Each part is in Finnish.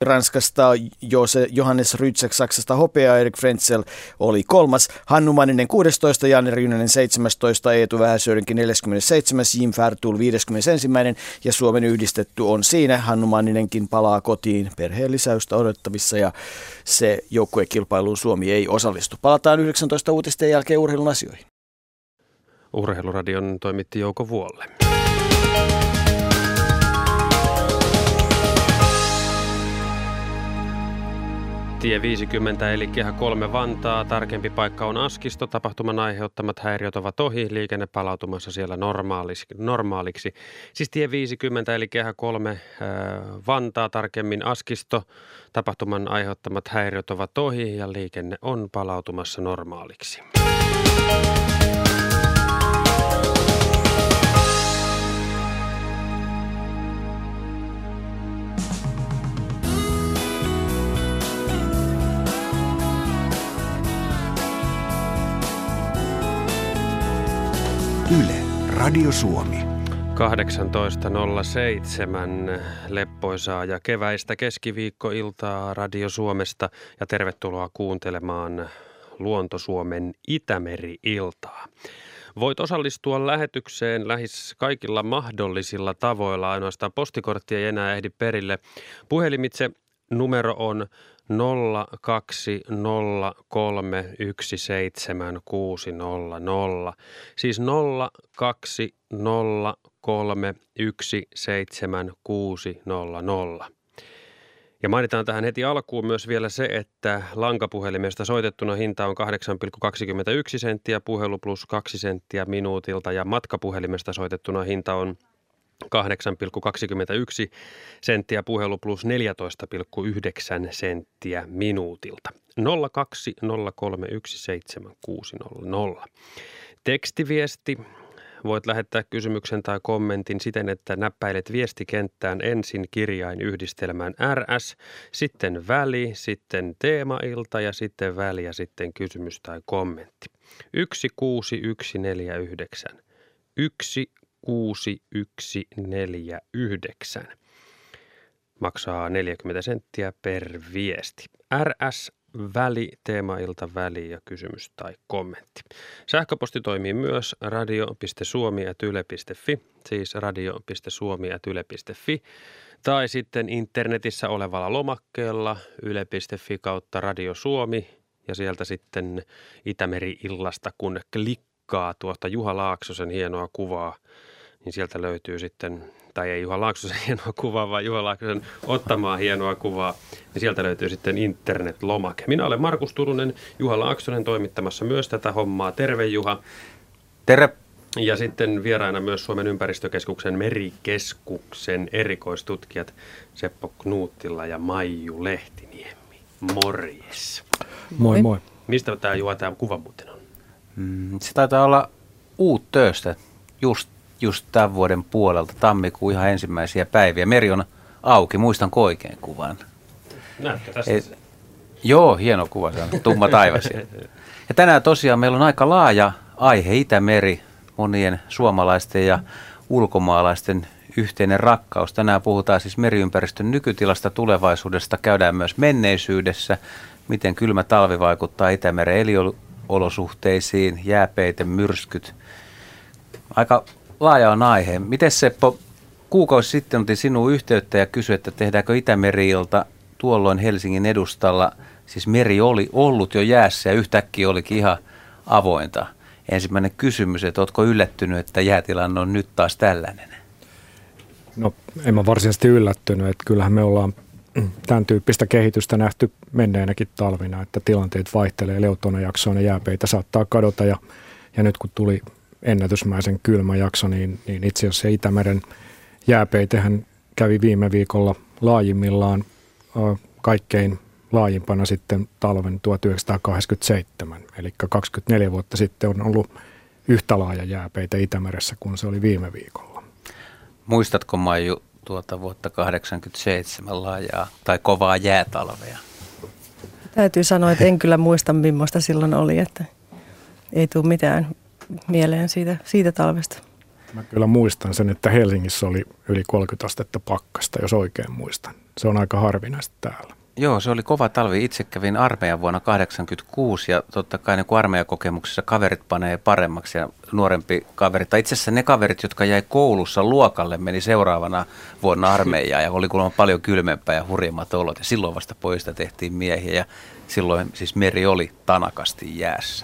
Ranskasta Johannes Rützek, Saksasta hopea, Erik Frenzel oli 3. Hannu Manninen 16, Janne Ryynänen 17, Eetu Vähäsöörinki 47, Jim Färtul 51. Ja Suomen yhdistetty on siinä. Hannu Manninenkin palaa kotiin perheen lisäystä odottavissa ja se joukkuekilpailuun Suomi ei osallistu. Palataan 19 uutisten jälkeen urheilun asioihin. Urheiluradion toimitti Jouko Vuolle. Tie 50 eli Kehä 3 Vantaa. Tarkempi paikka on Askisto. Tapahtuman aiheuttamat häiriöt ovat ohi. Liikenne palautumassa siellä normaaliksi. Siis tie 50 eli Kehä 3 Vantaa, tarkemmin Askisto. Tapahtuman aiheuttamat häiriöt ovat ohi ja liikenne on palautumassa normaaliksi. Yle, Radio Suomi. 18.07 leppoisaa ja keväistä keskiviikkoiltaa Radio Suomesta ja tervetuloa kuuntelemaan Luonto Suomen Itämeri-iltaa. Voit osallistua lähetykseen lähes kaikilla mahdollisilla tavoilla, ainoastaan postikorttia ei enää ehdi perille. Puhelimitse numero on 020317600, siis 020317600. Ja mainitaan tähän heti alkuun myös vielä se, että lankapuhelimesta soitettuna hinta on 8,21 senttiä puhelu plus 2 senttiä minuutilta ja matkapuhelimesta soitettuna hinta on 8,21 senttiä puhelu plus 14,9 senttiä minuutilta. 020317600. Tekstiviesti. Voit lähettää kysymyksen tai kommentin siten, että näppäilet viestikenttään ensin kirjainyhdistelmään RS, sitten väli, sitten teemailta ja sitten väli ja sitten kysymys tai kommentti. 16149. 16149. Maksaa 40 senttiä per viesti. RS, väli, teemailta, väli ja kysymys tai kommentti. Sähköposti toimii myös radio.suomi@yle.fi, siis radio.suomi@yle.fi, tai sitten internetissä olevalla lomakkeella yle.fi kautta Radio Suomi ja sieltä sitten Itämeri-illasta, kun klikkaa tuota Juha Laaksosen hienoa kuvaa, niin sieltä löytyy sitten, tai ei Juha Laaksosen hienoa kuvaa, vaan Juha Laaksosen ottamaa hienoa kuvaa, niin sieltä löytyy sitten internet-lomake. Minä olen Markus Turunen, Juha Laaksonen toimittamassa myös tätä hommaa. Terve Juha. Terve. Ja sitten vieraina myös Suomen ympäristökeskuksen merikeskuksen erikoistutkijat Seppo Knuuttila ja Maiju Lehtiniemi. Morjes. Moi moi. Mistä tämä Juha tämä kuva muuten on? Se taitaa olla Uuttööstä just tämän vuoden puolelta, tammikuun ihan ensimmäisiä päiviä. Meri on auki, muistanko oikein kuvan? Näetkö tästä? Joo, hieno kuva, se on tumma taivas. Ja tänään tosiaan meillä on aika laaja aihe, Itämeri, monien suomalaisten ja ulkomaalaisten yhteinen rakkaus. Tänään puhutaan siis meriympäristön nykytilasta, tulevaisuudesta, käydään myös menneisyydessä, miten kylmä talvi vaikuttaa Itämeren eliolosuhteisiin, jääpeite, myrskyt. Aika laaja on aihe. Miten Seppo, kuukausi sitten otin sinun yhteyttä ja kysyi, että tehdäänkö Itämeri-ilta tuolloin Helsingin edustalla. Siis meri oli ollut jo jäässä ja yhtäkkiä olikin ihan avointa. Ensimmäinen kysymys, että oletko yllättynyt, että jäätilanne on nyt taas tällainen? No en mä varsinaisesti yllättynyt, että kyllähän me ollaan tämän tyyppistä kehitystä nähty menneenäkin talvina, että tilanteet vaihtelee, Leutona-jaksoina jääpeitä saattaa kadota ja nyt kun tuli ennätysmäisen kylmä jakso, niin itse asiassa Itämeren jääpeitehän kävi viime viikolla laajimmillaan kaikkein laajimpana sitten talven 1987, eli 24 vuotta sitten on ollut yhtä laaja jääpeite Itämeressä kuin se oli viime viikolla. Muistatko Maiju tuota vuotta 1987 laajaa tai kovaa jäätalvea? Täytyy sanoa, että en kyllä muista, millaista silloin oli, että ei tule mitään mieleen siitä talvesta. Mä kyllä muistan sen, että Helsingissä oli yli 30 astetta pakkasta, jos oikein muistan. se on aika harvinaista täällä. Joo, se oli kova talvi. Itse kävin armeijan vuonna 1986 ja totta kai niin kuin armeijakokemuksessa kaverit panee paremmaksi ja nuorempi kaveri. Tai itse asiassa ne kaverit, jotka jäi koulussa luokalle, meni seuraavana vuonna armeijaan ja oli kuulemma paljon kylmempää ja hurjemmat olot. Ja silloin vasta pojista tehtiin miehiä ja silloin siis meri oli tanakasti jäässä.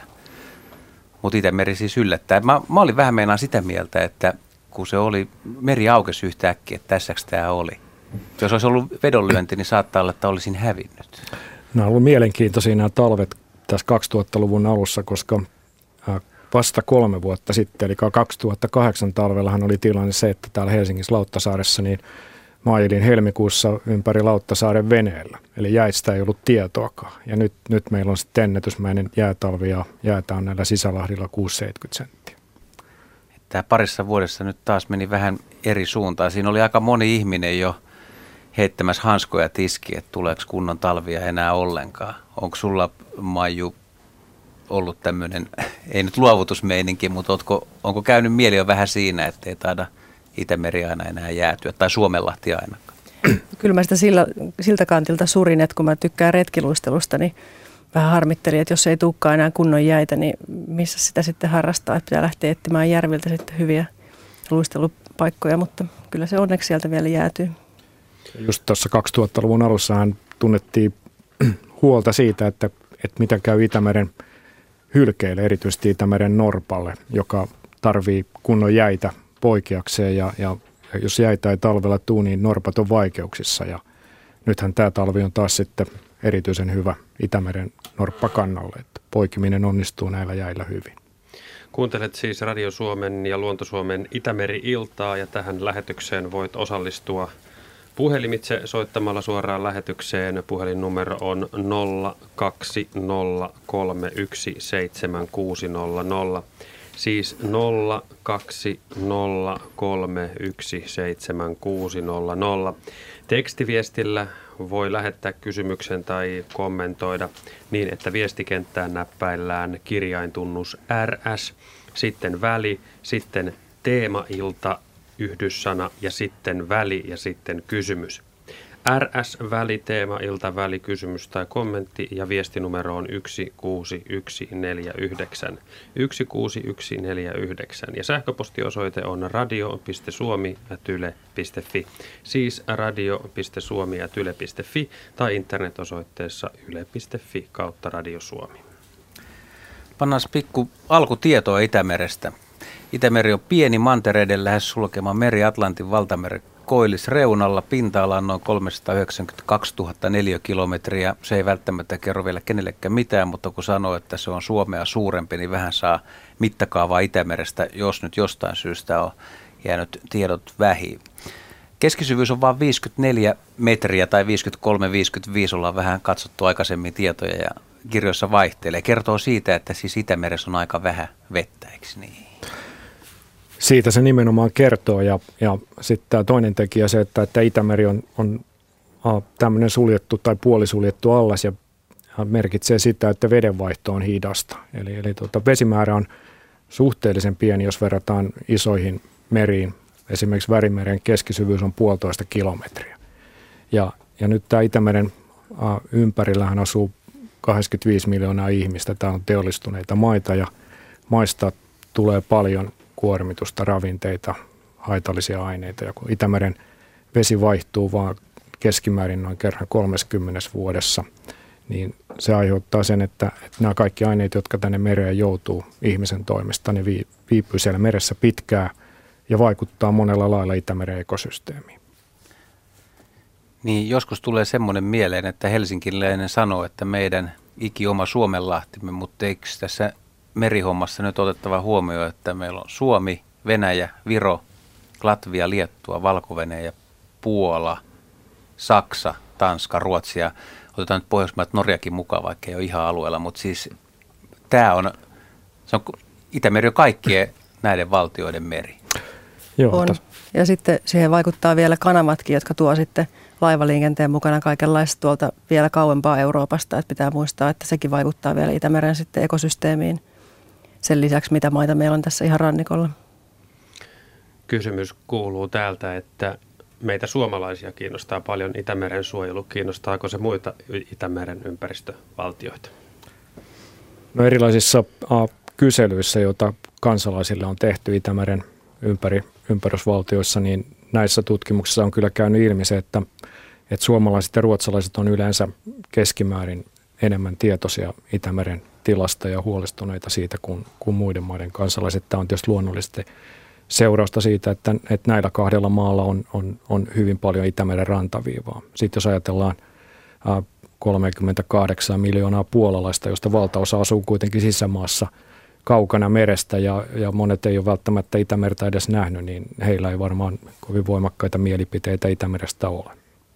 Mutta Itämeri siis yllättää. Mä olin vähän meinaan sitä mieltä, että kun se oli, meri aukesi yhtäkkiä, että tässäks tämä oli. Jos olisi ollut vedonlyönti, niin saattaa olla, että olisin hävinnyt. Nämä on ollut mielenkiintoisia nämä talvet tässä 2000-luvun alussa, koska vasta 3 vuotta sitten, eli 2008 talvellahan oli tilanne se, että täällä Helsingissä Lauttasaaressa, niin mä ajelin helmikuussa ympäri Lauttasaaren veneellä. Eli jäistä ei ollut tietoakaan. Ja nyt meillä on sitten ennätysmäinen jäätalvi ja jäätä on näillä sisälahdilla 6-70 senttiä. Tämä parissa vuodessa nyt taas meni vähän eri suuntaan. Siinä oli aika moni ihminen jo heittämässä hanskoja tiskiin, että tuleeko kunnon talvia enää ollenkaan. Onko sulla, Maiju, ollut tämmöinen, ei nyt luovutusmeininki, mutta onko käynyt mieli jo vähän siinä, että ei taida Itämeri aina enää jäätyä, tai Suomenlahti ainakaan? Kyllä mä sitä siltä kantilta surin, että kun mä tykkään retkiluistelusta, niin vähän harmittelin, että jos ei tulekaan enää kunnon jäitä, niin missä sitä sitten harrastaa, että pitää lähteä etsimään järviltä sitten hyviä luistelupaikkoja, mutta kyllä se onneksi sieltä vielä jäätyy. Just tuossa 2000-luvun alussahan tunnettiin huolta siitä, että mitä käy Itämeren hylkeille, erityisesti Itämeren norpalle, joka tarvii kunnon jäitä poikiakseen ja jos jäitä ei talvella tule, niin norpat on vaikeuksissa ja nythän tämä talvi on taas sitten erityisen hyvä Itämeren norppakannalle, että poikiminen onnistuu näillä jäillä hyvin. Kuuntelet siis Radio Suomen ja Luonto Suomen Itämeri-iltaa ja tähän lähetykseen voit osallistua puhelimitse soittamalla suoraan lähetykseen. Puhelinnumero on 020317600. Siis 020317600. Tekstiviestillä voi lähettää kysymyksen tai kommentoida niin, että viestikenttään näppäillään kirjaintunnus RS, sitten väli, sitten teemailta, yhdyssana ja sitten väli ja sitten kysymys. RS, väli, teema, ilta, väli, kysymys tai kommentti ja viestinumero on 16149. 16149 ja sähköpostiosoite on radio.suomi@yle.fi. Siis radio.suomi@yle.fi tai internetosoitteessa yle.fi/Radio Suomi. Pannaan pikku alkutietoa Itämerestä. Itämeri on pieni mantereiden lähes sulkema meri Atlantin valtameren koillisreunalla. Pinta-ala on noin 392 000 neliökilometriä. Se ei välttämättä kerro vielä kenellekään mitään, mutta kun sanoo, että se on Suomea suurempi, niin vähän saa mittakaavaa Itämerestä, jos nyt jostain syystä on jäänyt tiedot vähiin. Keskisyvyys on vain 54 metriä tai 53-55, ollaan vähän katsottu aikaisemmin tietoja ja kirjoissa vaihtelee. Kertoo siitä, että siis Itämeressä on aika vähän vettä, eikö niin? Siitä se nimenomaan kertoo ja sitten tämä toinen tekijä se, että Itämeri on tämmöinen suljettu tai puolisuljettu allas ja merkitsee sitä, että vedenvaihto on hidasta. Eli vesimäärä on suhteellisen pieni, jos verrataan isoihin meriin. Esimerkiksi Välimeren keskisyvyys on 1,5 kilometriä. Ja nyt tämä Itämeren ympärillähän asuu 85 miljoonaa ihmistä. Tämä on teollistuneita maita ja maista tulee paljon kuormitusta, ravinteita, haitallisia aineita. Ja kun Itämeren vesi vaihtuu vaan keskimäärin noin kerran 30 vuodessa, niin se aiheuttaa sen, että nämä kaikki aineet, jotka tänne mereen joutuu ihmisen toimesta, ne viipyy siellä meressä pitkään ja vaikuttaa monella lailla Itämeren ekosysteemiin. Niin, joskus tulee semmoinen mieleen, että helsinkiläinen sanoo, että meidän ikioma Suomenlahtimme, mutta eikö tässä merihommassa nyt otettava huomioon, että meillä on Suomi, Venäjä, Viro, Latvia, Liettua, Valko-Venäjä, Puola, Saksa, Tanska, Ruotsi ja otetaan nyt Pohjoismaat, Norjakin mukaan, vaikka ei ole ihan alueella, mutta siis Itämeri on kaikkien näiden valtioiden meri. Joo, on. Ja sitten siihen vaikuttaa vielä kanavatkin, jotka tuo sitten laivaliikenteen mukana kaikenlaista tuolta vielä kauempaa Euroopasta. Että pitää muistaa, että sekin vaikuttaa vielä Itämeren sitten ekosysteemiin sen lisäksi, mitä maita meillä on tässä ihan rannikolla. Kysymys kuuluu täältä, että meitä suomalaisia kiinnostaa paljon Itämeren suojelu. Kiinnostaako se muita Itämeren ympäristövaltioita? No erilaisissa kyselyissä, joita kansalaisille on tehty Itämeren ympärysvaltioissa, niin näissä tutkimuksissa on kyllä käynyt ilmi se, että suomalaiset ja ruotsalaiset on yleensä keskimäärin enemmän tietoisia Itämeren tilasta ja huolestuneita siitä kuin muiden maiden kansalaiset. Tämä on tietysti luonnollisesti seurausta siitä, että näillä kahdella maalla on hyvin paljon Itämeren rantaviivaa. Sitten jos ajatellaan 38 miljoonaa puolalaista, josta valtaosa asuu kuitenkin sisämaassa kaukana merestä ja monet ei ole välttämättä Itämerta edes nähnyt, niin heillä ei varmaan kovin voimakkaita mielipiteitä Itämerestä ole.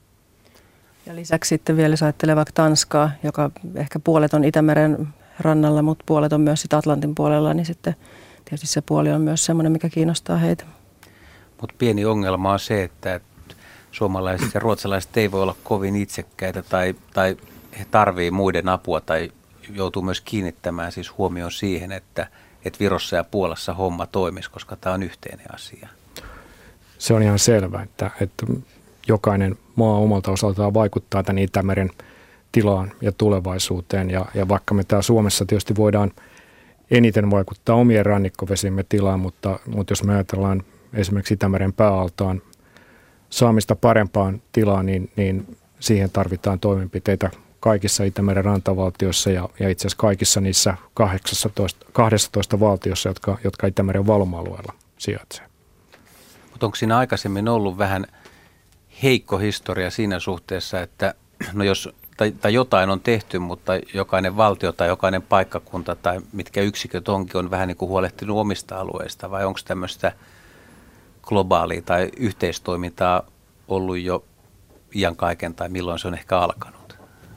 Ja lisäksi sitten vielä jos ajattelee vaikka Tanskaa, joka ehkä puolet on Itämeren rannalla, mutta puolet on myös sit Atlantin puolella, niin sitten tietysti se puoli on myös semmoinen, mikä kiinnostaa heitä. Mutta pieni ongelma on se, että suomalaiset ja ruotsalaiset ei voi olla kovin itsekkäitä tai he tarvii muiden apua tai joutuu myös kiinnittämään siis huomioon siihen, että Virossa ja Puolassa homma toimisi, koska tämä on yhteinen asia. Se on ihan selvä, että jokainen maa omalta osaltaan vaikuttaa tämän Itämeren tilaan ja tulevaisuuteen. Ja vaikka me täällä Suomessa tietysti voidaan eniten vaikuttaa omien rannikkovesimme tilaan, mutta jos me ajatellaan esimerkiksi Itämeren pääaltaan saamista parempaan tilaan, niin siihen tarvitaan toimenpiteitä kaikissa Itämeren rantavaltioissa ja itse asiassa kaikissa niissä 12 valtiossa, jotka Itämeren valuma-alueella sijaitsee. Mutta onko siinä aikaisemmin ollut vähän heikko historia siinä suhteessa, että no jos tai jotain on tehty, mutta jokainen valtio tai jokainen paikkakunta tai mitkä yksiköt on vähän niin kuin huolehtinut omista alueista, vai onko tämmöistä globaalia tai yhteistoimintaa ollut jo iän kaiken tai milloin se on ehkä alkanut?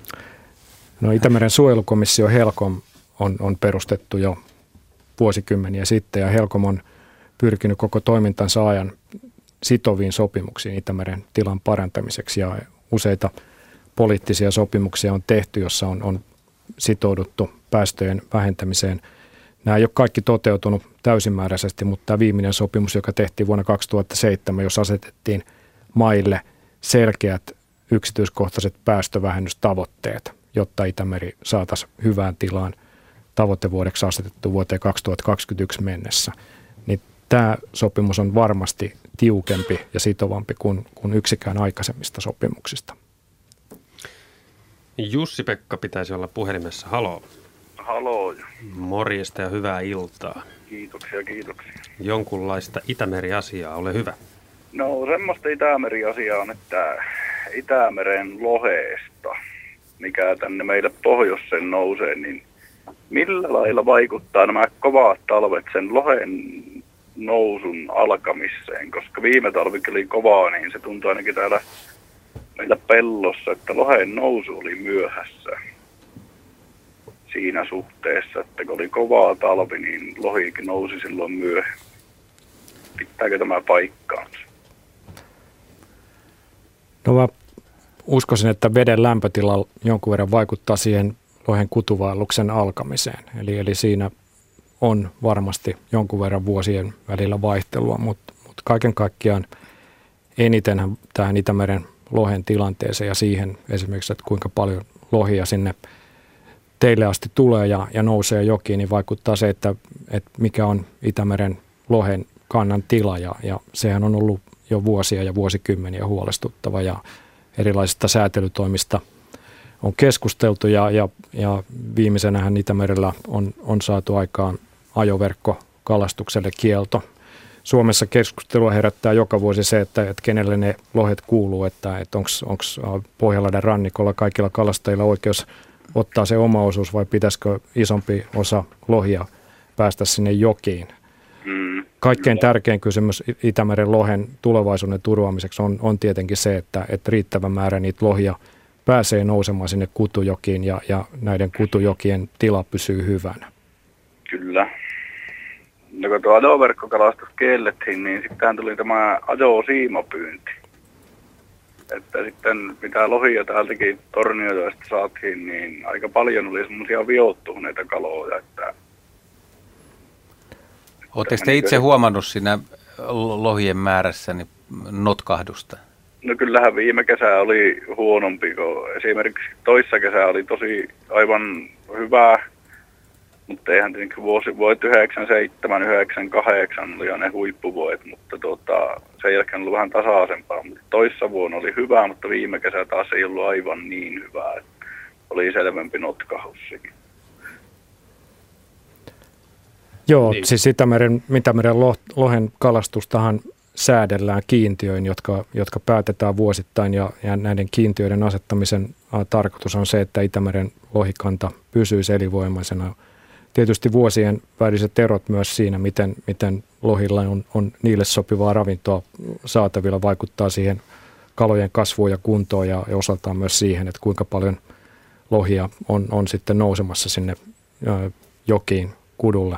No Itämeren suojelukomissio HELCOM on perustettu jo vuosikymmeniä sitten ja HELCOM on pyrkinyt koko toimintansa ajan sitoviin sopimuksiin Itämeren tilan parantamiseksi ja useita poliittisia sopimuksia on tehty, jossa on sitouduttu päästöjen vähentämiseen. Nämä ei ole kaikki toteutunut täysimääräisesti, mutta tämä viimeinen sopimus, joka tehtiin vuonna 2007, jossa asetettiin maille selkeät yksityiskohtaiset päästövähennystavoitteet, jotta Itämeri saataisiin hyvään tilaan tavoitevuodeksi asetettu vuoteen 2021 mennessä. Niin tämä sopimus on varmasti tiukempi ja sitovampi kuin yksikään aikaisemmista sopimuksista. Jussi-Pekka pitäisi olla puhelimessa. Haloo. Haloo. Morjesta ja hyvää iltaa. Kiitoksia. Jonkunlaista Itämeri-asiaa, ole hyvä. No semmoista Itämeri-asiaa on, että Itämeren loheesta, mikä tänne meille pohjoiseen nousee, niin millä lailla vaikuttaa nämä kovat talvet sen lohen nousun alkamiseen, koska viime talvikin oli kovaa, niin se tuntui ainakin täällä meillä pellossa, että lohen nousu oli myöhässä siinä suhteessa, että kun oli kovaa talvi, niin lohikin nousi silloin myöhemmin. Pitääkö tämä paikkaansa? No mä uskoisin, että veden lämpötila jonkun verran vaikuttaa siihen lohen kutuvaelluksen alkamiseen. Eli siinä on varmasti jonkun verran vuosien välillä vaihtelua, mutta kaiken kaikkiaan enitenhän tähän Itämeren lohen tilanteeseen ja siihen esimerkiksi, että kuinka paljon lohia sinne teille asti tulee ja nousee jokiin, niin vaikuttaa se, että mikä on Itämeren lohen kannan tila ja sehän on ollut jo vuosia ja vuosikymmeniä huolestuttava ja erilaisista säätelytoimista on keskusteltu ja viimeisenähän Itämerellä on saatu aikaan ajoverkkokalastukselle kielto. Suomessa keskustelua herättää joka vuosi se, että kenelle ne lohet kuuluu, että onko Pohjanlahden rannikolla kaikilla kalastajilla oikeus ottaa se oma osuus vai pitäisikö isompi osa lohia päästä sinne jokiin. Kaikkein tärkein kysymys Itämeren lohen tulevaisuuden turvaamiseksi on tietenkin se, että riittävä määrä niitä lohia pääsee nousemaan sinne kutujokiin ja näiden kutujokien tila pysyy hyvänä. Kyllä. No kun tuo ajoverkkokalastus kiellettiin, niin sitten tuli tämä ajosiimapyynti. Että sitten mitä lohia täältäkin Tornionjoesta saatiin, niin aika paljon oli semmoisia viottuneita kaloja. Oletteko te itse huomannut siinä lohien määrässä niin notkahdusta? No kyllähän viime kesä oli huonompi, kun esimerkiksi toissa kesä oli tosi aivan hyvä, mutta eihän tietenkin vuodet 97, 98 oli jo ne huippuvuodet, mutta sen jälkeen oli vähän tasaisempaa. Mutta toissa vuonna oli hyvä, mutta viime kesä taas ei ollut aivan niin hyvä, että oli selvempi notkahussakin. Joo, niin. Siis Itämeren lohen kalastustahan säädellään kiintiöin, jotka päätetään vuosittain ja näiden kiintiöiden asettamisen tarkoitus on se, että Itämeren lohikanta pysyisi elinvoimaisena. Tietysti vuosien väliset erot myös siinä, miten lohilla on niille sopivaa ravintoa saatavilla, vaikuttaa siihen kalojen kasvuun ja kuntoon ja osaltaan myös siihen, että kuinka paljon lohia on sitten nousemassa sinne jokiin, kudulle.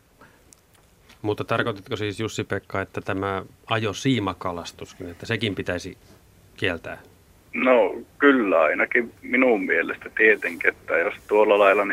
Mutta tarkoitatko siis Jussi-Pekka, että tämä ajosiimakalastuskin, että sekin pitäisi kieltää? No kyllä ainakin minun mielestä tietenkin, että jos tuolla lailla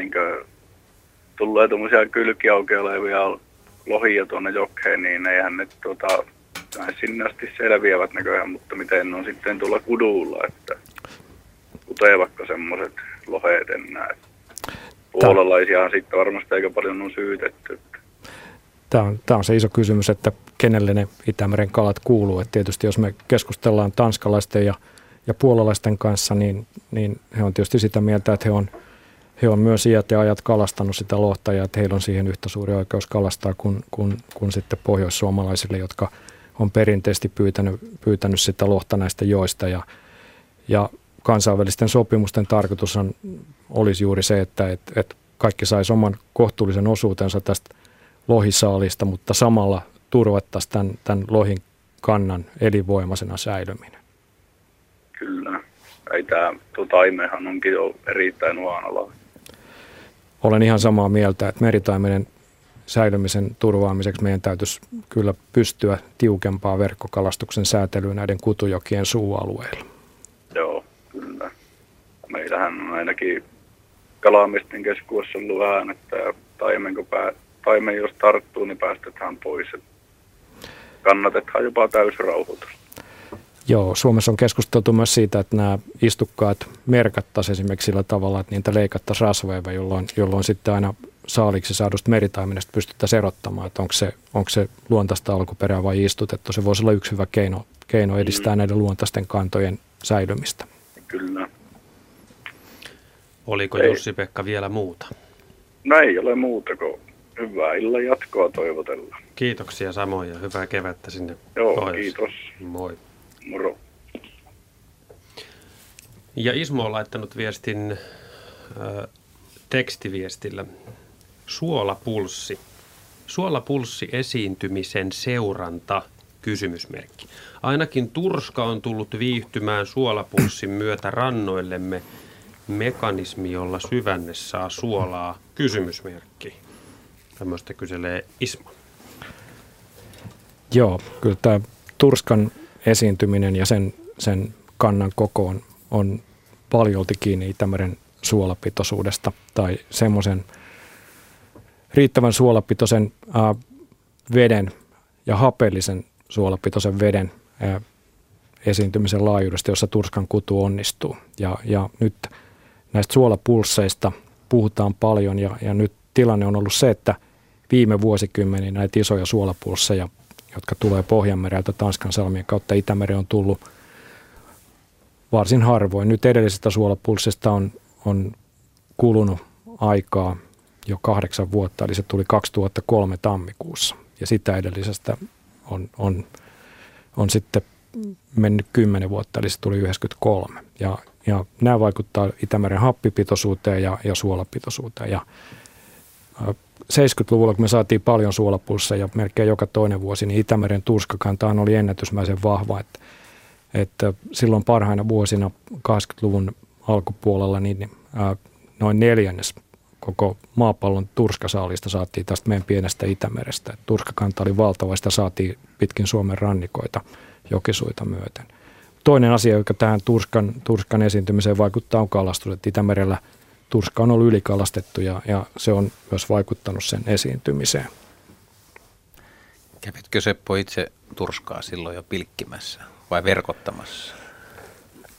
tulee tuommoisia kylkiaukeja olevia lohia tuonne jokeen, niin eihän ne sinne asti selviävät näköjään, mutta miten ne on sitten tuolla kudulla, että kutevatko semmoiset loheet enää. Puolalaisiahan sitten varmasti aika paljon on syytetty. Tämä on se iso kysymys, että kenelle ne Itämeren kalat kuuluu. Et tietysti jos me keskustellaan tanskalaisten ja puolalaisten kanssa, niin he on tietysti sitä mieltä, että he on myös iät ja ajat kalastanut sitä lohta ja että heillä on siihen yhtä suuri oikeus kalastaa kuin sitten pohjoissuomalaisille, jotka on perinteisesti pyytänyt sitä lohta näistä joista. Ja kansainvälisten sopimusten tarkoitus olisi juuri se, että kaikki saisi oman kohtuullisen osuutensa tästä lohisaalista, mutta samalla turvattaisiin tämän lohin kannan elinvoimaisena säilyminen. Kyllä. Tuo taimehan onkin jo erittäin uhanalainen. Olen ihan samaa mieltä, että meritaimenen säilymisen turvaamiseksi meidän täytyisi kyllä pystyä tiukempaa verkkokalastuksen säätelyyn näiden kutujokien suualueilla. Joo, kyllä. Meillähän on ainakin kalamiesten keskuudessa ollut vähän, että taimen jos tarttuu, niin päästetään pois. Kannatetaan jopa täysrauhoitus. Joo, Suomessa on keskusteltu myös siitä, että nämä istukkaat merkattaisiin esimerkiksi sillä tavalla, että niitä leikattaisiin rasvoiva, jolloin sitten aina saaliksi saadusta meritaimenesta pystyttäisiin erottamaan, että onko se luontaista alkuperää vai istutettu. Se voisi olla yksi hyvä keino edistää näiden luontaisten kantojen säilymistä. Kyllä. Oliko Jussi-Pekka vielä muuta? No ei ole muuta kuin hyvää illan jatkoa toivotellaan. Kiitoksia samoin ja hyvää kevättä sinne. Joo, kiitos. Moi. Moro. Ja Ismo on laittanut viestin tekstiviestillä. Suolapulssi. Suolapulssi esiintymisen seuranta, kysymysmerkki. Ainakin turska on tullut viihtymään suolapulssin myötä rannoillemme. Mekanismi, jolla syvänne saa suolaa, kysymysmerkki. Tämmöistä kyselee Ismo. Joo, kyllä tämä turskan esiintyminen ja sen kannan koko on paljolti kiinni Itämeren suolapitoisuudesta tai semmoisen riittävän suolapitoisen veden ja hapeellisen suolapitoisen veden esiintymisen laajuudesta, jossa turskan kutu onnistuu. Ja nyt näistä suolapulsseista puhutaan paljon ja nyt tilanne on ollut se, että viime vuosikymmeniä näitä isoja suolapulsseja, jotka tulee Pohjanmereltä Tanskan salmien kautta Itämereen, on tullut varsin harvoin. Nyt edellisestä suolapulssista on kulunut aikaa jo 8 vuotta, eli se tuli 2003 tammikuussa. Ja sitä edellisestä on sitten mennyt 10 vuotta, eli se tuli 1993. Ja nämä vaikuttaa Itämeren happipitoisuuteen ja suolapitoisuuteen. Ja 70-luvulla, kun me saatiin paljon suolapulsseja melkein joka toinen vuosi, niin Itämeren turskakantaan oli ennätysmäisen vahva. Että silloin parhaina vuosina 80-luvun alkupuolella niin noin 1/4 koko maapallon turskasaalista saatiin tästä meidän pienestä Itämerestä. Et turskakanta oli valtava, sitä saatiin pitkin Suomen rannikoita jokisuita myöten. Toinen asia, joka tähän turskan esiintymiseen vaikuttaa, on kalastus. Et Itämerellä turska on ollut ylikalastettu ja se on myös vaikuttanut sen esiintymiseen. Kävitkö Seppo itse turskaa silloin jo pilkkimässä vai verkottamassa?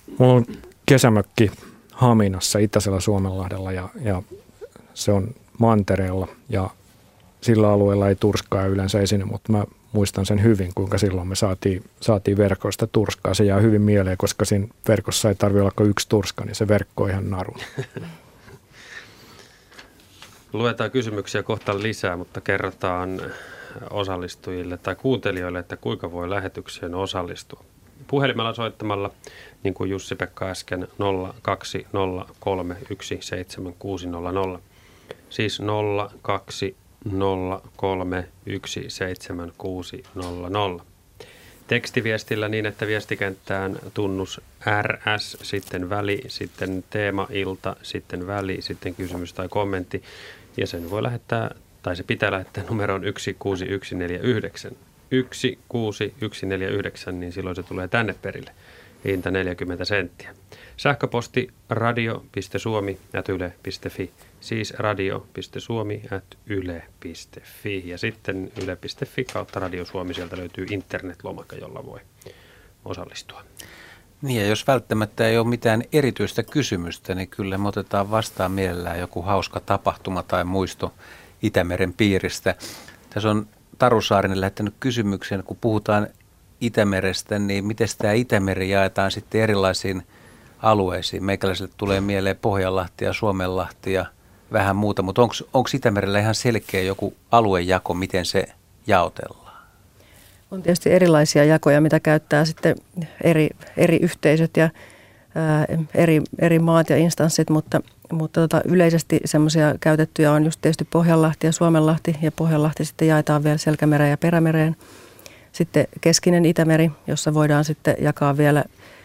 Mulla on kesämökki Haminassa Itäisellä Suomenlahdella ja se on mantereella ja sillä alueella ei turskaa yleensä esine, mutta mä muistan sen hyvin, kuinka silloin me saatiin verkoista turskaa. Se jää hyvin mieleen, koska siinä verkossa ei tarvitse olla kuin yksi turska, niin se verkko on ihan naru. Luetaan kysymyksiä kohta lisää, mutta kerrotaan osallistujille tai kuuntelijoille, että kuinka voi lähetykseen osallistua. Puhelimella soittamalla, niin kuin Jussi-Pekka äsken, 020317600. Siis 020317600. Tekstiviestillä niin, että viestikenttään tunnus RS, sitten väli, sitten teema-ilta, sitten väli, sitten kysymys tai kommentti. Ja sen voi lähettää, tai se pitää lähettää numeroon 16149. 16149, niin silloin se tulee tänne perille. Hinta 40 senttiä. Sähköposti radio.suomi@yle.fi. Siis radio.suomi@yle.fi. Ja sitten yle.fi kautta Radio Suomi. Sieltä löytyy internetlomake, jolla voi osallistua. Niin ja jos välttämättä ei ole mitään erityistä kysymystä, niin kyllä me otetaan vastaan mielellään joku hauska tapahtuma tai muisto Itämeren piiristä. Tässä on Taru Saarinen lähettänyt kysymyksen, kun puhutaan Itämerestä, niin miten tämä Itämeri jaetaan sitten erilaisiin alueisiin? Meikäläiselle tulee mieleen Pohjanlahti ja Suomenlahti ja vähän muuta, mutta onko Itämerellä ihan selkeä joku aluejako, miten se jaotellaan? On tietysti erilaisia jakoja, mitä käyttää sitten eri yhteisöt ja eri maat ja instanssit, mutta yleisesti semmoisia käytettyjä on just tietysti Pohjanlahti ja Suomenlahti, ja Pohjanlahti sitten jaetaan vielä Selkämereen ja Perämereen. Sitten keskinen Itämeri, jossa voidaan sitten jakaa vielä,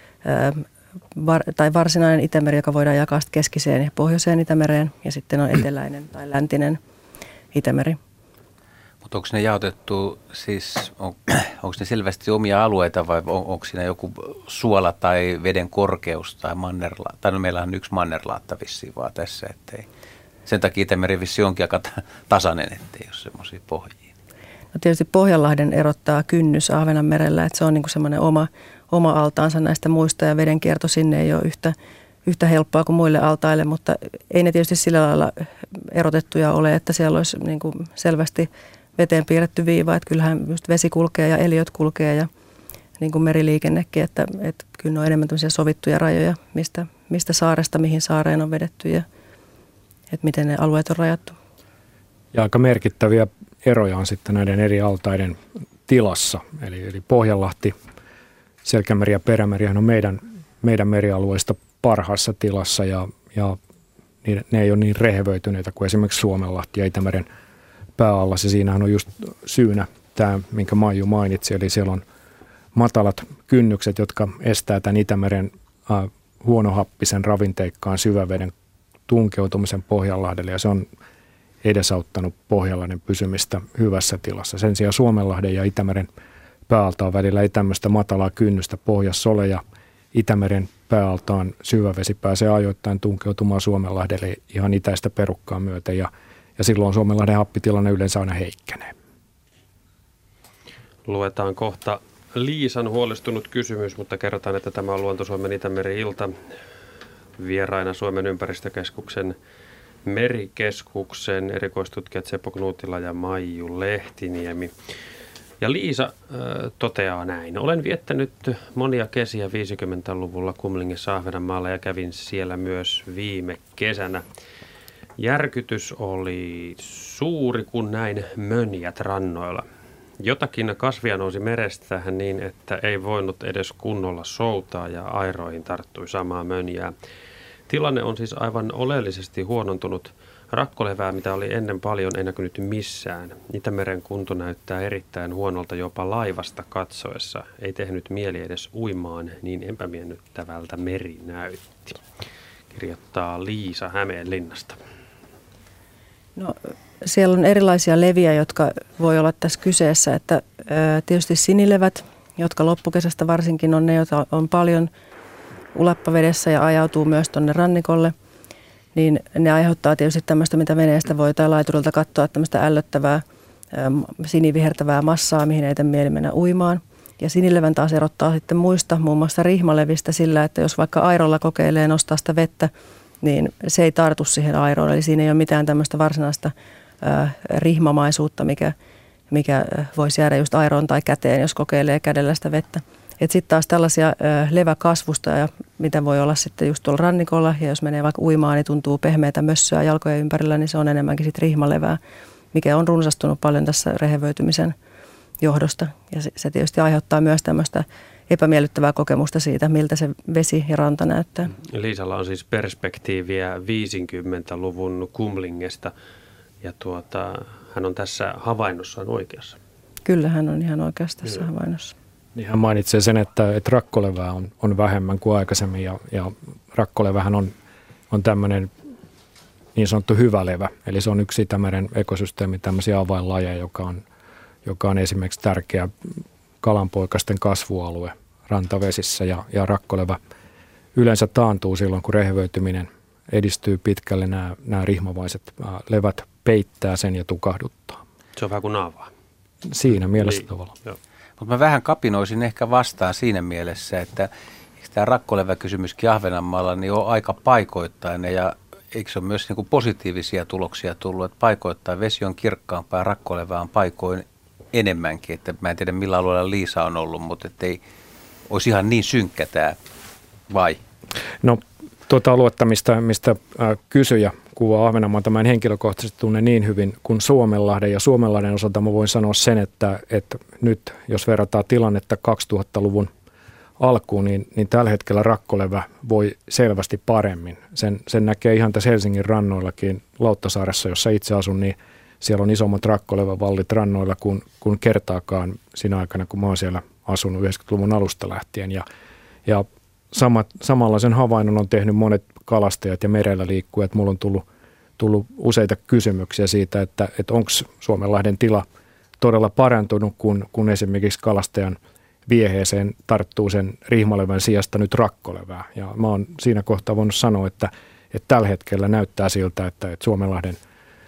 tai varsinainen Itämeri, joka voidaan jakaa sitten keskiseen ja pohjoiseen Itämereen, ja sitten on eteläinen tai läntinen Itämeri. Mutta onko ne jaotettu, siis onko ne selvästi omia alueita vai onko siinä joku suola tai veden korkeus tai mannerlaatta? Tai no meillähän on yksi mannerlaatta vissiin vaan tässä, ettei. Sen takia Itämeri vissiin onkin aika tasainen, ettei ole semmoisia pohjia. No tietysti Pohjanlahden erottaa kynnys Ahvenanmerellä, että se on niin kuin semmoinen oma altaansa näistä muista ja vedenkierto sinne ei ole yhtä helppoa kuin muille altaille, mutta ei ne tietysti sillä lailla erotettuja ole, että siellä olisi niin kuin selvästi veteen piirretty viiva, että kyllähän just vesi kulkee ja eliöt kulkee ja niin kuin meriliikennekin, että kyllä ne on enemmän tämmöisiä sovittuja rajoja, mistä saaresta mihin saareen on vedetty ja että miten ne alueet on rajattu. Ja aika merkittäviä eroja on sitten näiden eri altaiden tilassa, eli Pohjanlahti, Selkämeri ja Perämeri on meidän merialueista parhaassa tilassa ja ne ei ole niin rehevöityneitä kuin esimerkiksi Suomenlahti ja Itämeren pääallas. Ja siinähän on just syynä tämä, minkä Maiju mainitsi, eli siellä on matalat kynnykset, jotka estää tämän Itämeren huonohappisen ravinteikkaan syväveden tunkeutumisen Pohjanlahdelle, ja se on edesauttanut Pohjanlahden pysymistä hyvässä tilassa. Sen sijaan Suomenlahden ja Itämeren pääaltaan välillä ei tämmöistä matalaa kynnystä pohjassa ole, ja Itämeren pääaltaan syvävesi pääsee ajoittain tunkeutumaan Suomenlahdelle ihan itäistä perukkaa myöten, ja silloin Suomenlahden happitilanne yleensä aina heikkenee. Luetaan kohta Liisan huolestunut kysymys, mutta kerrotaan, että tämä on Luonto-Suomen Itämeri-ilta. Vieraina Suomen ympäristökeskuksen merikeskuksen erikoistutkijat Seppo Knuuttila ja Maiju Lehtiniemi. Ja Liisa toteaa näin. Olen viettänyt monia kesiä 50-luvulla Kumlingissa Ahvenanmaalla ja kävin siellä myös viime kesänä. Järkytys oli suuri, kun näin mönjät rannoilla. Jotakin kasvia nousi merestä niin, että ei voinut edes kunnolla soutaa ja airoihin tarttui samaa mönjää. Tilanne on siis aivan oleellisesti huonontunut. Rakkolevää, mitä oli ennen paljon, ei näkynyt missään. Itämeren kunto näyttää erittäin huonolta jopa laivasta katsoessa. Ei tehnyt mieli edes uimaan, niin epämiellyttävältä meri näytti. Kirjoittaa Liisa Hämeenlinnasta. No, siellä on erilaisia leviä, jotka voi olla tässä kyseessä. Että, tietysti sinilevät, jotka loppukesästä varsinkin on ne, joita on paljon ulappavedessä ja ajautuu myös tuonne rannikolle. Niin ne aiheuttaa tietysti tämmöistä, mitä veneestä voi tai laiturilta katsoa, tämmöistä ällöttävää, sinivihertävää massaa, mihin ei mieli mennä uimaan. Ja sinilevän taas erottaa sitten muista, muun muassa rihmalevistä sillä, että jos vaikka airolla kokeilee nostaa sitä vettä, niin se ei tartu siihen airoon. Eli siinä ei ole mitään tämmöistä varsinaista rihmamaisuutta, mikä voisi jäädä just airoon tai käteen, jos kokeilee kädellä sitä vettä. Sitten taas tällaisia leväkasvusta, ja mitä voi olla sitten just tuolla rannikolla, ja jos menee vaikka uimaan, niin tuntuu pehmeätä mössöä jalkojen ympärillä, niin se on enemmänkin sitten rihmalevää, mikä on runsastunut paljon tässä rehevöitymisen johdosta. Ja se tietysti aiheuttaa myös tämmöistä epämiellyttävää kokemusta siitä, miltä se vesi ja ranta näyttää. Liisalla on siis perspektiiviä 50-luvun Kumlingesta, ja hän on tässä havainnossaan oikeassa. Kyllä, hän on ihan oikeassa tässä havainnossa. Niin hän mainitsee sen, että rakkolevää on vähemmän kuin aikaisemmin, ja rakkolevähän on tämmöinen niin sanottu hyvä levä. Eli se on yksi Itämeren ekosysteemin tämmöisiä avainlajeja, joka on esimerkiksi tärkeä kalanpoikasten kasvualue rantavesissä, ja rakkolevä yleensä taantuu silloin, kun rehevöityminen edistyy pitkälle. Nämä rihmavaiset levät peittää sen ja tukahduttaa. Se on vähän kuin naavaa. Siinä mielessä tavallaan. Mutta mä vähän kapinoisin ehkä vastaan siinä mielessä, että tämä rakkoleväkysymyskin Ahvenanmaalla niin on aika paikoittainen, ja eikö se ole myös niin kuin positiivisia tuloksia tullut, että paikoittain vesi on kirkkaampaa ja rakkolevää on paikoin enemmänkin. Että mä en tiedä millä alueella Liisa on ollut, mutta ettei olisi ihan niin synkkä tämä, vai? No tuota aluetta, mistä kysyjä kuvaa Ahvenanmaata, mä en henkilökohtaisesti tunne niin hyvin kuin Suomenlahden, ja Suomenlahden osalta mä voin sanoa sen, että nyt jos verrataan tilannetta 2000-luvun alkuun, niin tällä hetkellä rakkolevä voi selvästi paremmin. Sen näkee ihan tässä Helsingin rannoillakin, Lauttasaaressa, jossa itse asun, niin siellä on isommat rakkolevävallit rannoilla kuin kertaakaan siinä aikana, kun mä oon siellä asunut 90-luvun alusta lähtien. Ja samanlaisen havainnon on tehnyt monet kalastajat ja merellä liikkujat. Mulla on tullut useita kysymyksiä siitä, että onko Suomenlahden tila todella parantunut, kun esimerkiksi kalastajan vieheeseen tarttuu sen rihmalevän sijasta nyt rakkolevää. Ja mä oon siinä kohtaa voinut sanoa, että tällä hetkellä näyttää siltä, että Suomenlahden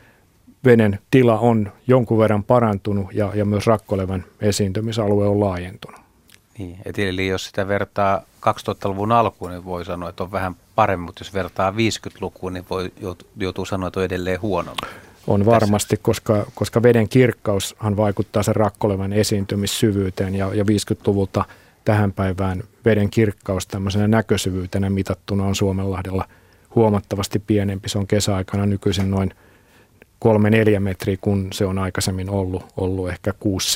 veden tila on jonkun verran parantunut ja myös rakkolevän esiintymisalue on laajentunut. Niin, eli jos sitä vertaa 2000-luvun alkuun, niin voi sanoa, että on vähän paremmin, mutta jos vertaa 50-lukuun, niin voi joutuu sanoa, että on edelleen huonommin. On varmasti, koska veden kirkkaushan vaikuttaa sen rakkolevan esiintymissyvyyteen, ja 50-luvulta tähän päivään veden kirkkaus tämmöisenä näkösyvyytenä mitattuna on Suomenlahdella huomattavasti pienempi. Se on kesäaikana nykyisin noin 3-4 metriä, kun se on aikaisemmin ollut ehkä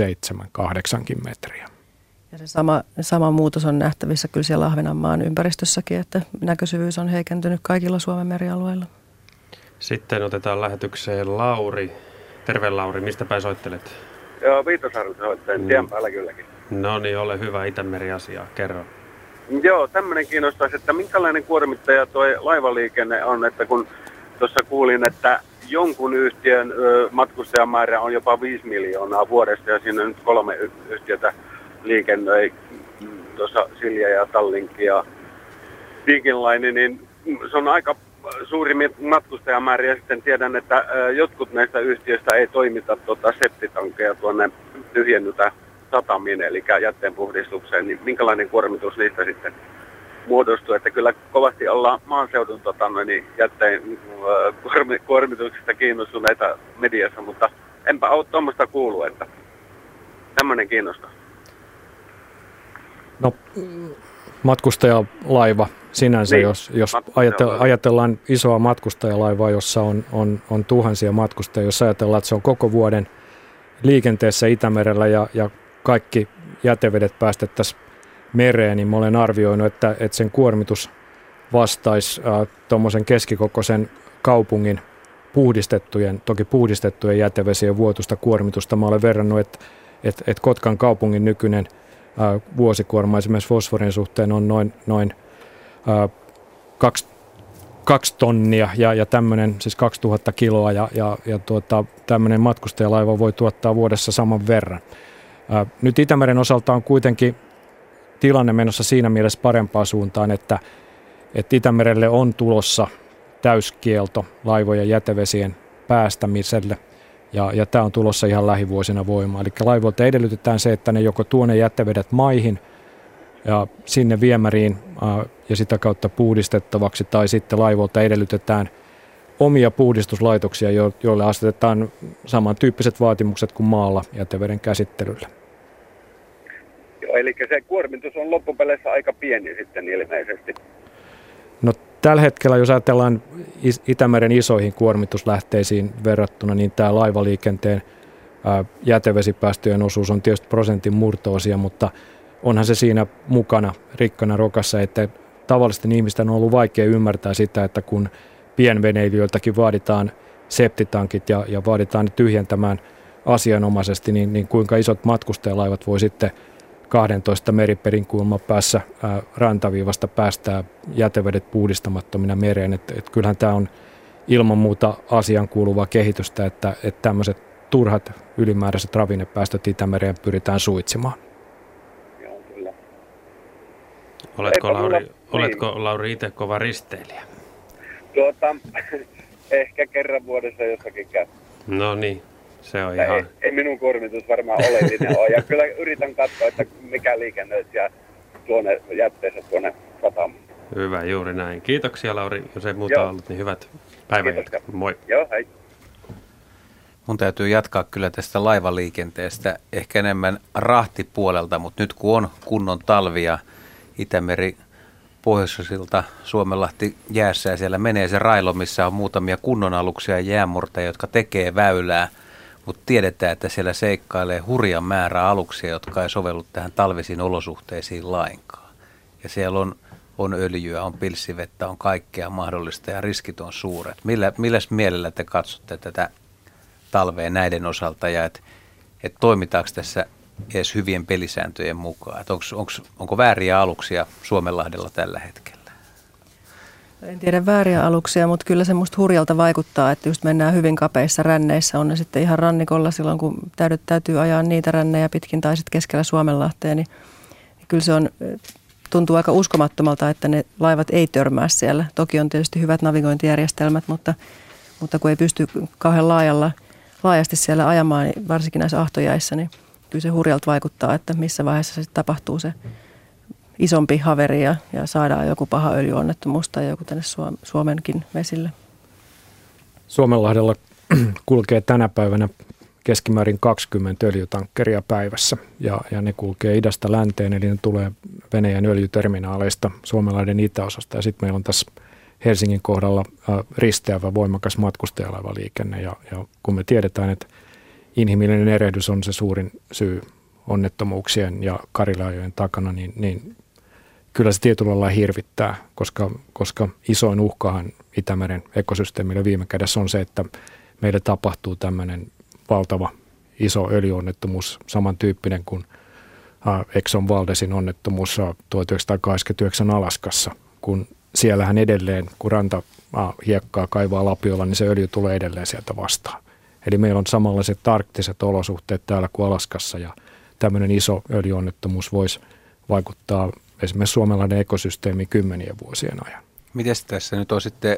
6-7-8 metriä. Ja se sama muutos on nähtävissä kyllä siellä Ahvenanmaan ympäristössäkin, että näkösyvyys on heikentynyt kaikilla Suomen merialueilla. Sitten otetaan lähetykseen Lauri. Terve Lauri, mistä päin soittelet? Joo, Viitosarvilta soittelen, tien päällä kylläkin. No niin, ole hyvä, Itämeri-asiaa, kerro. Joo, tämmöinen kiinnostaisi, että minkälainen kuormittaja tuo laivaliikenne on, että kun tuossa kuulin, että jonkun yhtiön matkustajamäärä on jopa 5 miljoonaa vuodesta, ja siinä nyt 3 yhtiötä liikennöi, tuossa Silja ja Tallinkki ja Viking Line, niin se on aika suuri matkustajamäärä, ja sitten tiedän, että jotkut näistä yhtiöistä ei toimita septitankeja tuonne tyhjennytä satamiin, eli jätteenpuhdistukseen, niin minkälainen kuormitus niistä sitten muodostuu, että kyllä kovasti ollaan maaseudun jätteen kuormituksesta kiinnostuneita mediassa, mutta enpä ole tuommoista kuullut, että tämmöinen kiinnostaa. No matkustajalaiva sinänsä, niin, jos ajatellaan isoa matkustajalaivaa, jossa on tuhansia matkustajia, jos ajatellaan, että se on koko vuoden liikenteessä Itämerellä ja kaikki jätevedet päästettäisiin mereen, niin mä olen arvioinut, että sen kuormitus vastaisi tuommoisen keskikokoisen kaupungin puhdistettujen jätevesien vuotuista kuormitusta. Mä olen verrannut, että Kotkan kaupungin nykyinen vuosikuorma esimerkiksi fosforin suhteen on noin 2 tonnia ja tämmöinen siis 2000 kiloa ja tämmöinen matkustajalaiva voi tuottaa vuodessa saman verran. Nyt Itämeren osalta on kuitenkin tilanne menossa siinä mielessä parempaan suuntaan, että Itämerelle on tulossa täyskielto laivojen jätevesien päästämiselle Ja tämä on tulossa ihan lähivuosina voimaan. Eli laivoilta edellytetään se, että ne joko tuo ne jätevedet maihin ja sinne viemäriin ja sitä kautta puhdistettavaksi, tai sitten laivoilta edellytetään omia puhdistuslaitoksia, joille asetetaan samantyyppiset vaatimukset kuin maalla jäteveden käsittelylle. Joo, eli se kuormitus on loppupeleissä aika pieni sitten ilmeisesti. No, tällä hetkellä, jos ajatellaan Itämeren isoihin kuormituslähteisiin verrattuna, niin tämä laivaliikenteen jätevesipäästöjen osuus on tietysti prosentin murto-osia, mutta onhan se siinä mukana rikkana rokassa, että tavallisten ihmisten on ollut vaikea ymmärtää sitä, että kun pienveneilijöiltäkin vaaditaan septitankit ja vaaditaan ne tyhjentämään asianomaisesti, niin kuinka isot matkustajalaivat voi sitten 12 meriperinkulman päässä rantaviivasta päästää jätevedet puhdistamattomina mereen. Et kyllähän tämä on ilman muuta asian kuuluvaa kehitystä, että tämmöiset turhat ylimääräiset ravinnepäästöt Itämereen pyritään suitsimaan. Joo, kyllä. Oletko Lauri itse kova risteilijä? Ehkä kerran vuodessa jossakin käy. No niin, se on ihan... Ei minun kuormitus varmaan oleellinen ole. Ja kyllä yritän katsoa, että mikä liikennöitsijä tuonne jätteensä tuonne satamaan. Hyvä, juuri näin. Kiitoksia Lauri, jos ei muuta ollut, niin hyvät päivänjatkat. Moi. Joo, hei. Mun täytyy jatkaa kyllä tästä laivaliikenteestä ehkä enemmän rahtipuolelta, mutta nyt kun on kunnon talvi ja Itämeri pohjoisilta Suomenlahti jäässä ja siellä menee se railo, missä on muutamia kunnon aluksia ja jäänmurtajia, jotka tekee väylää, mutta tiedetään, että siellä seikkailee hurjan määrä aluksia, jotka ei sovellu tähän talvisiin olosuhteisiin lainkaan. Ja siellä on öljyä, on pilssivettä, on kaikkea mahdollista ja riskit on suuret. Milläs mielellä te katsotte tätä talvea näiden osalta ja että toimitaanko tässä edes hyvien pelisääntöjen mukaan? Onko vääriä aluksia Suomenlahdella tällä hetkellä? En tiedä vääriä aluksia, mutta kyllä se musta hurjalta vaikuttaa, että just mennään hyvin kapeissa ränneissä. On ne sitten ihan rannikolla silloin, kun täytyy ajaa niitä rännejä pitkin tai sitten keskellä Suomenlahtea, niin kyllä se tuntuu aika uskomattomalta, että ne laivat ei törmää siellä. Toki on tietysti hyvät navigointijärjestelmät, mutta kun ei pysty kauhean laajasti siellä ajamaan, niin varsinkin näissä ahtojäissä, niin kyllä se hurjalta vaikuttaa, että missä vaiheessa se tapahtuu se isompi haveri ja saadaan joku paha öljyonnettomuus tai joku tänne Suomenkin vesille. Suomenlahdella kulkee tänä päivänä keskimäärin 20 öljytankkeria päivässä ja ne kulkee idästä länteen, eli ne tulee Venäjän öljyterminaaleista Suomenlahden itäosasta ja sitten meillä on tässä Helsingin kohdalla risteävä voimakas matkustajalaivaliikenne ja kun me tiedetään, että inhimillinen erehdys on se suurin syy onnettomuuksien ja karilaajojen takana, niin kyllä se tietyllä lailla hirvittää, koska isoin uhkahan Itämeren ekosysteemille viime kädessä on se, että meille tapahtuu tämmöinen valtava iso öljyonnettomuus, samantyyppinen kuin Exxon Valdesin onnettomuus 1989 Alaskassa, kun siellähän edelleen, kun ranta hiekkaa kaivaa lapiolla, niin se öljy tulee edelleen sieltä vastaan. Eli meillä on samanlaiset arktiset olosuhteet täällä kuin Alaskassa ja tämmöinen iso öljyonnettomuus voisi vaikuttaa esimerkiksi Suomenlahden ekosysteemiin 10 vuosien ajan. Miten tässä nyt on sitten,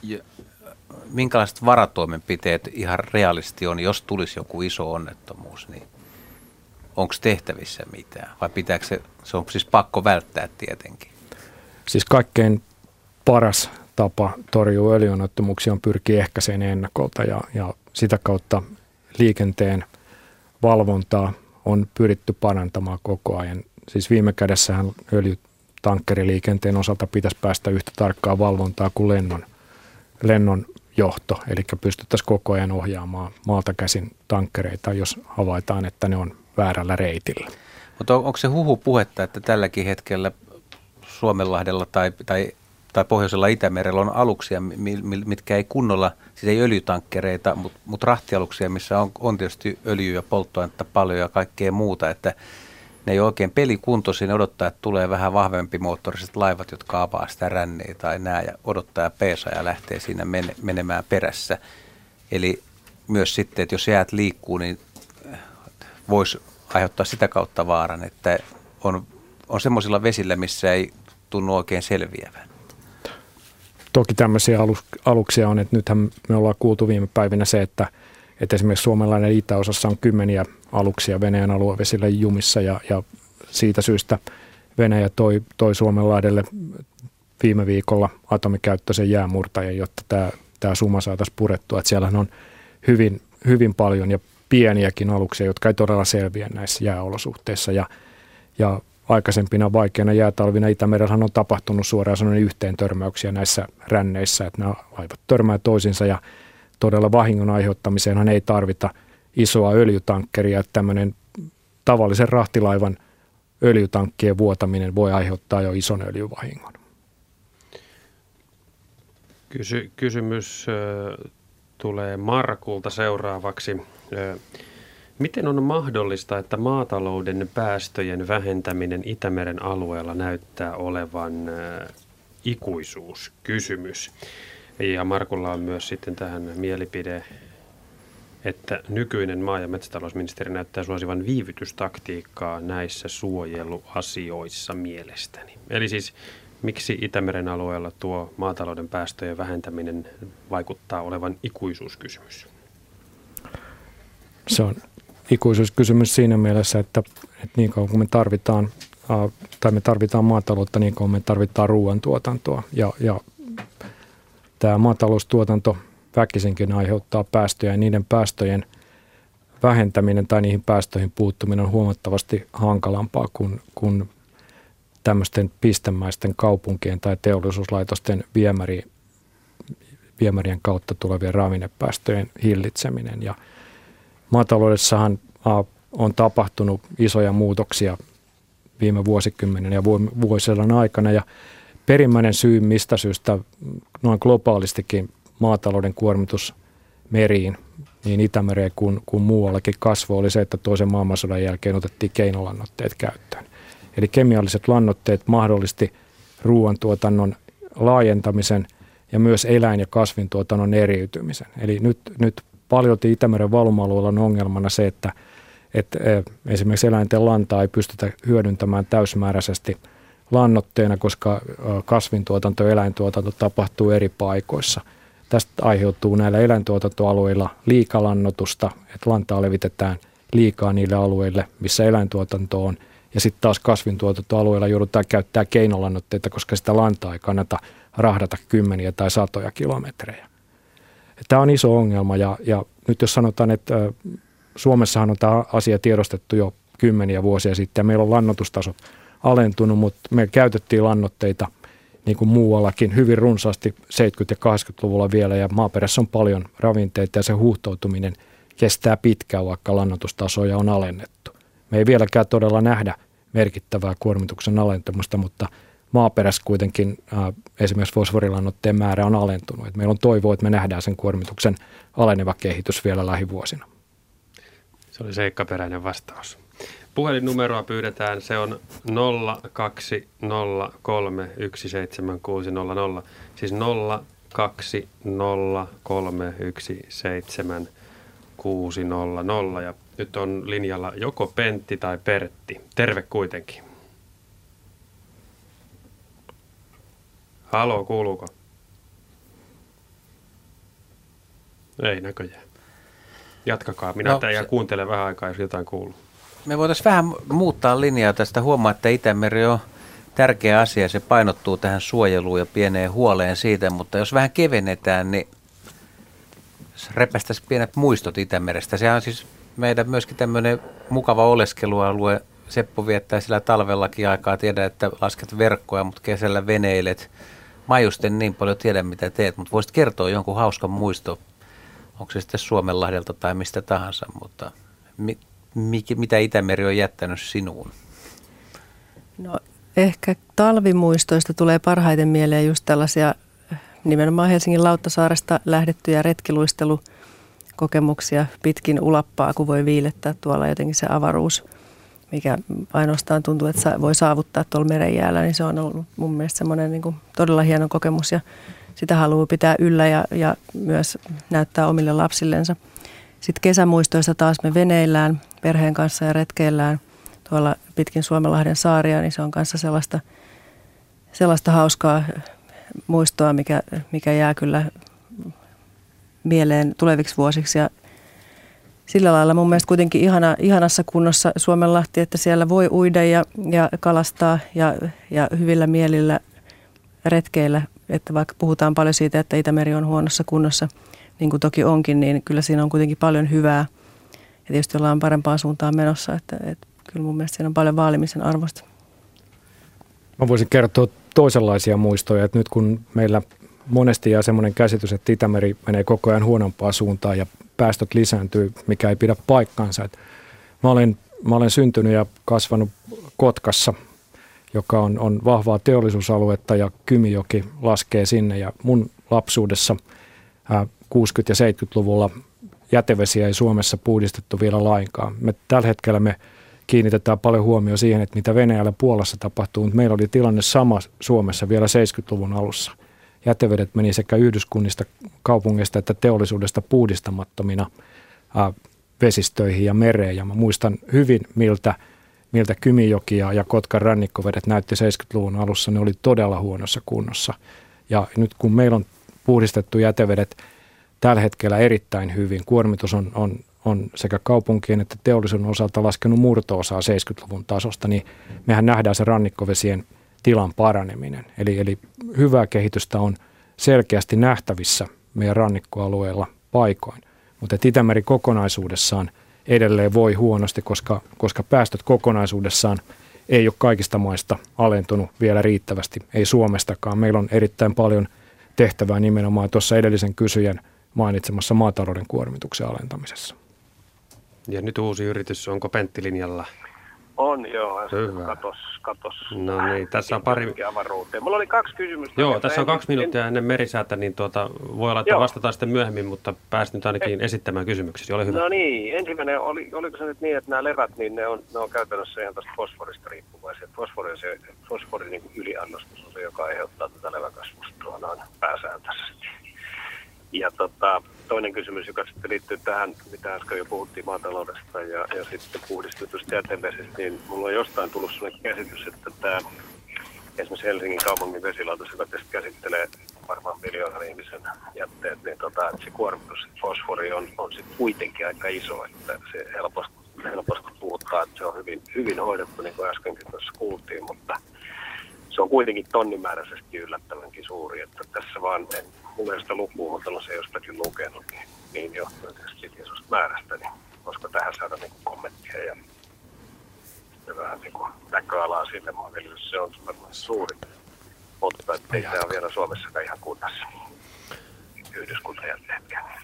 minkälaiset varatoimenpiteet ihan realisti on, jos tulisi joku iso onnettomuus, niin onko tehtävissä mitään vai pitääkö se on siis pakko välttää tietenkin? Siis kaikkein paras tapa torjua öljyonnettomuuksia on pyrkiä ehkäiseen ennakolta ja sitä kautta liikenteen valvontaa on pyritty parantamaan koko ajan. Siis viime kädessähän öljytankkeriliikenteen osalta pitäisi päästä yhtä tarkkaa valvontaa kuin lennon johto, eli pystyttäisiin koko ajan ohjaamaan maalta käsin tankkereita, jos havaitaan, että ne on väärällä reitillä. Mutta onko se puhetta, että tälläkin hetkellä Suomenlahdella tai pohjoisella Itämerellä on aluksia, mitkä ei kunnolla, siis ei öljytankkereita, mutta rahtialuksia, missä on tietysti öljyä ja polttoainetta paljon ja kaikkea muuta, että ne ei ole oikein pelikuntoisia, ne odottaa, että tulee vähän vahvempi moottoriset laivat, jotka avaa sitä ränniä tai nää ja odottaa ja peesaa ja lähtee siinä menemään perässä. Eli myös sitten, että jos jäät liikkuu, niin voisi aiheuttaa sitä kautta vaaran, että on semmoisilla vesillä, missä ei tunnu oikein selviävän. Toki tämmöisiä aluksia on, että nythän me ollaan kuultu viime päivinä se, että Että esimerkiksi Suomenlahden itäosassa on kymmeniä aluksia Venäjän aluevesillä jumissa ja siitä syystä Venäjä toi Suomenlahdelle viime viikolla atomikäyttöisen jäänmurtajan, jotta tämä suma saataisiin purettua. Että siellähän on hyvin, hyvin paljon ja pieniäkin aluksia, jotka ei todella selviä näissä jääolosuhteissa. Ja aikaisempina vaikeina jäätalvina Itämerellähän on tapahtunut suoraan sanoen yhteen törmäyksiä näissä ränneissä, että nämä laivat törmää toisinsa ja todella vahingon aiheuttamiseenhan ei tarvita isoa öljytankkeria, että tämmöinen tavallisen rahtilaivan öljytankkien vuotaminen voi aiheuttaa jo ison öljyvahingon. Kysymys tulee Markulta seuraavaksi. Miten on mahdollista, että maatalouden päästöjen vähentäminen Itämeren alueella näyttää olevan ikuisuuskysymys? Ja Markulla on myös sitten tähän mielipide, että nykyinen maa- ja metsätalousministeri näyttää suosivan viivytystaktiikkaa näissä suojeluasioissa mielestäni. Eli siis miksi Itämeren alueella tuo maatalouden päästöjen vähentäminen vaikuttaa olevan ikuisuuskysymys? Se on ikuisuuskysymys siinä mielessä, että niin kauan kuin me tarvitaan maataloutta, niin kauan me tarvitaan ruoantuotantoa. Ja tämä maataloustuotanto väkisinkin aiheuttaa päästöjä ja niiden päästöjen vähentäminen tai niihin päästöihin puuttuminen on huomattavasti hankalampaa kuin tämmöisten pistemäisten kaupunkien tai teollisuuslaitosten viemärien kautta tulevien ravinnepäästöjen hillitseminen. Ja maataloudessahan on tapahtunut isoja muutoksia viime vuosikymmenen ja vuosien aikana ja perimmäinen syy, mistä syystä noin globaalistikin maatalouden kuormitus meriin, niin Itämereen kuin muuallakin kasvoi, oli se, että toisen maailmansodan jälkeen otettiin keinolannoitteet käyttöön. Eli kemialliset lannoitteet mahdollisti ruoantuotannon laajentamisen ja myös eläin- ja kasvintuotannon eriytymisen. Eli nyt paljolti Itämeren valuma-alueella on ongelmana se, että esimerkiksi eläinten lantaa ei pystytä hyödyntämään täysmääräisesti lannoitteena, koska kasvintuotanto ja eläintuotanto tapahtuu eri paikoissa. Tästä aiheutuu näillä eläintuotantoalueilla liikalannoitusta, että lantaa levitetään liikaa niille alueille, missä eläintuotanto on. Ja sitten taas kasvintuotantoalueilla joudutaan käyttämään keinolannoitteita, koska sitä lantaa ei kannata rahdata kymmeniä tai satoja kilometrejä. Tämä on iso ongelma ja nyt jos sanotaan, että Suomessahan on tämä asia tiedostettu jo kymmeniä vuosia sitten ja meillä on lannoitustaso alentunut, mutta me käytettiin lannoitteita niin kuin muuallakin hyvin runsaasti 70- ja 80-luvulla vielä ja maaperässä on paljon ravinteita ja se huuhtoutuminen kestää pitkään, vaikka lannoitustasoja on alennettu. Me ei vieläkään todella nähdä merkittävää kuormituksen alentumista, mutta maaperässä kuitenkin esimerkiksi fosforilannoitteen määrä on alentunut. Et meillä on toivoa, että me nähdään sen kuormituksen aleneva kehitys vielä lähivuosina. Se oli seikkaperäinen vastaus. Puhelinnumeroa pyydetään, se on 020317600, siis 020317600 ja nyt on linjalla joko Pentti tai Pertti. Terve kuitenkin. Haloo, kuuluuko? Ei näköjään. Jatkakaa, minä kuuntelen vähän aikaa, jos jotain kuuluu. Me voitaisiin vähän muuttaa linjaa tästä. Huomaa, että Itämeri on tärkeä asia. Se painottuu tähän suojeluun ja pieneen huoleen siitä, mutta jos vähän kevennetään, niin repästäisiin pienet muistot Itämerestä. Sehän on siis meidän myöskin tämmöinen mukava oleskelualue. Seppo viettää sillä talvellakin aikaa. Tiedä, että lasket verkkoja, mutta kesällä veneilet. Majusten niin paljon tiedä, mitä teet, mutta voisit kertoa jonkun hauskan muisto. Onko se sitten Suomenlahdelta tai mistä tahansa, mutta mitä Itämeri on jättänyt sinuun? No ehkä talvimuistoista tulee parhaiten mieleen just tällaisia nimenomaan Helsingin Lauttasaaresta lähdettyjä retkiluistelukokemuksia pitkin Ulappaa, kun voi viilettää tuolla jotenkin se avaruus, mikä ainoastaan tuntuu, että voi saavuttaa tuolla merenjäällä, niin se on ollut mun mielestä semmoinen niin kuin todella hieno kokemus ja sitä haluaa pitää yllä ja myös näyttää omille lapsillensa. Sitten kesämuistoista taas me veneillään perheen kanssa ja retkeillään tuolla pitkin Suomenlahden saaria, niin se on kanssa sellaista hauskaa muistoa, mikä jää kyllä mieleen tuleviksi vuosiksi. Ja sillä lailla mun mielestä kuitenkin ihanassa kunnossa Suomenlahti, että siellä voi uida ja kalastaa ja hyvillä mielillä retkeillä. Että vaikka puhutaan paljon siitä, että Itämeri on huonossa kunnossa, niin kuin toki onkin, niin kyllä siinä on kuitenkin paljon hyvää. Ja tietysti ollaan parempaan suuntaan menossa, että kyllä mun mielestä siinä on paljon vaalimisen arvosta. Mä voisin kertoa toisenlaisia muistoja, että nyt kun meillä monesti jää semmoinen käsitys, että Itämeri menee koko ajan huonompaan suuntaan ja päästöt lisääntyy, mikä ei pidä paikkaansa. Että mä olen syntynyt ja kasvanut Kotkassa, joka on vahvaa teollisuusaluetta ja Kymijoki laskee sinne. Ja mun lapsuudessa 60- ja 70-luvulla jätevesiä ei Suomessa puhdistettu vielä lainkaan. Tällä hetkellä me kiinnitetään paljon huomioon siihen, että mitä Venäjällä Puolassa tapahtuu, mutta meillä oli tilanne sama Suomessa vielä 70-luvun alussa. Jätevedet meni sekä yhdyskunnista, kaupungeista että teollisuudesta puhdistamattomina vesistöihin ja mereen. Ja mä muistan hyvin, miltä Kymijoki ja Kotkan rannikkovedet näytti 70-luvun alussa. Ne oli todella huonossa kunnossa. Ja nyt kun meillä on puhdistettu jätevedet tällä hetkellä erittäin hyvin, kuormitus on sekä kaupunkien että teollisuuden osalta laskenut murto-osaa 70-luvun tasosta, niin mehän nähdään se rannikkovesien tilan paraneminen. Eli hyvää kehitystä on selkeästi nähtävissä meidän rannikkoalueella paikoin. Mutta Itämeri kokonaisuudessaan edelleen voi huonosti, koska päästöt kokonaisuudessaan ei ole kaikista maista alentunut vielä riittävästi, ei Suomestakaan. Meillä on erittäin paljon tehtävää nimenomaan tuossa edellisen kysyjän mainitsemassa maatalouden kuormituksen alentamisessa. Ja nyt uusi yritys, onko Pentti linjalla? On joo, hyvä. Katos. No niin, tässä on pari... Mulla oli 2 kysymystä. Joo, tässä on 2 minuuttia ennen merisäätä, niin voi olla, että vastataan sitten myöhemmin, mutta pääsit nyt ainakin esittämään kysymyksiä. Ole hyvä. No niin, ensimmäinen, oliko se nyt niin, että nämä levät, niin ne on käytännössä ihan tästä fosforista riippuvaisia. Fosforin niin yliannostus on se, joka aiheuttaa tätä leväkasvustoa noin pääsääntöisesti. Ja toinen kysymys, joka sitten liittyy tähän, mitä äsken jo puhuttiin maataloudesta ja sitten puhdistetusta jätevesistä, niin mulla on jostain tullut sellainen käsitys, että tämä esimerkiksi Helsingin kaupungin vesilaitos, joka tästä käsittelee varmaan 1 miljoonan ihmisen jätteet, niin että se kuormitus, fosfori on sitten kuitenkin aika iso, että se helposti puhuttaa, että se on hyvin hoidettu, niin kuin äskenkin tuossa kuultiin, mutta se on kuitenkin tonnimääräisesti yllättävänkin suuri, että tässä vaan mulla ei sitä lukua, mutta on se jostakin lukenut, niin johtuen tietysti isosta määrästä, niin koska tähän saada niin kommenttia ja vähän niin näköalaa sille maanviljelyssä, se on varmaan suuri, mutta ei tämä ole vielä Suomessakaan ihan kunnossa yhdyskuntajätteetkään.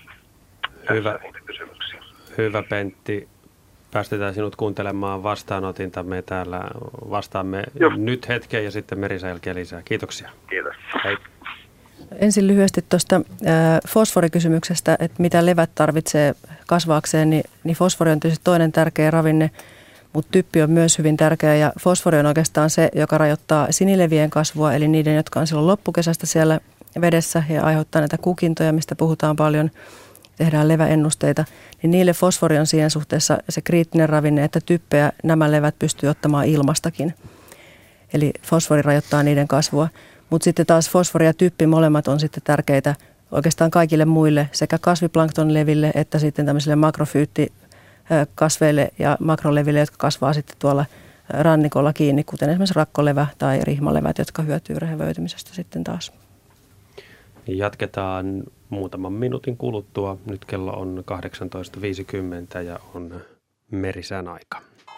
Hyvä Pentti. Päästetään sinut kuuntelemaan vastaanotinta. Me täällä vastaamme nyt hetkeen ja sitten Merisa jälkeen lisää. Kiitoksia. Kiitos. Hei. Ensin lyhyesti tuosta fosforikysymyksestä, että mitä levät tarvitsee kasvaakseen, niin fosfori on tietysti toinen tärkeä ravinne, mutta typpi on myös hyvin tärkeä ja fosfori on oikeastaan se, joka rajoittaa sinilevien kasvua, eli niiden, jotka on silloin loppukesästä siellä vedessä ja aiheuttaa näitä kukintoja, mistä puhutaan paljon, tehdään leväennusteita, niin niille fosfori on siinä suhteessa se kriittinen ravinne, että typpeä nämä levät pystyy ottamaan ilmastakin. Eli fosfori rajoittaa niiden kasvua. Mutta sitten taas fosfori ja typpi molemmat on sitten tärkeitä oikeastaan kaikille muille, sekä kasviplanktonleville että sitten tämmöisille makrofyyttikasveille ja makroleville, jotka kasvaa sitten tuolla rannikolla kiinni, kuten esimerkiksi rakkolevä tai rihmalevät, jotka hyötyy rehevöitymisestä sitten taas. Jatketaan muutaman minuutin kuluttua. Nyt kello on 18.50 ja on merisään aika.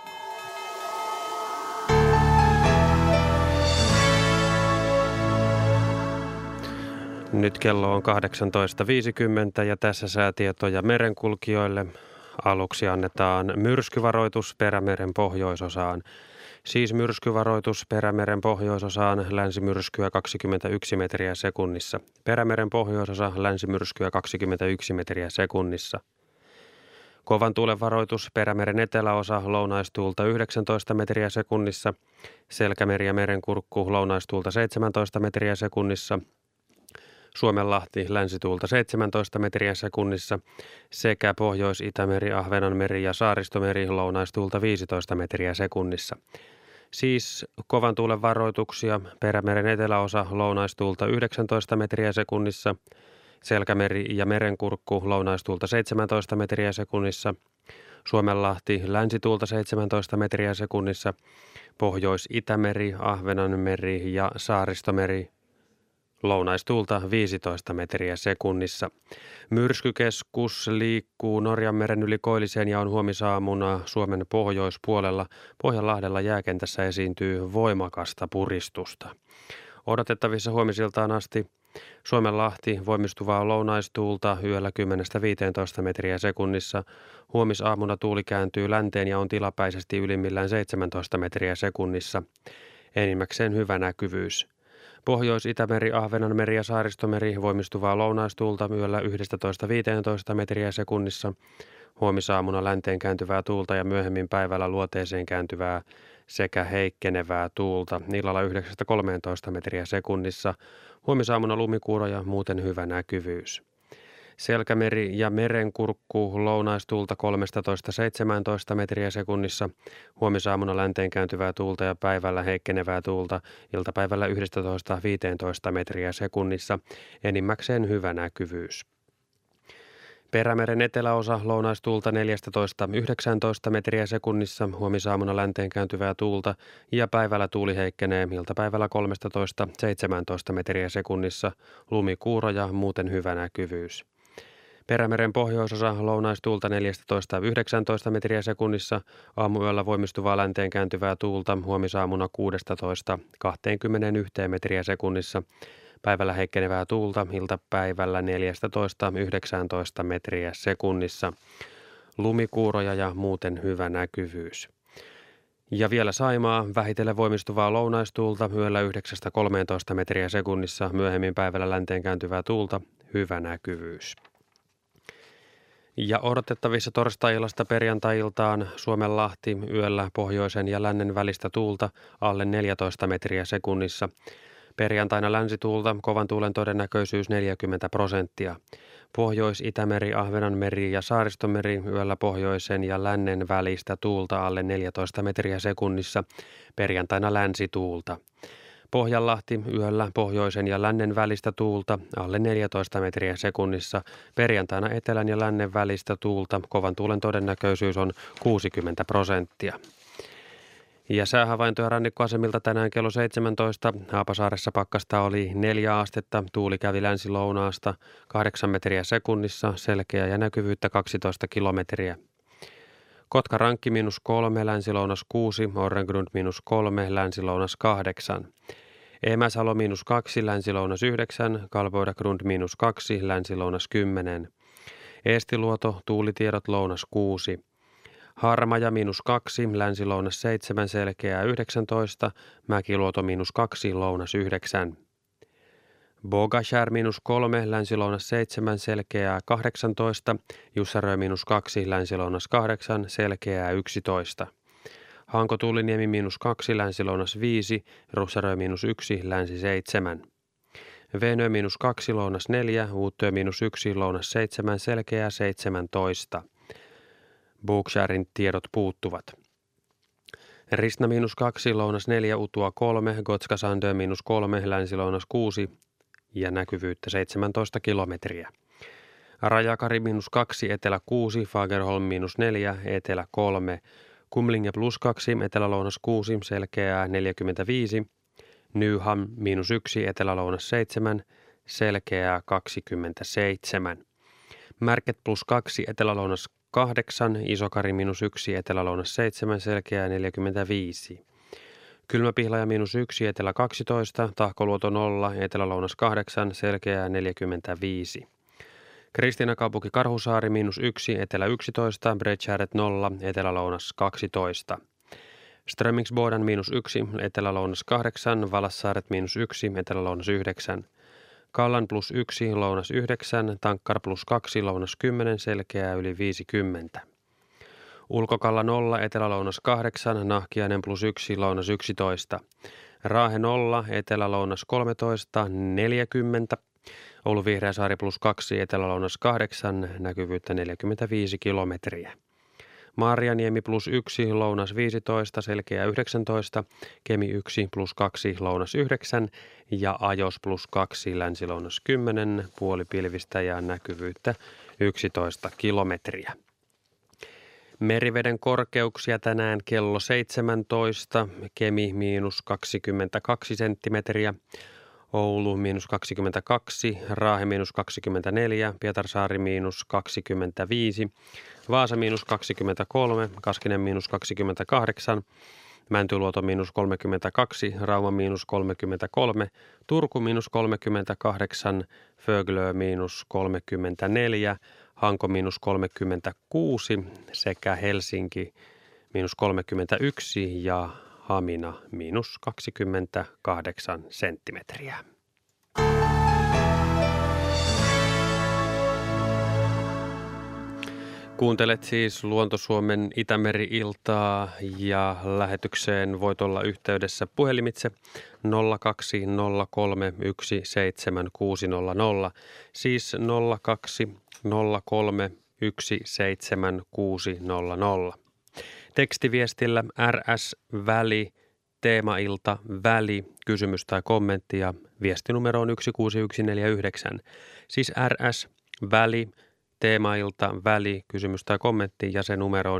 Nyt kello on 18.50 ja tässä säätietoja merenkulkijoille. Aluksi annetaan myrskyvaroitus Perämeren pohjoisosaan. Siis myrskyvaroitus Perämeren pohjoisosaan, länsimyrskyä 21 metriä sekunnissa. Perämeren pohjoisosa, länsimyrskyä 21 metriä sekunnissa. Kovan tuulen varoitus Perämeren eteläosa, lounaistuulta 19 metriä sekunnissa. Selkämeri ja merenkurkku, lounaistuulta 17 metriä sekunnissa. Suomenlahti, länsituulta 17 metriä sekunnissa sekä Pohjois-Itämeri, Ahvenanmeri ja Saaristomeri, lounaistuulta 15 metriä sekunnissa. Siis kovan tuulen varoituksia Perämeren eteläosa, lounaistuulta 19 metriä sekunnissa, Selkämeri ja Merenkurkku lounaistuulta 17 metriä sekunnissa, Suomenlahti länsituulta 17 metriä sekunnissa, Pohjois-Itämeri, Ahvenanmeri ja Saaristomeri lounaistuulta 15 metriä sekunnissa. Myrskykeskus liikkuu Norjanmeren yli Koilliseen ja on huomisaamuna Suomen pohjoispuolella. Pohjanlahdella jääkentässä esiintyy voimakasta puristusta. Odotettavissa huomisiltaan asti Suomenlahti voimistuvaa lounaistuulta yöllä 10-15 metriä sekunnissa. Huomisaamuna tuuli kääntyy länteen ja on tilapäisesti ylimmillään 17 metriä sekunnissa. Enimmäkseen hyvä näkyvyys. Pohjois-Itämeri, Ahvenanmeri ja Saaristomeri voimistuvaa lounaistuulta yöllä 11-15 metriä sekunnissa. Huomisaamuna länteen kääntyvää tuulta ja myöhemmin päivällä luoteeseen kääntyvää sekä heikkenevää tuulta illalla 9-13 metriä sekunnissa. Huomisaamuna lumikuuro ja muuten hyvä näkyvyys. Selkämeri ja Merenkurkku lounaistuulta 13-17 metriä sekunnissa. Huomisaamuna länteen kääntyvää tuulta ja päivällä heikkenevää tuulta. Iltapäivällä 11-15 metriä sekunnissa. Enimmäkseen hyvä näkyvyys. Perämeren eteläosa lounaistuulta 14-19 metriä sekunnissa, huomisaamuna länteen kääntyvää tuulta ja päivällä tuuli heikkenee, iltapäivällä 13-17 metriä sekunnissa, lumikuuro ja muuten hyvä näkyvyys. Perämeren pohjoisosa lounaistuulta 14-19 metriä sekunnissa, aamuyöllä voimistuvaa länteen kääntyvää tuulta, huomisaamuna 16-21 metriä sekunnissa, päivällä heikkenevää tuulta, iltapäivällä 14-19 metriä sekunnissa, lumikuuroja ja muuten hyvä näkyvyys. Ja vielä Saimaa, vähitellen voimistuvaa lounaistuulta, yöllä 9-13 metriä sekunnissa, myöhemmin päivällä länteen kääntyvää tuulta, hyvä näkyvyys. Ja odotettavissa torstai-illasta perjantai-iltaan Suomenlahti yöllä pohjoisen ja lännen välistä tuulta alle 14 metriä sekunnissa. Perjantaina länsituulta, kovan tuulen todennäköisyys 40%. Pohjois-Itämeri, Ahvenanmeri ja Saaristomeri yöllä pohjoisen ja lännen välistä tuulta alle 14 metriä sekunnissa. Perjantaina länsituulta. Pohjanlahti yöllä pohjoisen ja lännen välistä tuulta alle 14 metriä sekunnissa. Perjantaina etelän ja lännen välistä tuulta, kovan tuulen todennäköisyys on 60%. Ja säähavaintoja rannikkoasemilta tänään kello 17. Haapasaaressa pakkasta oli 4 astetta, tuuli kävi länsi-lounaasta 8 metriä sekunnissa, selkeä ja näkyvyyttä 12 kilometriä. Kotka-Rankki -3, länsi-lounas 6, Orrengrund -3, länsi-lounas 8. Emäsalo -2, länsi-lounas 9, Kalvoidagrund -2, länsi-lounas 10. Eestiluoto, tuulitiedot lounas 6. Harmaja -2, länsi-lounas 7, selkeää 19, Mäkiluoto -2, lounas 9. Bogashär -3, länsi-lounas 7, selkeää 18, Jussarö -2, länsi-lounas 8, selkeää 11. Hanko-Tuuliniemi -2, länsi-lounas 5, Russarö -1, länsi 7. Venö -2, lounas 4, Uuttyö -1, lounas 7, selkeää 17. Bogskärin tiedot puuttuvat. Ristna -2, lounas 4, Utua 3, Gotskasandö -3, länsi-lounas 6 ja näkyvyyttä 17 kilometriä. Rajakari -2, etelä 6, Fagerholm -4, etelä 3, Kumlinge +2, etelä-lounas 6, selkeää 45, Nyham -1, etelä-lounas 7, selkeää 27. Märket +2, etelä-lounas 8, Isokari -1, etelä-lounas 7, selkeää 45. Kylmäpihlaja -1, etelä 12, Tahkoluoto 0, etelä-lounas 8, selkeää 45. Kristiinakaupunki Karhusaari -1, etelä 11, Bredshäret 0, etelä-lounas 12. Strömingsboden -1, etelä-lounas 8, Valassaaret -1, etelä-lounas 9. Kallan +1, lounas 9, Tankkar +2, lounas 10, selkeää yli 50. Ulkokalla 0, etelä-lounas 8, Nahkiainen +1, lounas 11. Raahe 0, etelä-lounas 13, 40. Oulu Vihreäsaari +2, etelä-lounas 8, näkyvyyttä 45 kilometriä. Marjaniemi +1, lounas 15, Selkeä 19, Kemi 1 +2, lounas 9 ja Ajos +2, länsi-lounas 10, puolipilvistä ja näkyvyyttä 11 kilometriä. Meriveden korkeuksia tänään kello 17, Kemi -22 senttimetriä, Oulu -22, Raahe -24, Pietarsaari -25, Vaasa -23, Kaskinen -28, Mäntyluoto -32, Rauma -33, Turku -38, Föglö -34, Hanko -36 sekä Helsinki -31 ja Hamina -28 senttimetriä. Kuuntelet siis Luontosuomen Itämeri-iltaa ja lähetykseen voit olla yhteydessä puhelimitse 0203 17600, siis 0203 17600. Tekstiviestillä RS-väli, teemailta, väli, kysymys tai kommentti ja viestinumero on 16149. Siis RS-väli, teemailta, väli, kysymys tai kommentti ja se numero on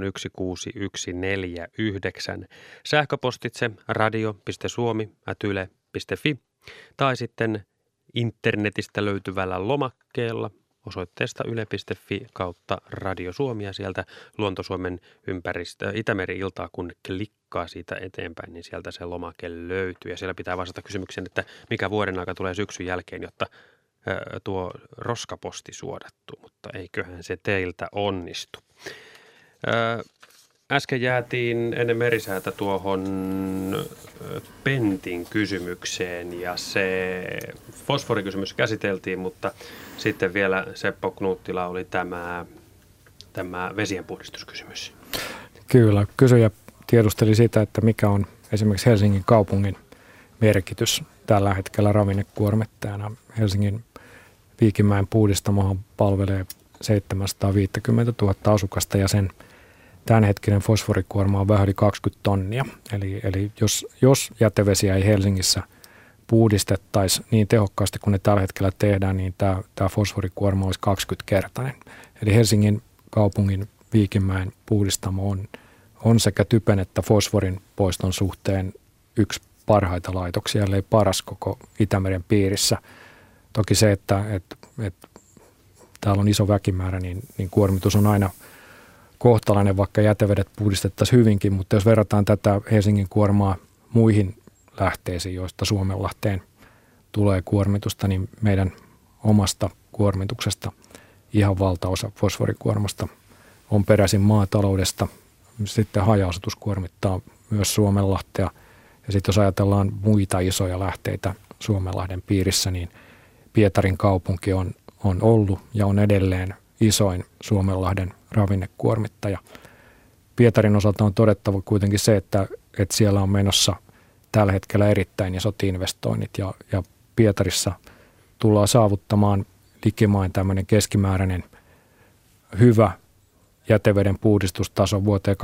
16149. Sähköpostitse radio.suomi@yle.fi tai sitten internetistä löytyvällä lomakkeella osoitteesta yle.fi/Radio Suomi ja sieltä Luontosuomen Itämeri-iltaa, kun klikkaa siitä eteenpäin, niin sieltä se lomake löytyy. Ja siellä pitää vastata kysymykseen, että mikä vuoden aika tulee syksyn jälkeen, jotta tuo roskaposti suodattuu, mutta eiköhän se teiltä onnistu. Äsken jäätiin ennen merisäätä tuohon Pentin kysymykseen ja se fosforikysymys käsiteltiin, mutta sitten vielä Seppo Knuuttila oli tämä vesienpuhdistuskysymys. Kyllä, kysyjä tiedusteli sitä, että mikä on esimerkiksi Helsingin kaupungin merkitys tällä hetkellä ravinnekuormittajana. Helsingin Viikinmäen puhdistamohan palvelee 750 000 asukasta ja sen tämänhetkinen fosforikuorma on vähän yli 20 tonnia. Eli jos jätevesiä ei Helsingissä puhdistettaisiin niin tehokkaasti kuin ne tällä hetkellä tehdään, niin tämä fosforikuorma olisi 20-kertainen. Eli Helsingin kaupungin Viikinmäen puhdistamo on sekä typen että fosforin poiston suhteen yksi parhaita laitoksia, ellei paras koko Itämeren piirissä. Toki se, että täällä on iso väkimäärä, niin kuormitus on aina kohtalainen, vaikka jätevedet puhdistettaisiin hyvinkin, mutta jos verrataan tätä Helsingin kuormaa muihin lähteisiin, joista Suomenlahteen tulee kuormitusta, niin meidän omasta kuormituksesta ihan valtaosa fosforikuormasta on peräisin maataloudesta. Sitten haja-asutus kuormittaa myös Suomenlahtea. Ja sitten jos ajatellaan muita isoja lähteitä Suomenlahden piirissä, niin Pietarin kaupunki on ollut ja on edelleen isoin Suomenlahden ravinnekuormittaja. Pietarin osalta on todettava kuitenkin se, että siellä on menossa tällä hetkellä erittäin isot investoinnit ja Pietarissa tullaan saavuttamaan likimain tämmöinen keskimääräinen hyvä jäteveden puhdistustaso vuoteen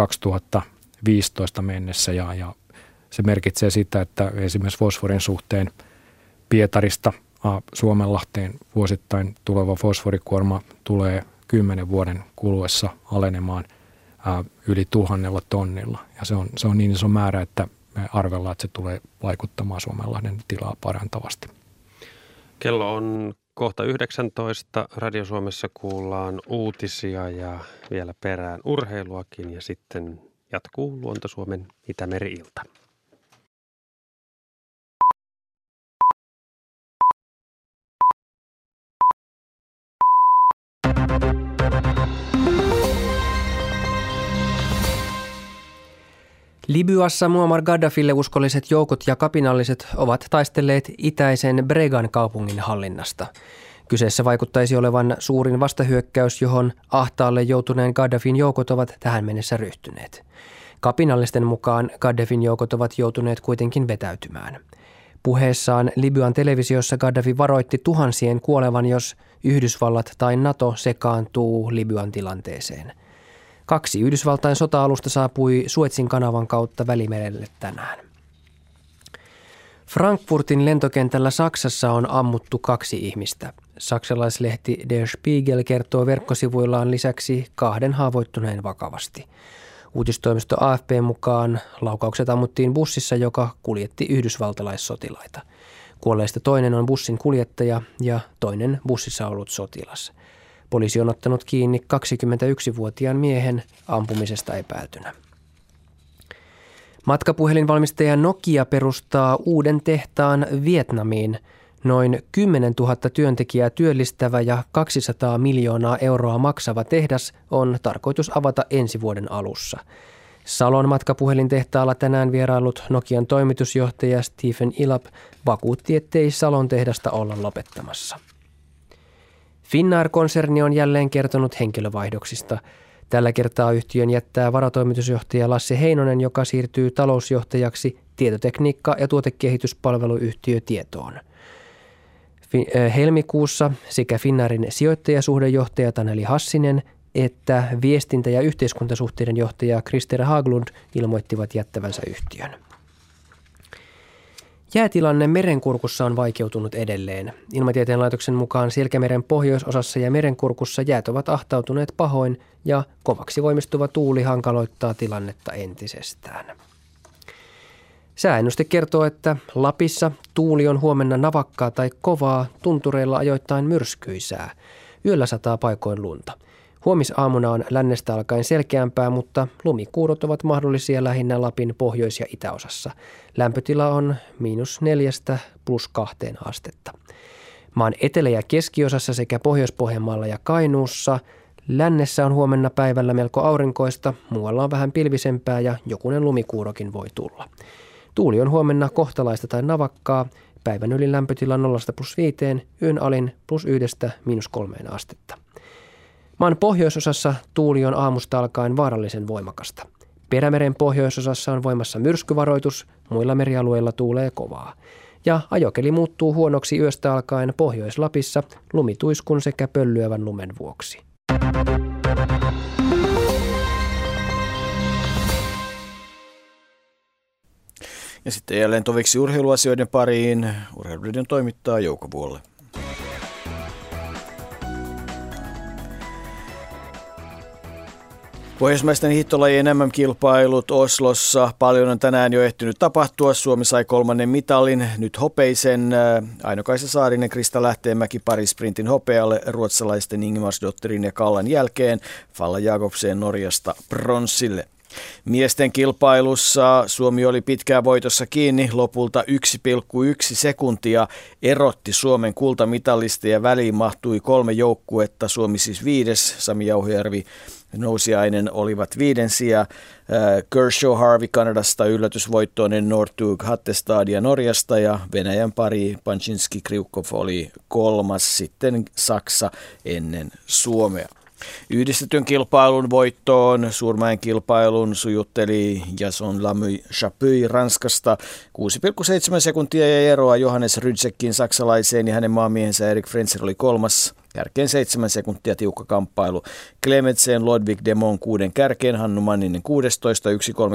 2015 mennessä ja se merkitsee sitä, että esimerkiksi fosforin suhteen Pietarista Suomenlahteen vuosittain tuleva fosforikuorma tulee 10 vuoden kuluessa alenemaan yli 1000 tonnilla. Ja se on niin iso määrä, että me arvellaan, että se tulee vaikuttamaan Suomenlahden tilaa parantavasti. Kello on kohta 19. Radio Suomessa kuullaan uutisia ja vielä perään urheiluakin ja sitten jatkuu Luontosuomen Itämeri-ilta. Libyassa Muammar Gaddafille uskolliset joukot ja kapinalliset ovat taistelleet itäisen Bregan kaupungin hallinnasta. Kyseessä vaikuttaisi olevan suurin vastahyökkäys, johon ahtaalle joutuneen Gaddafin joukot ovat tähän mennessä ryhtyneet. Kapinallisten mukaan Gaddafin joukot ovat joutuneet kuitenkin vetäytymään. Puheessaan Libyan televisiossa Gaddafi varoitti tuhansien kuolevan, jos Yhdysvallat tai NATO sekaantuu Libyan tilanteeseen. 2 Yhdysvaltain sota-alusta saapui Suezin kanavan kautta Välimerelle tänään. Frankfurtin lentokentällä Saksassa on ammuttu 2 ihmistä. Saksalaislehti Der Spiegel kertoo verkkosivuillaan lisäksi 2 haavoittuneen vakavasti. Uutistoimisto AFP mukaan laukaukset ammuttiin bussissa, joka kuljetti yhdysvaltalaissotilaita. Kuolleista toinen on bussin kuljettaja ja toinen bussissa ollut sotilas. Poliisi on ottanut kiinni 21-vuotiaan miehen ampumisesta epäiltynä. Matkapuhelinvalmistaja Nokia perustaa uuden tehtaan Vietnamiin. Noin 10 000 työntekijää työllistävä ja 200 miljoonaa euroa maksava tehdas on tarkoitus avata ensi vuoden alussa. Salon matkapuhelintehtaalla tänään vierailut Nokian toimitusjohtaja Stephen Ilap vakuutti, ettei Salon tehdasta olla lopettamassa. Finnair-konserni on jälleen kertonut henkilövaihdoksista. Tällä kertaa yhtiön jättää varatoimitusjohtaja Lasse Heinonen, joka siirtyy talousjohtajaksi tietotekniikka- ja tuotekehityspalveluyhtiö Tietoon. Helmikuussa sekä Finnairin sijoittajasuhdejohtaja Taneli Hassinen että viestintä- ja yhteiskuntasuhteiden johtaja Christer Haglund ilmoittivat jättävänsä yhtiön. Jäätilanne Merenkurkussa on vaikeutunut edelleen. Ilmatieteen laitoksen mukaan Selkämeren pohjoisosassa ja Merenkurkussa jäät ovat ahtautuneet pahoin ja kovaksi voimistuva tuuli hankaloittaa tilannetta entisestään. Sääennuste kertoo, että Lapissa tuuli on huomenna navakkaa tai kovaa, tuntureilla ajoittain myrskyisää. Yöllä sataa paikoin lunta. Huomisaamuna on lännestä alkaen selkeämpää, mutta lumikuurot ovat mahdollisia lähinnä Lapin pohjois- ja itäosassa. Lämpötila on -4 +2 astetta. Maan etelä- ja keskiosassa sekä Pohjois-Pohjanmaalla ja Kainuussa lännessä on huomenna päivällä melko aurinkoista, muualla on vähän pilvisempää ja jokunen lumikuurokin voi tulla. Tuuli on huomenna kohtalaista tai navakkaa, päivän ylin lämpötila 0-5, yön alin +1 -3 astetta. Maan pohjoisosassa tuuli on aamusta alkaen vaarallisen voimakasta. Perämeren pohjoisosassa on voimassa myrskyvaroitus, muilla merialueilla tuulee kovaa. Ja ajokeli muuttuu huonoksi yöstä alkaen Pohjois-Lapissa lumituiskun sekä pöllyävän lumen vuoksi. Ja sitten jälleen toviksi urheiluasioiden pariin. Urheiluiden toimittaa Jouko Vuolle. Pohjoismaisten hiihtolajien MM-kilpailut Oslossa. Paljon on tänään jo ehtinyt tapahtua. Suomi sai 3. mitalin, nyt hopeisen. Aino-Kaisa Saarinen, Krista Lähteenmäki parisprintin hopealle ruotsalaisten Ingemarsdotterin ja Kallan jälkeen. Falla Jakobsen Norjasta pronssille. Miesten kilpailussa Suomi oli pitkään voitossa kiinni, lopulta 1,1 sekuntia erotti Suomen kultamitalista ja väliin mahtui 3 joukkuetta. Suomi siis 5, Sami Jauhojärvi, Nousiainen olivat 5. Kershaw Harvey Kanadasta yllätysvoittoinen, Northug Hattestadia Norjasta ja Venäjän pari Panchinski Kriukov oli 3, sitten Saksa ennen Suomea. Yhdistetyn kilpailun voittoon Suurmäen kilpailun sujutteli Jason Lamuy-Chapuis Ranskasta. 6,7 sekuntia ja eroa Johannes Rydzekin saksalaiseen ja hänen maamiehensä Erik Frenzel oli 3. Kärkeen 7 sekuntia tiukka kamppailu. Clementsen Lodvig Demon 6 kärkeen, Hannu Manninen 16,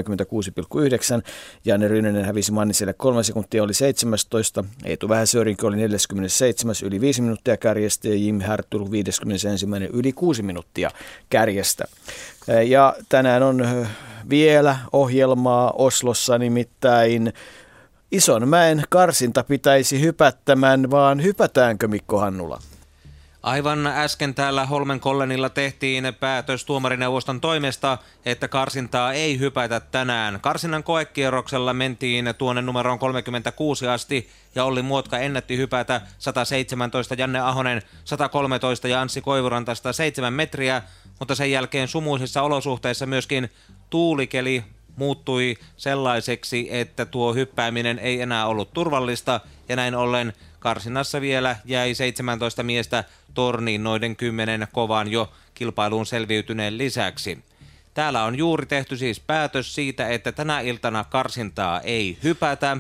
1,36,9. Janne Ryynänen hävisi Manniselle 3 sekuntia, oli 17. Eetu Vähäsöörinki oli 47, yli 5 minuuttia kärjestä ja Jim Härtul 51, yli 6 minuuttia kärjestä. Ja tänään on vielä ohjelmaa Oslossa, nimittäin Isonmäen karsinta pitäisi hypättämään, vaan hypätäänkö Mikko Hannula? Aivan äsken täällä Holmenkollenilla tehtiin päätös tuomarineuvoston toimesta, että karsintaa ei hypätä tänään. Karsinnan koekierroksella mentiin tuonne numeroon 36 asti ja Olli Muotka ennätti hypätä 117, Janne Ahonen 113 ja Anssi Koivuranta 107 metriä, mutta sen jälkeen sumuisissa olosuhteissa myöskin tuulikeli muuttui sellaiseksi, että tuo hyppääminen ei enää ollut turvallista ja näin ollen karsinnassa vielä jäi 17 miestä torniin noiden 10 kovan jo kilpailuun selviytyneen lisäksi. Täällä on juuri tehty siis päätös siitä, että tänä iltana karsintaa ei hypätä.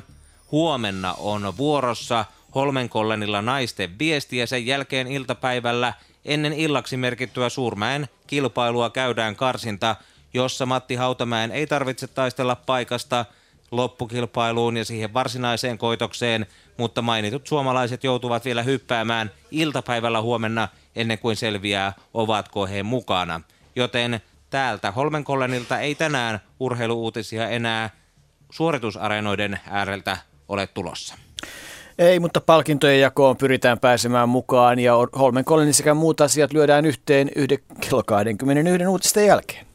Huomenna on vuorossa Holmenkollenilla naisten viesti ja sen jälkeen iltapäivällä ennen illaksi merkittyä Suurmäen kilpailua käydään karsinta, jossa Matti Hautamäen ei tarvitse taistella paikasta loppukilpailuun ja siihen varsinaiseen koitokseen, mutta mainitut suomalaiset joutuvat vielä hyppäämään iltapäivällä huomenna ennen kuin selviää, ovatko he mukana. Joten täältä Holmenkollenilta ei tänään urheiluuutisia enää suoritusareenoiden ääreltä ole tulossa. Ei, mutta palkintojen jakoon pyritään pääsemään mukaan ja Holmenkollenin sekä muut asiat lyödään yhteen kello 21 uutisten jälkeen.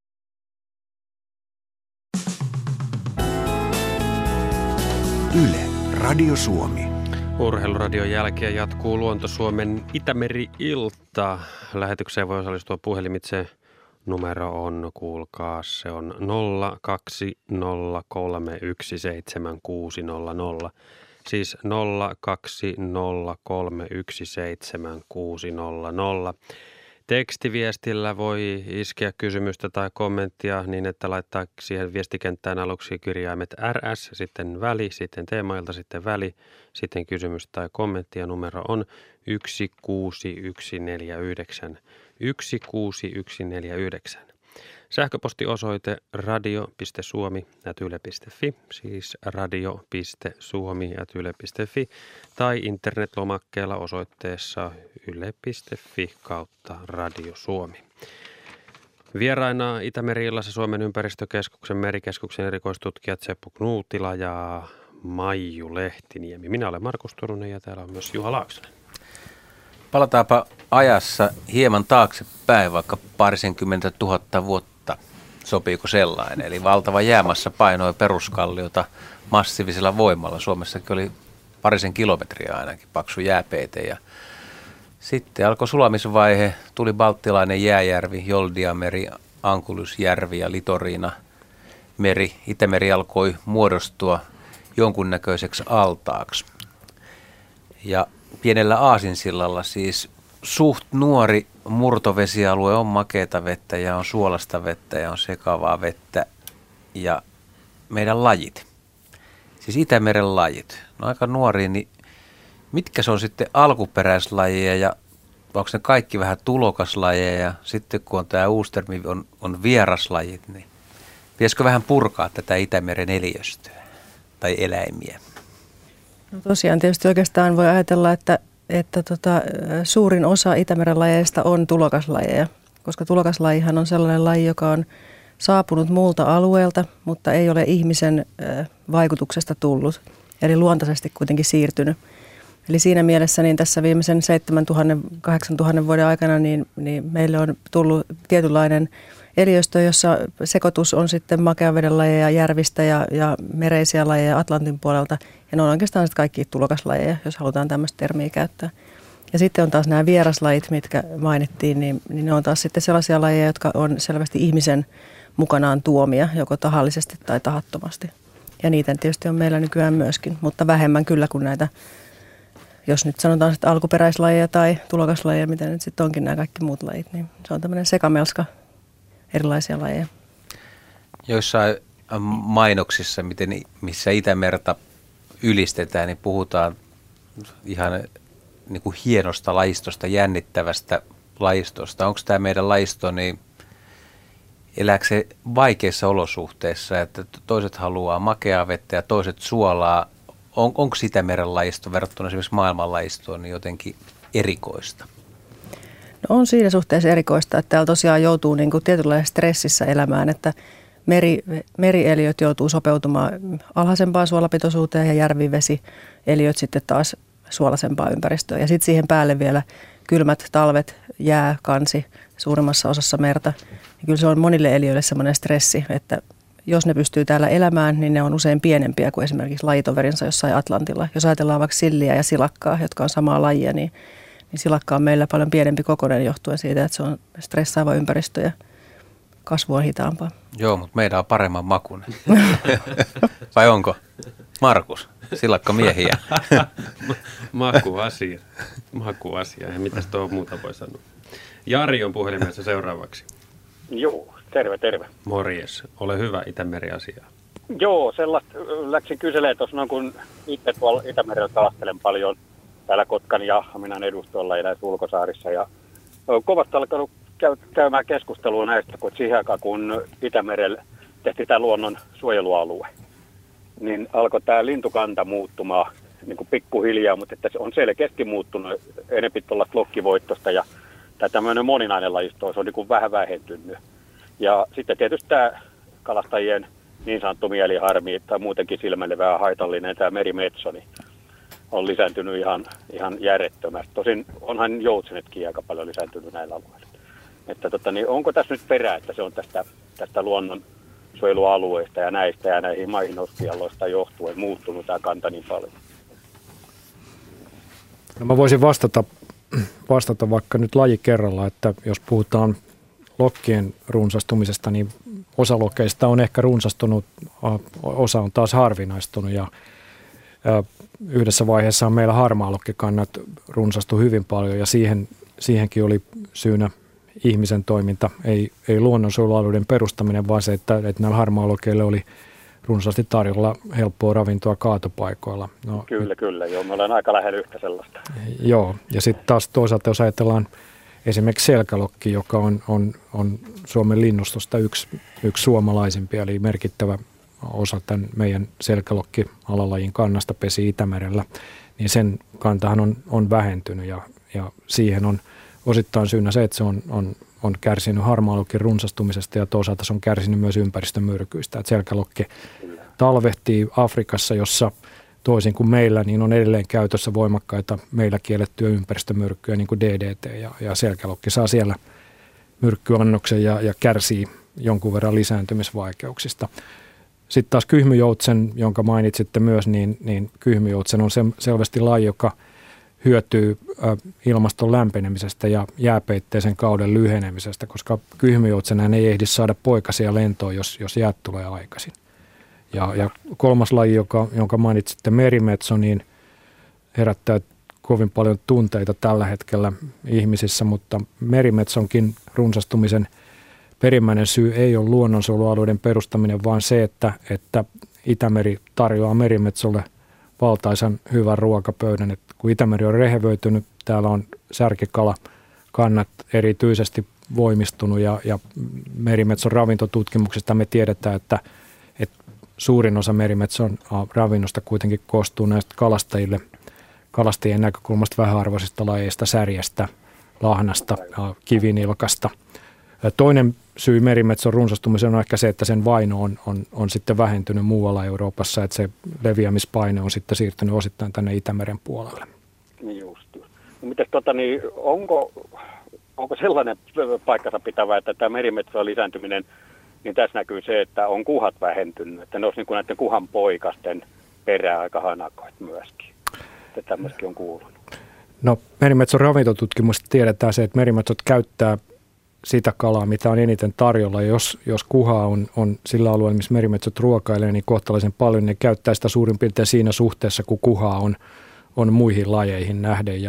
Yle, Radio Suomi. Urheiluradion jälkeen jatkuu Luonto-Suomen Itämeri-ilta. Lähetykseen voi osallistua puhelimitse. Numero on, kuulkaa, se on 020317600. Siis 020317600. Tekstiviestillä voi iskeä kysymystä tai kommenttia niin, että laittaa siihen viestikenttään aluksi kirjaimet RS, sitten väli, sitten teemailta, sitten väli, sitten kysymys tai kommentti ja numero on 16149. 16149. Sähköpostiosoite radio.suomi@yle.fi, siis radio.suomi@yle.fi tai internetlomakkeella osoitteessa yle.fi/Radio Suomi. Vieraina Itämeri-illassa Suomen ympäristökeskuksen merikeskuksen erikoistutkijat Seppo Knuuttila ja Maiju Lehtiniemi. Minä olen Markus Turunen ja täällä on myös Juha Laaksonen. Palataanpa ajassa hieman taaksepäin, vaikka 20 000 vuotta. Sopiiko sellainen? Eli valtava jäämassa painoi peruskalliota massiivisella voimalla. Suomessakin oli 2 kilometriä ainakin paksu jääpeite. Ja sitten alkoi sulamisvaihe, tuli Balttilainen jääjärvi, Joldiameri, Ankulusjärvi ja Litoriina meri. Itämeri alkoi muodostua jonkunnäköiseksi altaaksi. Ja pienellä aasinsillalla siis suht nuori murtovesialue on makeata vettä ja on suolasta vettä ja on sekavaa vettä ja meidän lajit. Siis Itämeren lajit. No aika nuoria, niin mitkä se on sitten alkuperäislajeja ja onko ne kaikki vähän tulokaslajeja ja sitten kun on tämä uusi termi on vieraslajit, niin pitäisikö vähän purkaa tätä Itämeren eliöstöä tai eläimiä? No tosiaan tietysti oikeastaan voi ajatella, että suurin osa Itämeren lajeista on tulokaslajeja, koska tulokaslajihan on sellainen laji, joka on saapunut muulta alueelta, mutta ei ole ihmisen vaikutuksesta tullut, eli luontaisesti kuitenkin siirtynyt. Eli siinä mielessä niin tässä viimeisen 7,000–8,000 vuoden aikana niin meille on tullut tietynlainen eliöstö, jossa sekoitus on sitten makeaveden lajeja järvistä ja mereisiä lajeja Atlantin puolelta. Ja ne on oikeastaan kaikki tulokaslajeja, jos halutaan tämmöistä termiä käyttää. Ja sitten on taas nämä vieraslajit, mitkä mainittiin, niin ne on taas sitten sellaisia lajeja, jotka on selvästi ihmisen mukanaan tuomia, joko tahallisesti tai tahattomasti. Ja niitä tietysti on meillä nykyään myöskin, mutta vähemmän kyllä kuin näitä, jos nyt sanotaan sitten alkuperäislajeja tai tulokaslajeja, mitä nyt sitten onkin nämä kaikki muut lajit, niin se on tämmöinen sekamelska erilaisia lajeja. Joissain mainoksissa, missä Itämerta ylistetään, niin puhutaan ihan niin kuin hienosta lajistosta, jännittävästä lajistosta. Onko tämä meidän lajisto, niin elääkö se vaikeissa olosuhteissa, että toiset haluaa makeaa vettä ja toiset suolaa? Onko Itämeren lajisto verrattuna esimerkiksi maailman lajistoon niin jotenkin erikoista? No on siinä suhteessa erikoista, että täällä tosiaan joutuu niin kuin tietynlaisessa stressissä elämään, että merieliöt joutuu sopeutumaan alhaisempaan suolapitoisuuteen ja järvivesieliöt sitten taas suolaisempaan ympäristöön. Ja sitten siihen päälle vielä kylmät talvet, jää, kansi suurimmassa osassa merta. Ja kyllä se on monille eliöille semmoinen stressi, että jos ne pystyy täällä elämään, niin ne on usein pienempiä kuin esimerkiksi lajitoverinsa jossain Atlantilla. Jos ajatellaan vaikka silliä ja silakkaa, jotka on samaa lajia, niin silakka on meillä paljon pienempi kokoinen johtuen siitä, että se on stressaava ympäristö ja kasvu on hitaampaa. Joo, mutta meidän on paremman makuinen. Vai onko? Markus, silakka miehiä. Makuasia. Ja mitäs tuo muuta voi sanoa? Jari on puhelimessa seuraavaksi. Joo, terve. Morjes, ole hyvä Itämeri-asiaa. Joo, sellaista läksin kyselemään tuossa, kun itse tuolla Itämerellä kalastelen paljon täällä Kotkan ja Haminan edustolla ja näissä ulkosaarissa. Ja kovasti alkanut käymään keskustelua näistä, kun siihen aikaan, kun Itämerellä tehtiin tämä luonnon suojelualue, niin alkoi tämä lintukanta muuttumaan niin kuin pikkuhiljaa, mutta että se on selkeästi muuttunut enemmän tuollaista lokkivoittosta ja tämä tämmöinen moninainen lajisto, se on niin kuin vähän vähentynyt. Ja sitten tietysti tämä kalastajien niin sanottu mieliharmi tai muutenkin silmälle vähän haitallinen tämä merimetso, niin on lisääntynyt ihan järjettömästi. Tosin onhan joutsenetkin aika paljon lisääntynyt näillä alueilla. Että niin onko tässä nyt perää, että se on tästä luonnonsuojelualueista ja näihin maihin nousukielloista johtuen muuttunut tämä kanta niin paljon? No mä voisin vastata vaikka nyt laji kerralla, että jos puhutaan lokkien runsastumisesta, niin osa lokkeista on ehkä runsastunut, osa on taas harvinaistunut ja yhdessä vaiheessa meillä harmaalokkikannat runsastu hyvin paljon ja siihenkin oli syynä ihmisen toiminta, ei luonnonsuojelualueiden perustaminen, vaan se, että näillä harmaalokeilla oli runsaasti tarjolla helppoa ravintoa kaatopaikoilla. No, Kyllä, joo, me ollaan aika lähellä yhtä sellaista. Joo, ja sitten taas toisaalta jos ajatellaan esimerkiksi selkälokki, joka on Suomen linnustosta yksi suomalaisimpia, eli merkittävä osa tämän meidän selkälokki-alalajin kannasta pesi Itämerellä, niin sen kantahan on vähentynyt ja siihen on osittain syynä se, että se on kärsinyt harmaalokin runsastumisesta ja toisaalta se on kärsinyt myös ympäristömyrkyistä. Että selkälokki talvehtii Afrikassa, jossa toisin kuin meillä, niin on edelleen käytössä voimakkaita meillä kiellettyjä ympäristömyrkkyjä, niin kuin DDT, ja selkälokki saa siellä myrkkyannoksen ja kärsii jonkun verran lisääntymisvaikeuksista. Sitten taas kyhmyjoutsen, jonka mainitsitte myös, niin kyhmyjoutsen on selvästi laji, joka hyötyy ilmaston lämpenemisestä ja jääpeitteisen kauden lyhenemisestä, koska kyhmyjoutsenään ei ehdi saada poikasia lentoon, jos jäät tulee aikaisin. Ja kolmas laji, jonka mainitsitte, merimetso, niin herättää kovin paljon tunteita tällä hetkellä ihmisissä, mutta merimetsonkin runsastumisen perimmäinen syy ei ole luonnonsuojelualueiden perustaminen, vaan se, että Itämeri tarjoaa merimetsolle valtaisan hyvän ruokapöydän. Et kun Itämeri on rehevöitynyt, täällä on särkikalakannat erityisesti voimistunut ja merimetson ravintotutkimuksesta me tiedetään, että suurin osa merimetson ravinnosta kuitenkin koostuu näistä kalastajien näkökulmasta vähäarvoisista lajeista, särjestä, lahnasta, kivinilkasta. Toinen syy merimetson runsastumiseen on ehkä se, että sen vaino on sitten vähentynyt muualla Euroopassa, että se leviämispaine on sitten siirtynyt osittain tänne Itämeren puolelle. Just. No mites onko sellainen paikkansa pitävä, että tämä merimetson lisääntyminen, niin tässä näkyy se, että on kuhat vähentynyt, että ne olisi niin kuin näiden kuhan poikasten perää aika hanakoit myöskin. Että tämmöisikin on kuulunut. No merimetson ravintotutkimusta tiedetään se, että merimetsot käyttää sitä kalaa, mitä on eniten tarjolla. Jos kuhaa on sillä alueella, missä merimetsot ruokailee, niin kohtalaisen paljon ne käyttää sitä suurin piirtein siinä suhteessa, kun kuhaa on muihin lajeihin nähden.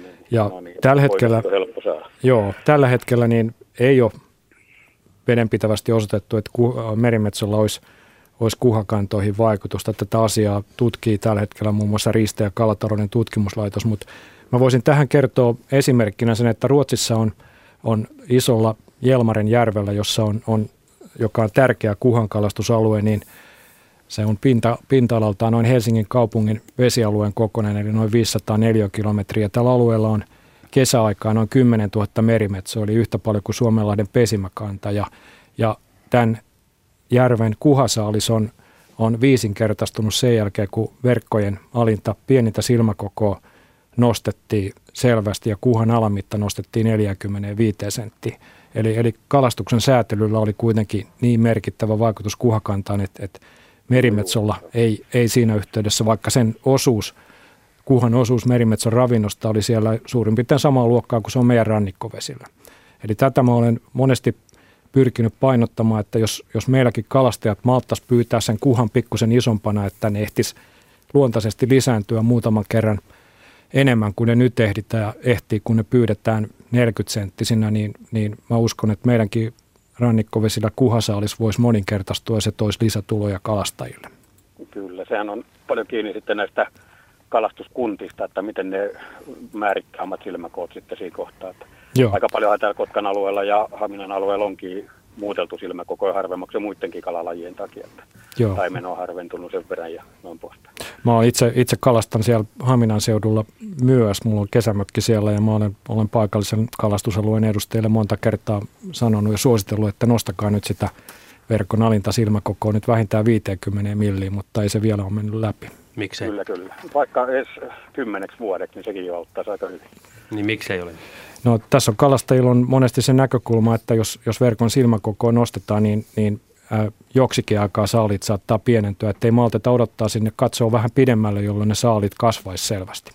Tällä hetkellä niin ei ole vedenpitävästi osoitettu, että merimetsolla olisi kuhakantoihin vaikutusta. Tätä asiaa tutkii tällä hetkellä muun muassa Riista- ja kalatalouden tutkimuslaitos, mutta mä voisin tähän kertoa esimerkkinä sen, että Ruotsissa on isolla Jelmaren järvellä, joka on tärkeä kuhankalastusalue, niin se on pinta-alaltaan noin Helsingin kaupungin vesialueen kokoinen, eli noin 500 neliökilometriä. Tällä alueella on kesäaikaa noin 10 000 merimetsoa, eli yhtä paljon kuin Suomenlahden pesimäkanta. Ja tämän järven kuhasaalis on viisinkertaistunut sen jälkeen, kun verkkojen pienintä silmäkokoa nostettiin selvästi ja kuhan alamitta nostettiin 45 senttiä. Eli kalastuksen säätelyllä oli kuitenkin niin merkittävä vaikutus kuhakantaan, että merimetsolla ei siinä yhteydessä, vaikka sen kuhan osuus merimetson ravinnosta oli siellä suurin piirtein samaa luokkaa kuin se on meidän rannikkovesillä. Eli tätä mä olen monesti pyrkinyt painottamaan, että jos meilläkin kalastajat malttaisi pyytää sen kuhan pikkusen isompana, että ne ehtisi luontaisesti lisääntyä muutaman kerran enemmän kuin ne nyt ehtii, kun ne pyydetään 40-senttisinä, niin mä uskon, että meidänkin rannikkovesillä kuhasaalis voisi moninkertaistua ja se toisi lisätuloja kalastajille. Kyllä, sehän on paljon kiinni sitten näistä kalastuskuntista, että miten ne määrittää omat silmäkoot sitten siinä kohtaa. Joo. Aika paljon täällä Kotkan alueella ja Haminan alueella onkin muuteltu silmäkokoja harvemmaksi ja muidenkin kalalajien takia, että taimen on harventunut sen verran ja noin poispäin. Mä oon itse kalastan siellä Haminan seudulla myös. Mulla on kesämökki siellä ja mä olen paikallisen kalastusalueen edustajille monta kertaa sanonut ja suositellut, että nostakaa nyt sitä verkon alinta silmäkokoa nyt vähintään 50 milliin, mutta ei se vielä ole mennyt läpi. Miksei? Kyllä. Vaikka edes 10 vuodeksi, niin sekin jo auttaisi aika hyvin. Niin miksei ole? No tässä on kalastajilla on monesti se näkökulma, että jos verkon silmäkokoa nostetaan, niin joksikin aikaa saalit saattaa pienentyä, ettei malteta odottaa sinne katsoa vähän pidemmälle, jolloin ne saalit kasvaisi selvästi.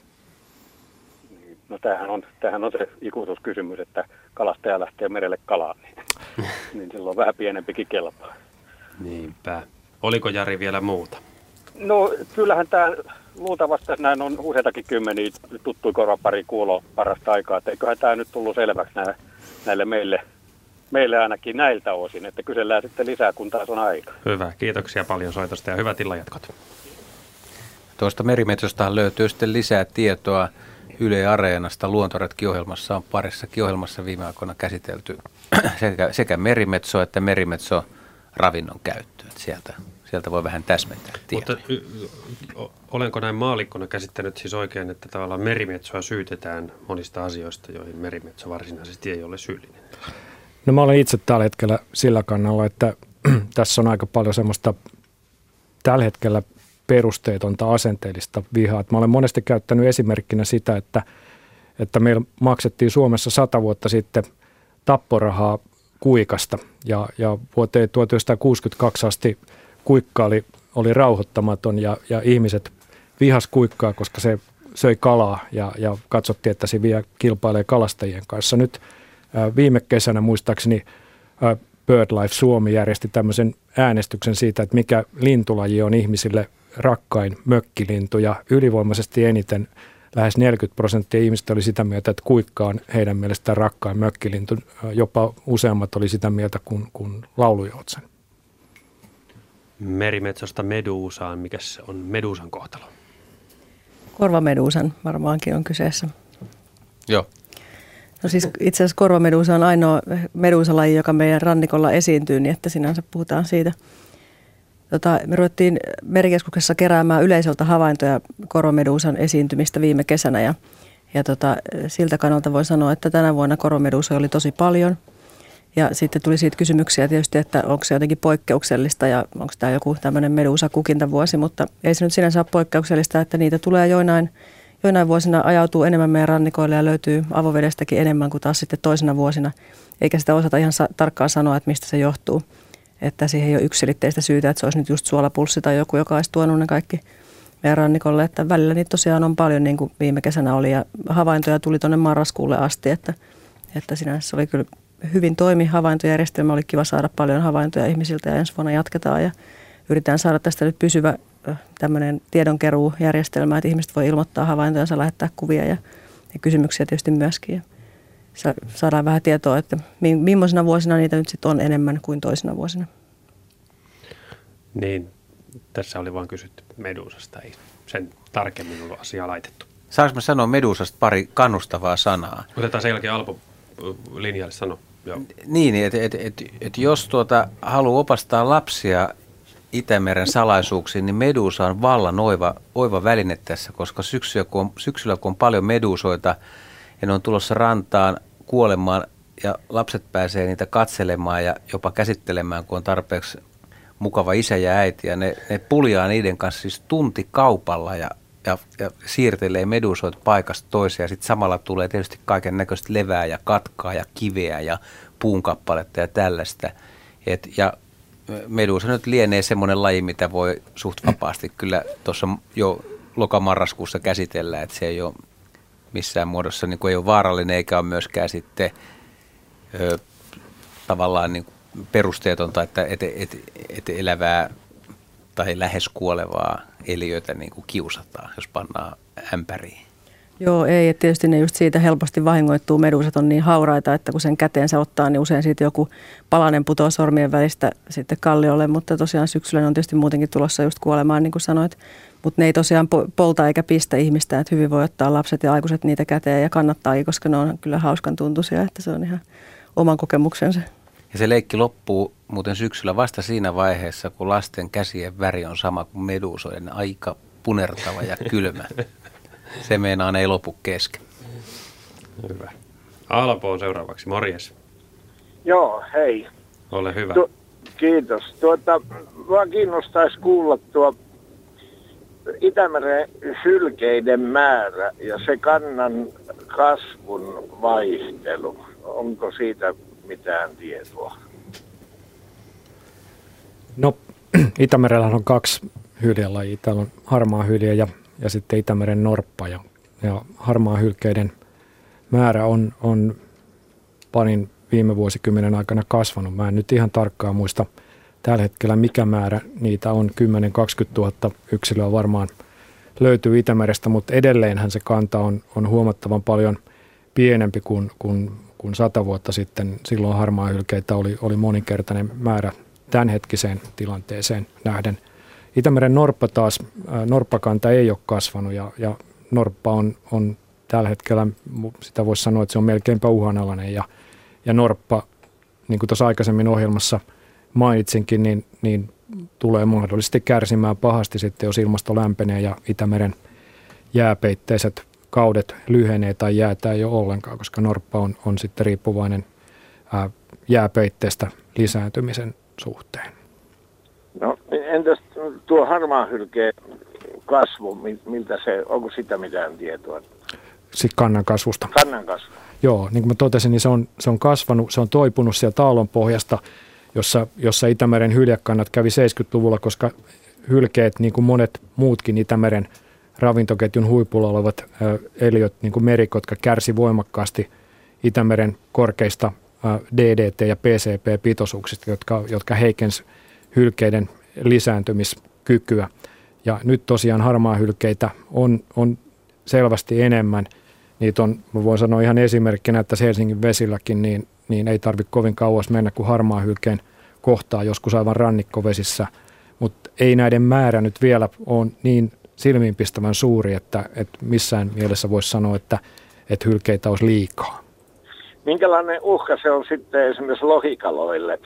No tämähän on se ikuisuuskysymys, että kalastaja lähtee merelle kalaan, niin silloin on vähän pienempikin kelpaa. Niinpä. Oliko Jari vielä muuta? No kyllähän tämä luultavasti näin on useitakin kymmeniä tuttui korvapari kuulo parasta aikaa, että eiköhän tämä nyt tullut selväksi näille meille ainakin näiltä osin, että kysellään sitten lisää, kun taas on aika. Hyvä, kiitoksia paljon soitosta ja hyvät illanjatkot. Tuosta merimetsosta löytyy sitten lisää tietoa Yle Areenasta. Luontoretki-ohjelmassa on parissakin ohjelmassa viime aikoina käsitelty sekä merimetsoa että merimetso ravinnon käyttöä. Sieltä voi vähän täsmentää tietoja. Mutta olenko näin maallikkona käsittänyt siis oikein, että tavallaan merimetsoa syytetään monista asioista, joihin merimetso varsinaisesti ei ole syyllinen? No mä olen itse tällä hetkellä sillä kannalla, että tässä on aika paljon semmoista tällä hetkellä perusteetonta asenteellista vihaa. Mä olen monesti käyttänyt esimerkkinä sitä, että meillä maksettiin Suomessa 100 vuotta sitten tapporahaa kuikasta ja vuoteen 1962 asti kuikka oli rauhoittamaton ja ihmiset vihas kuikkaa, koska se söi kalaa ja katsottiin, että se vielä kilpailee kalastajien kanssa. Nyt viime kesänä muistaakseni BirdLife Suomi järjesti tämmöisen äänestyksen siitä, että mikä lintulaji on ihmisille rakkain mökkilintu ja ylivoimaisesti eniten lähes 40% ihmistä oli sitä mieltä, että kuikka on heidän mielestään rakkain mökkilintu. Jopa useammat oli sitä mieltä kuin laulujoutsen. Merimetsosta meduusaan. Mikäs on meduusan kohtalo? Korvameduusan varmaankin on kyseessä. Joo. No siis itse asiassa korvameduusa on ainoa meduusalaji, joka meidän rannikolla esiintyy, niin että sinänsä puhutaan siitä. Me ruvettiin Merikeskuksessa keräämään yleisöltä havaintoja korvameduusan esiintymistä viime kesänä ja siltä kannalta voi sanoa, että tänä vuonna korvameduusa oli tosi paljon. Ja sitten tuli siitä kysymyksiä tietysti, että onko se jotenkin poikkeuksellista ja onko tämä joku tämmöinen meduusakukintavuosi, mutta ei se nyt sinänsä ole poikkeuksellista, että niitä tulee joinain vuosina ajautuu enemmän meidän rannikoille ja löytyy avovedestäkin enemmän kuin taas sitten toisina vuosina, eikä sitä osata ihan tarkkaan sanoa, että mistä se johtuu. Että siihen ei ole yksiselitteistä syytä, että se olisi nyt just suolapulssi tai joku, joka olisi tuonut ne kaikki meidän rannikolle. Että välillä niitä tosiaan on paljon, niin kuin viime kesänä oli, ja havaintoja tuli tuonne marraskuulle asti, että sinänsä se oli kyllä hyvin toimi havaintojärjestelmä. Oli kiva saada paljon havaintoja ihmisiltä ja ensi vuonna jatketaan ja yritetään saada tästä nyt pysyvä tämmöinen tiedonkeruujärjestelmä, että ihmiset voi ilmoittaa havaintoja, lähettää kuvia ja kysymyksiä tietysti myöskin. Ja saadaan vähän tietoa, että millaisina vuosina niitä nyt sitten on enemmän kuin toisina vuosina. Niin, tässä oli vaan kysytty meduusasta, ei sen tarkemmin ollut asiaa laitettu. Saanko mä sanoa meduusasta pari kannustavaa sanaa? Otetaan sen jälkeen Alpo linjalle sanoa. Joo. Niin, että jos haluaa opastaa lapsia Itämeren salaisuuksiin, niin meduusa on vallan oiva väline tässä, koska syksyllä kun on paljon meduusoita ja ne on tulossa rantaan kuolemaan ja lapset pääsee niitä katselemaan ja jopa käsittelemään, kun on tarpeeksi mukava isä ja äiti. Ja ne puljaa niiden kanssa siis tuntikaupalla ja siirtelee meduusoita paikasta toiseen. Ja sitten samalla tulee tietysti kaiken näköistä levää ja katkaa ja kiveä ja puunkappaletta ja tällaista. Ja meduusa nyt lienee semmoinen laji, mitä voi suht vapaasti kyllä tuossa jo lokamarraskuussa käsitellä, että se ei ole missään muodossa niin kuin ei ole vaarallinen eikä ole myöskään sitten tavallaan niin kuin perusteetonta, että elävää tai lähes kuolevaa eliötä niin kuin kiusataan, jos pannaan ämpäriin. Joo, ei. Että tietysti ne just siitä helposti vahingoittuu. Medusat on niin hauraita, että kun sen käteensä ottaa, niin usein siitä joku palanen putoaa sormien välistä sitten kalliolle. Mutta tosiaan syksyllä ne on tietysti muutenkin tulossa just kuolemaan, niin kuin sanoit. Mutta ne ei tosiaan polta eikä pistä ihmistä, että hyvin voi ottaa lapset ja aikuiset niitä käteen ja kannattaakin, koska ne on kyllä hauskan tuntuisia, että se on ihan oman kokemuksensa. Ja se leikki loppuu muuten syksyllä vasta siinä vaiheessa, kun lasten käsien väri on sama kuin meduusoiden, aika punertava ja kylmä. Se meinaan ei lopu kesken. Hyvä. Alpo on seuraavaksi. Morjes. Joo, hei. Ole hyvä. Kiitos. Mua kiinnostaisi kuulla tuo Itämeren hylkeiden määrä ja se kannan kasvun vaihtelu. Onko siitä mitään tietoa? No, Itämerellä on 2 hyljelajia. Täällä on harmaa hylje ja sitten Itämeren norppa. Ja harmaa hylkeiden määrä on parin viime vuosikymmenen aikana kasvanut. Mä en nyt ihan tarkkaan muista tällä hetkellä mikä määrä niitä on. 10-20 000 yksilöä varmaan löytyy Itämerestä, mutta edelleenhän se kanta on huomattavan paljon pienempi kuin 100 vuotta sitten. Silloin harmaa hylkeitä oli moninkertainen määrä tämänhetkiseen tilanteeseen nähden. Itämeren norppa taas, norppakanta ei ole kasvanut ja norppa on tällä hetkellä, sitä voisi sanoa, että se on melkeinpä uhanalainen ja norppa, niin kuin tuossa aikaisemmin ohjelmassa mainitsinkin, niin tulee mahdollisesti kärsimään pahasti sitten, jos ilmasto lämpenee ja Itämeren jääpeitteiset kaudet lyhenee tai jäätä ei ole ollenkaan, koska norppa on sitten riippuvainen jääpeitteestä lisääntymisen suhteen. No entäs tuo harmaahylkeen kasvu, miltä se, onko sitä mitään tietoa? Sitten kannan kasvusta. Kannan kasvu. Joo, niin kuin mä totesin, niin se on kasvanut, se on toipunut sieltä aallonpohjasta, jossa Itämeren hyljekannat kävi 70-luvulla, koska hylkeet, niin kuin monet muutkin Itämeren ravintoketjun huipulla olevat eliöt, niin kuin merikotka, kärsi voimakkaasti Itämeren korkeista DDT- ja PCP-pitoisuuksista, jotka heikensi hylkeiden lisääntymiskykyä. Ja nyt tosiaan harmaahylkeitä on selvästi enemmän. Niitä on, mä voin sanoa ihan esimerkkinä, että Helsingin vesilläkin niin ei tarvitse kovin kauas mennä, kun harmaahylkeen kohtaa joskus aivan rannikkovesissä. Mutta ei näiden määrä nyt vielä ole niin silmiinpistävän suuri, että missään mielessä voisi sanoa, että hylkeitä olisi liikaa. Minkälainen uhka se on sitten esimerkiksi lohikaloille?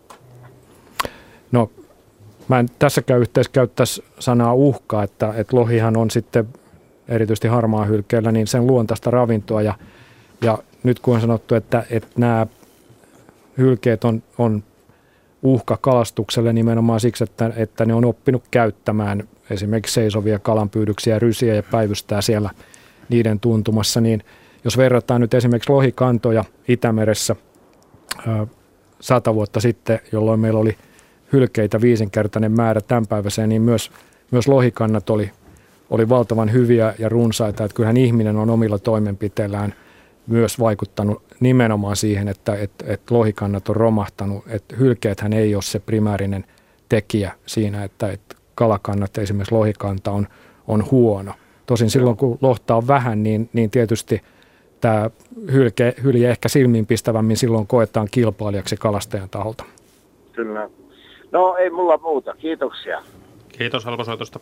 No, mä en tässäkään yhteydessä käyttäisi sanaa uhka, että lohihan on sitten erityisesti harmaahylkeellä niin sen luontaista ravintoa ja nyt kun on sanottu, että nämä hylkeet on uhka kalastukselle nimenomaan siksi, että ne on oppinut käyttämään esimerkiksi seisovia kalanpyydyksiä, rysiä ja päivystää siellä niiden tuntumassa, niin jos verrataan nyt esimerkiksi lohikantoja Itämeressä 100 vuotta sitten, jolloin meillä oli hylkeitä 5-kertainen määrä tämänpäiväiseen, niin myös lohikannat oli valtavan hyviä ja runsaita. Että kyllähän ihminen on omilla toimenpiteillään myös vaikuttanut nimenomaan siihen, että lohikannat on romahtanut. Että hylkeethän ei ole se primäärinen tekijä siinä, että kalakannat, esimerkiksi lohikanta on huono. Tosin silloin, kun lohta on vähän, niin tietysti tämä hylje ehkä silmiinpistävämmin silloin koetaan kilpailijaksi kalastajan taholta. Kyllä. No ei mulla muuta. Kiitoksia. Kiitos halposoitosta.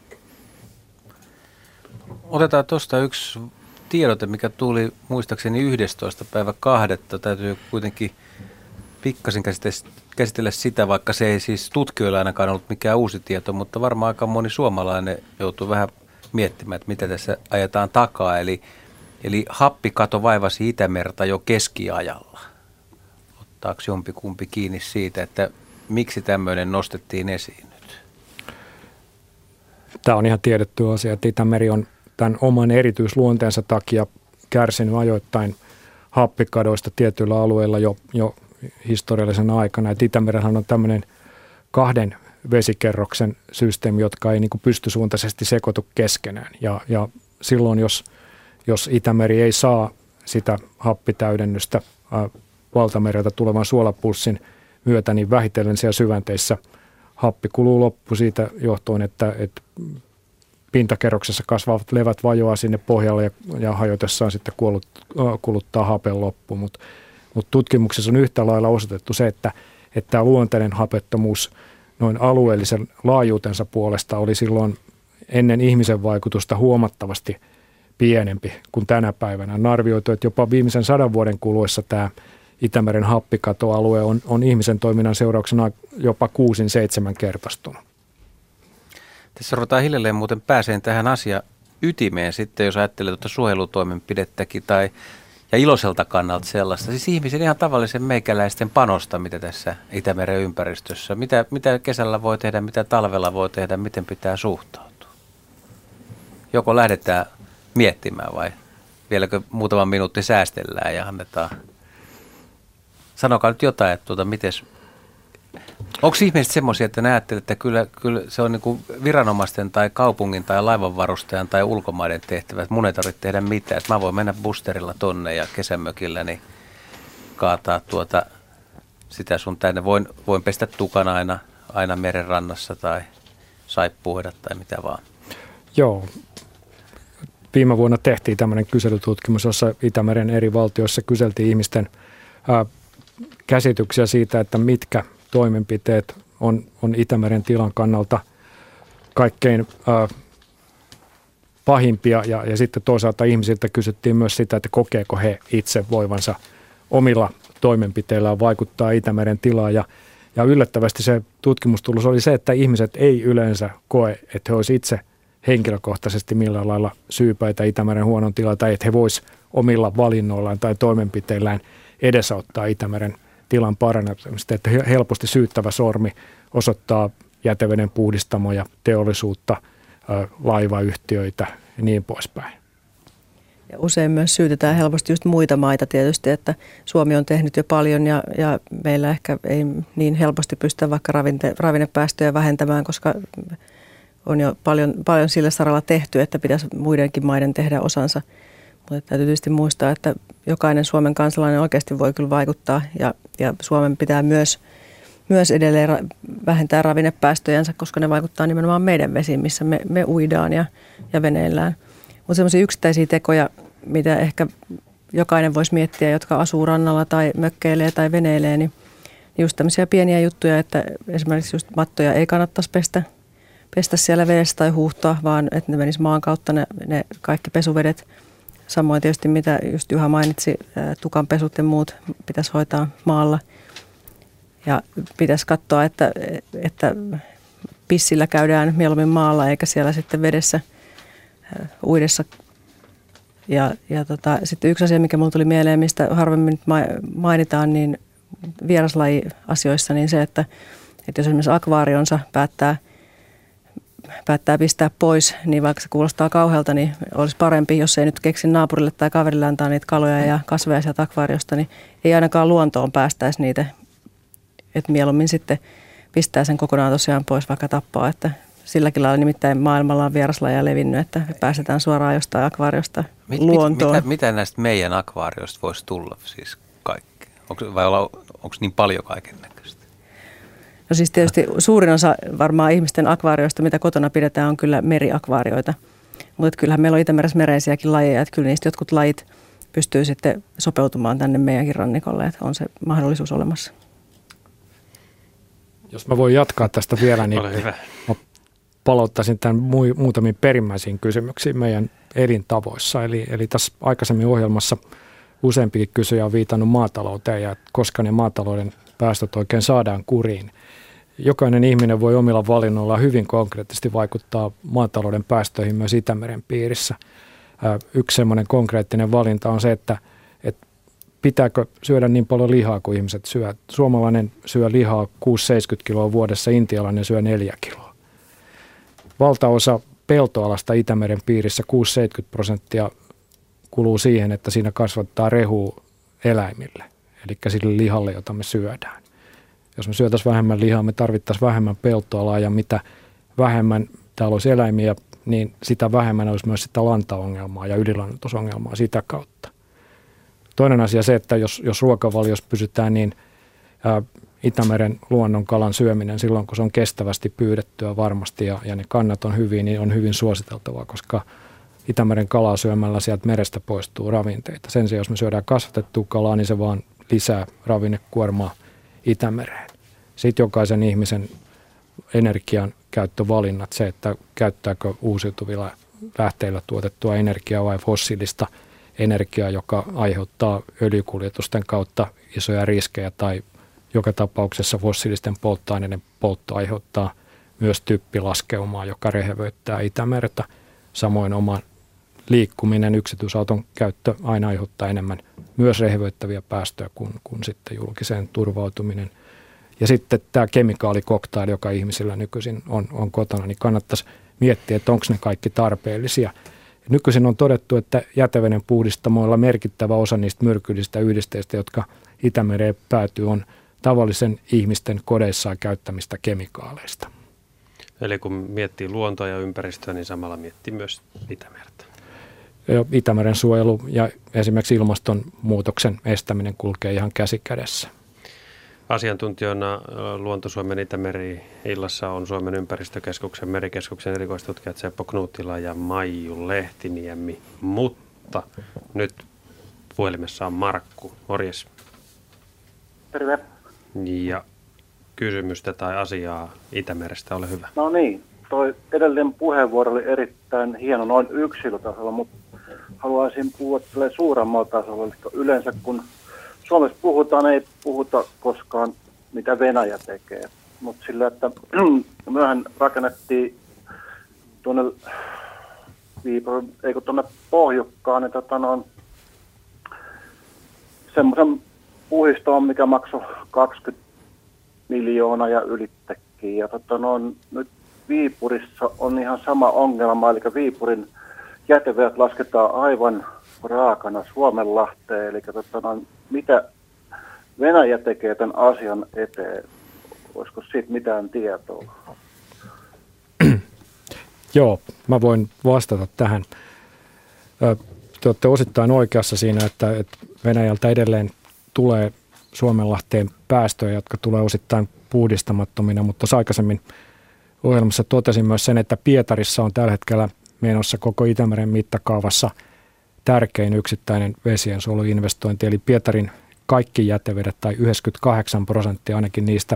Otetaan tuosta yksi tiedote, mikä tuli muistaakseni 11.2. Täytyy kuitenkin pikkasen käsitellä sitä, vaikka se ei siis tutkijoilla ainakaan ollut mikään uusi tieto, mutta varmaan aika moni suomalainen joutuu vähän miettimään, että mitä tässä ajetaan takaa. Eli happikato vaivasi Itämerta jo keskiajalla. Ottaako jompikumpi kiinni siitä, että miksi tämmöinen nostettiin esiin nyt? Tämä on ihan tiedetty asia, että Itämeri on tämän oman erityisluonteensa takia kärsinyt ajoittain happikadoista tietyillä alueilla jo historiallisen aikana. Että Itämerellähän on tämmöinen 2 vesikerroksen systeemi, jotka ei niin kuin pystysuuntaisesti sekoitu keskenään. Ja silloin, jos Itämeri ei saa sitä happitäydennystä valtamereltä tulevan suolapulssin myötä, niin vähitellen siellä syvänteissä happi kuluu loppu siitä johtuen, että pintakerroksessa kasvavat levät vajoaa sinne pohjalle ja hajotessaan sitten kuluttaa hapen loppuun. Mutta tutkimuksessa on yhtä lailla osoitettu se, että tämä luontainen hapettomuus noin alueellisen laajuutensa puolesta oli silloin ennen ihmisen vaikutusta huomattavasti pienempi kuin tänä päivänä. On arvioitu, että jopa viimeisen 100 vuoden kuluessa tämä Itämeren happikatoalue on ihmisen toiminnan seurauksena jopa 6-7-kertaistunut. Tässä ruvetaan hiljalleen muuten pääseen tähän asian ytimeen sitten, jos ajattelee tuota suojelutoimenpidettäkin ja iloiselta kannalta sellaista. Siis ihmisen ihan tavallisen meikäläisten panosta, mitä tässä Itämeren ympäristössä, mitä kesällä voi tehdä, mitä talvella voi tehdä, miten pitää suhtautua. Joko lähdetään miettimään vai vieläkö muutama minuutti säästellään ja annetaan. Sanokaa nyt jotain, että mites. Onko ihmiset semmoisia, että ne ajattelee, että kyllä se on niin kuin viranomaisten tai kaupungin tai laivanvarustajan tai ulkomaiden tehtävä, että mun ei tarvitse tehdä mitään. Että mä voin mennä boosterilla tonne ja kesämökillä niin kaataa sitä sun tänne. Voin pestä tukana aina meren rannassa tai saippuoida tai mitä vaan. Joo. Viime vuonna tehtiin tämmöinen kyselytutkimus, jossa Itämeren eri valtioissa kyseltiin ihmisten käsityksiä siitä, että mitkä toimenpiteet on Itämeren tilan kannalta kaikkein pahimpia ja sitten toisaalta ihmisiltä kysyttiin myös sitä, että kokeeko he itse voivansa omilla toimenpiteillään vaikuttaa Itämeren tilaan ja yllättävästi se tutkimustulos oli se, että ihmiset ei yleensä koe, että he olisivat itse henkilökohtaisesti millään lailla syypäitä Itämeren huonon tilaan tai että he vois omilla valinnoillaan tai toimenpiteillään edesauttaa Itämeren tilan parantamista, että helposti syyttävä sormi osoittaa jäteveden puhdistamoja, teollisuutta, laivayhtiöitä ja niin poispäin. Ja usein myös syytetään helposti just muita maita tietysti, että Suomi on tehnyt jo paljon ja meillä ehkä ei niin helposti pystytä vaikka ravinnepäästöjä vähentämään, koska on jo paljon sillä saralla tehty, että pitäisi muidenkin maiden tehdä osansa. Mutta täytyy tietysti muistaa, että jokainen Suomen kansalainen oikeasti voi kyllä vaikuttaa ja Suomen pitää myös edelleen vähentää ravinnepäästöjänsä, koska ne vaikuttaa nimenomaan meidän vesiin, missä me uidaan ja veneillään. Mutta sellaisia yksittäisiä tekoja, mitä ehkä jokainen voisi miettiä, jotka asuu rannalla tai mökkeilee tai veneilee, niin just tämmöisiä pieniä juttuja, että esimerkiksi just mattoja ei kannattaisi pestä siellä vedessä tai huuhtoa, vaan että ne menis maan kautta ne kaikki pesuvedet. Samoin tietysti, mitä just Juha mainitsi, tukanpesut ja muut pitäisi hoitaa maalla. Ja pitäisi katsoa, että pissillä käydään mieluummin maalla eikä siellä sitten vedessä uidessa. Ja sitten yksi asia, mikä minulle tuli mieleen, mistä harvemmin mainitaan, niin vieraslaji-asioissa, niin se, että jos esimerkiksi akvaarionsa päättää pistää pois, niin vaikka se kuulostaa kauhealta, niin olisi parempi, jos ei nyt keksi naapurille tai kaverille antaa niitä kaloja ja kasveja sieltä akvaariosta, niin ei ainakaan luontoon päästäisi niitä. Että mieluummin sitten pistää sen kokonaan tosiaan pois, vaikka tappaa, että silläkin lailla nimittäin maailmalla on vieraslajeja levinnyt, että päästetään suoraan jostain akvaariosta luontoon. Mitä näistä meidän akvaarioista voisi tulla siis kaikki? Onko niin paljon kaikennäköistä? No siis tietysti suurin osa varmaan ihmisten akvaarioista, mitä kotona pidetään, on kyllä meriakvaarioita. Mutta kyllähän meillä on Itämeressä mereisiäkin lajeja, että kyllä niistä jotkut lajit pystyy sitten sopeutumaan tänne meidänkin rannikolle, että on se mahdollisuus olemassa. Jos mä voin jatkaa tästä vielä, niin mä palauttaisin tämän muutamiin perimmäisiin kysymyksiin meidän elintavoissa. Eli tässä aikaisemmin ohjelmassa useampikin kysyjä on viitannut maatalouteen ja koska ne maatalouden päästöt oikein saadaan kuriin. Jokainen ihminen voi omilla valinnoillaan hyvin konkreettisesti vaikuttaa maatalouden päästöihin myös Itämeren piirissä. Yksi semmoinen konkreettinen valinta on se, että pitääkö syödä niin paljon lihaa kuin ihmiset syö. Suomalainen syö lihaa 6-70 kiloa vuodessa, intialainen syö 4 kiloa. Valtaosa peltoalasta Itämeren piirissä, 6-70%, kuluu siihen, että siinä kasvattaa rehua eläimille, eli sille lihalle, jota me syödään. Jos me syötäisiin vähemmän lihaa, me tarvittaisiin vähemmän peltoalaa ja mitä vähemmän täällä olisi eläimiä, niin sitä vähemmän olisi myös sitä lantaongelmaa ja ylilannoitusongelmaa sitä kautta. Toinen asia se, että jos ruokavaliossa pysytään, niin Itämeren luonnonkalan syöminen silloin, kun se on kestävästi pyydettyä varmasti ja ne kannat on hyviä, niin on hyvin suositeltavaa, koska Itämeren kalaa syömällä sieltä merestä poistuu ravinteita. Sen sijaan, jos me syödään kasvatettua kalaa, niin se vaan lisää ravinnekuormaa Itämereen. Sitten jokaisen ihmisen energian käyttövalinnat, se, että käyttääkö uusiutuvilla lähteillä tuotettua energiaa vai fossiilista energiaa, joka aiheuttaa öljykuljetusten kautta isoja riskejä tai joka tapauksessa fossiilisten polttoaineiden poltto aiheuttaa myös typpilaskeumaa, joka rehevöittää Itämerta. Samoin oma liikkuminen, yksityisauton käyttö aina aiheuttaa enemmän myös rehevöittäviä päästöjä kuin sitten julkiseen turvautuminen. Ja sitten tämä kemikaalikoktaili, joka ihmisillä nykyisin on kotona, niin kannattaisi miettiä, että onko ne kaikki tarpeellisia. Nykyisin on todettu, että jäteveden puhdistamoilla merkittävä osa niistä myrkyllisistä yhdisteistä, jotka Itämereen päätyy, on tavallisen ihmisten kodeissaan käyttämistä kemikaaleista. Eli kun miettii luontoa ja ympäristöä, niin samalla miettii myös Itämerta. Itämeren suojelu ja esimerkiksi ilmastonmuutoksen estäminen kulkee ihan käsi kädessä. Asiantuntijana Luonto-Suomen Itämeri-illassa on Suomen ympäristökeskuksen merikeskuksen erikoistutkijat Seppo Knuuttila ja Maiju Lehtiniemi. Mutta nyt puhelimessa on Markku. Morjes. Terve. Ja kysymystä tai asiaa Itämerestä, ole hyvä. No niin, toi edellinen puheenvuoro oli erittäin hieno noin yksilötasolla, mutta haluaisin puhua suuremmalla tasolla. Eli yleensä kun Suomessa puhutaan, ei puhuta koskaan mitä Venäjä tekee, mutta sillä, että myöhän rakennettiin tuonne Pohjukkaan, niin semmoisen puhistoon, mikä maksoi 20 miljoonaa ja ylittekin. Ja nyt Viipurissa on ihan sama ongelma, eli Viipurin jätevedet lasketaan aivan raakana Suomenlahteen, eli mitä Venäjä tekee tämän asian eteen? Olisiko siitä mitään tietoa? Joo, mä voin vastata tähän. Te olette osittain oikeassa siinä, että Venäjältä edelleen tulee Suomenlahteen päästöjä, jotka tulee osittain puhdistamattomina, mutta tuossa aikaisemmin ohjelmassa totesin myös sen, että Pietarissa on tällä hetkellä menossa koko Itämeren mittakaavassa tärkein yksittäinen vesiensuojeluinvestointi, eli Pietarin kaikki jätevedet tai 98% ainakin niistä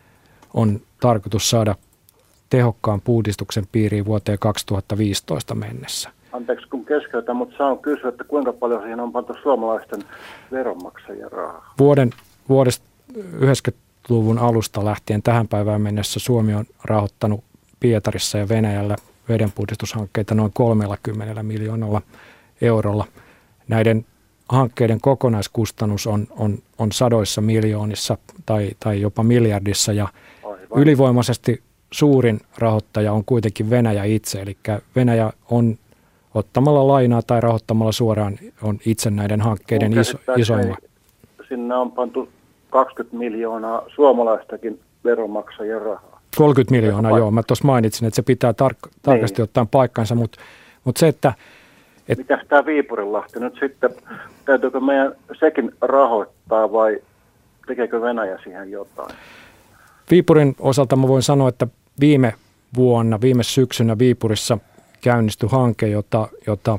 on tarkoitus saada tehokkaan puhdistuksen piiriin vuoteen 2015 mennessä. Anteeksi kun keskeytän, mutta saan kysyä, että kuinka paljon siihen on pantu suomalaisten veronmaksajien rahaa? Vuodesta 90-luvun alusta lähtien tähän päivään mennessä Suomi on rahoittanut Pietarissa ja Venäjällä vedenpuhdistushankkeita noin 30 miljoonalla eurolla. Näiden hankkeiden kokonaiskustannus on sadoissa miljoonissa tai jopa miljardissa ja ylivoimaisesti suurin rahoittaja on kuitenkin Venäjä itse, eli Venäjä on ottamalla lainaa tai rahoittamalla suoraan on itse näiden hankkeiden isoimmat. Sinne on pantu 20 miljoonaa suomalaistakin veronmaksajien rahaa. 30 miljoonaa, joo. Mä tuossa mainitsin, että se pitää tarkasti ottaa paikkansa, mutta se, että mikäs tämä Viipurinlahti nyt sitten, täytyykö meidän sekin rahoittaa vai tekeekö Venäjä siihen jotain? Viipurin osalta mä voin sanoa, että viime syksynä Viipurissa käynnistyi hanke, jota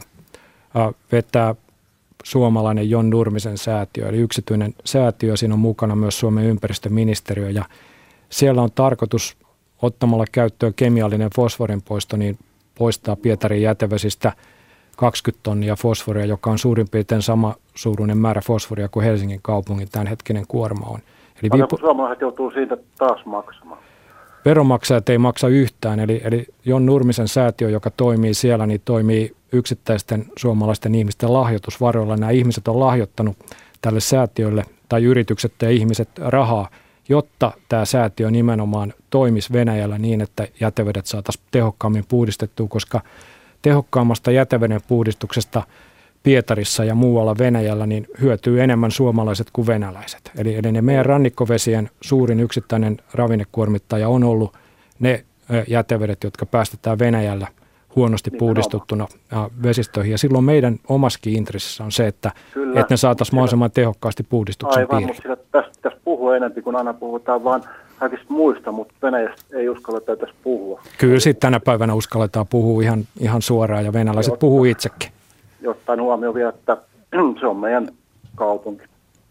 vetää suomalainen Jon Nurmisen säätiö, eli yksityinen säätiö. Siinä on mukana myös Suomen ympäristöministeriö ja siellä on tarkoitus ottamalla käyttöön kemiallinen fosforin poisto, niin poistaa Pietarin jätevesistä 20 tonnia fosforia, joka on suurin piirtein sama suuruinen määrä fosforia kuin Helsingin kaupungin tämänhetkinen kuorma on. Eli suomalaiset joutuu siitä taas maksamaan? Veronmaksajat ei maksa yhtään, eli Jon Nurmisen säätiö, joka toimii siellä, niin toimii yksittäisten suomalaisten ihmisten lahjoitusvaroilla. Nämä ihmiset on lahjoittanut tälle säätiölle tai yritykset ja ihmiset rahaa, jotta tämä säätiö nimenomaan toimisi Venäjällä niin, että jätevedet saataisiin tehokkaammin puhdistettua, koska tehokkaammasta jäteveden puhdistuksesta Pietarissa ja muualla Venäjällä niin hyötyy enemmän suomalaiset kuin venäläiset. Eli ne meidän rannikkovesien suurin yksittäinen ravinnekuormittaja on ollut ne jätevedet, jotka päästetään Venäjällä huonosti puhdistuttuna vesistöihin. Ja silloin meidän omaskin intressissä on se, että ne saataisiin mahdollisimman tehokkaasti puhdistuksen piiriin. Aivan, mutta tästä pitäisi puhua enemmän, kun aina puhutaan vaan kaikista muista, mutta Venäjästä ei uskalleta tässä puhua. Kyllä sitten tänä päivänä uskalletaan puhua ihan suoraan ja venäläiset puhuu itsekin. Jotain huomioon vielä, että se on meidän kaupunki.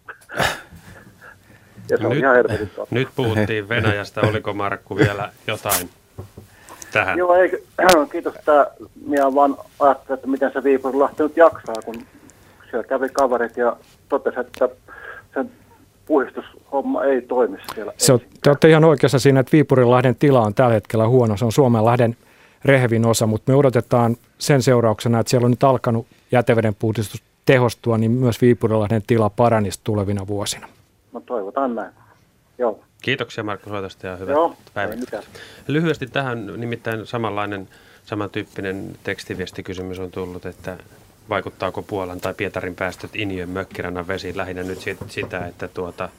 Ja se on ihan hervetyttävää. Nyt puhuttiin Venäjästä. Oliko Markku vielä jotain tähän? Joo, kiitos. Minä vaan ajattelin, että miten se Viipurinlahti nyt jaksaa, kun siellä kävi kaverit ja totesi, että sen puhdistushomma ei toimi siellä. Te olette ihan oikeassa siinä, että Viipurinlahden tila on tällä hetkellä huono. Se on Suomenlahden rehevin osa, mutta me odotetaan sen seurauksena, että siellä on nyt alkanut jäteveden puhdistus tehostua, niin myös Viipurinlahden tila paranisi tulevina vuosina. No toivotaan näin. Joo. Kiitoksia Markku soitosta ja hyvää päivää. Lyhyesti tähän nimittäin samantyyppinen tekstiviestikysymys on tullut, että vaikuttaako Puolan tai Pietarin päästöt Iniön mökkirannan vesiin lähinnä nyt sitä, että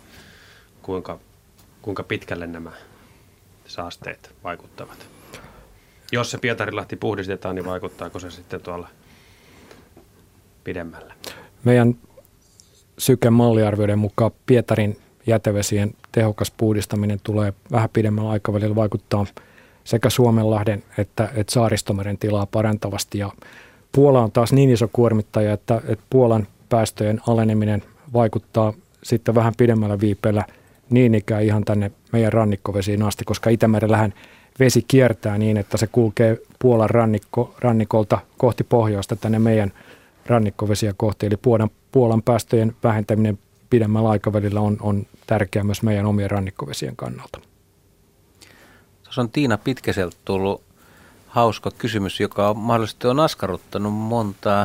kuinka pitkälle nämä saasteet vaikuttavat. Jos se Pietarinlahti puhdistetaan, niin vaikuttaako se sitten tuolla pidemmällä? Meidän Syken malliarvioiden mukaan Pietarin jätevesien tehokas puhdistaminen tulee vähän pidemmällä aikavälillä vaikuttaa sekä Suomenlahden että Saaristomeren tilaa parantavasti. Ja Puola on taas niin iso kuormittaja, että Puolan päästöjen aleneminen vaikuttaa sitten vähän pidemmällä viipeellä niin ikään ihan tänne meidän rannikkovesiin asti, koska Itämerellähän vesi kiertää niin, että se kulkee Puolan rannikolta kohti pohjoista tänne meidän rannikkovesiä kohti. Eli Puolan päästöjen vähentäminen pidemmällä aikavälillä on tärkeää myös meidän omien rannikkovesien kannalta. Tuossa on Tiina Pitkäseltä tullut hauska kysymys, joka mahdollisesti on askarruttanut montaa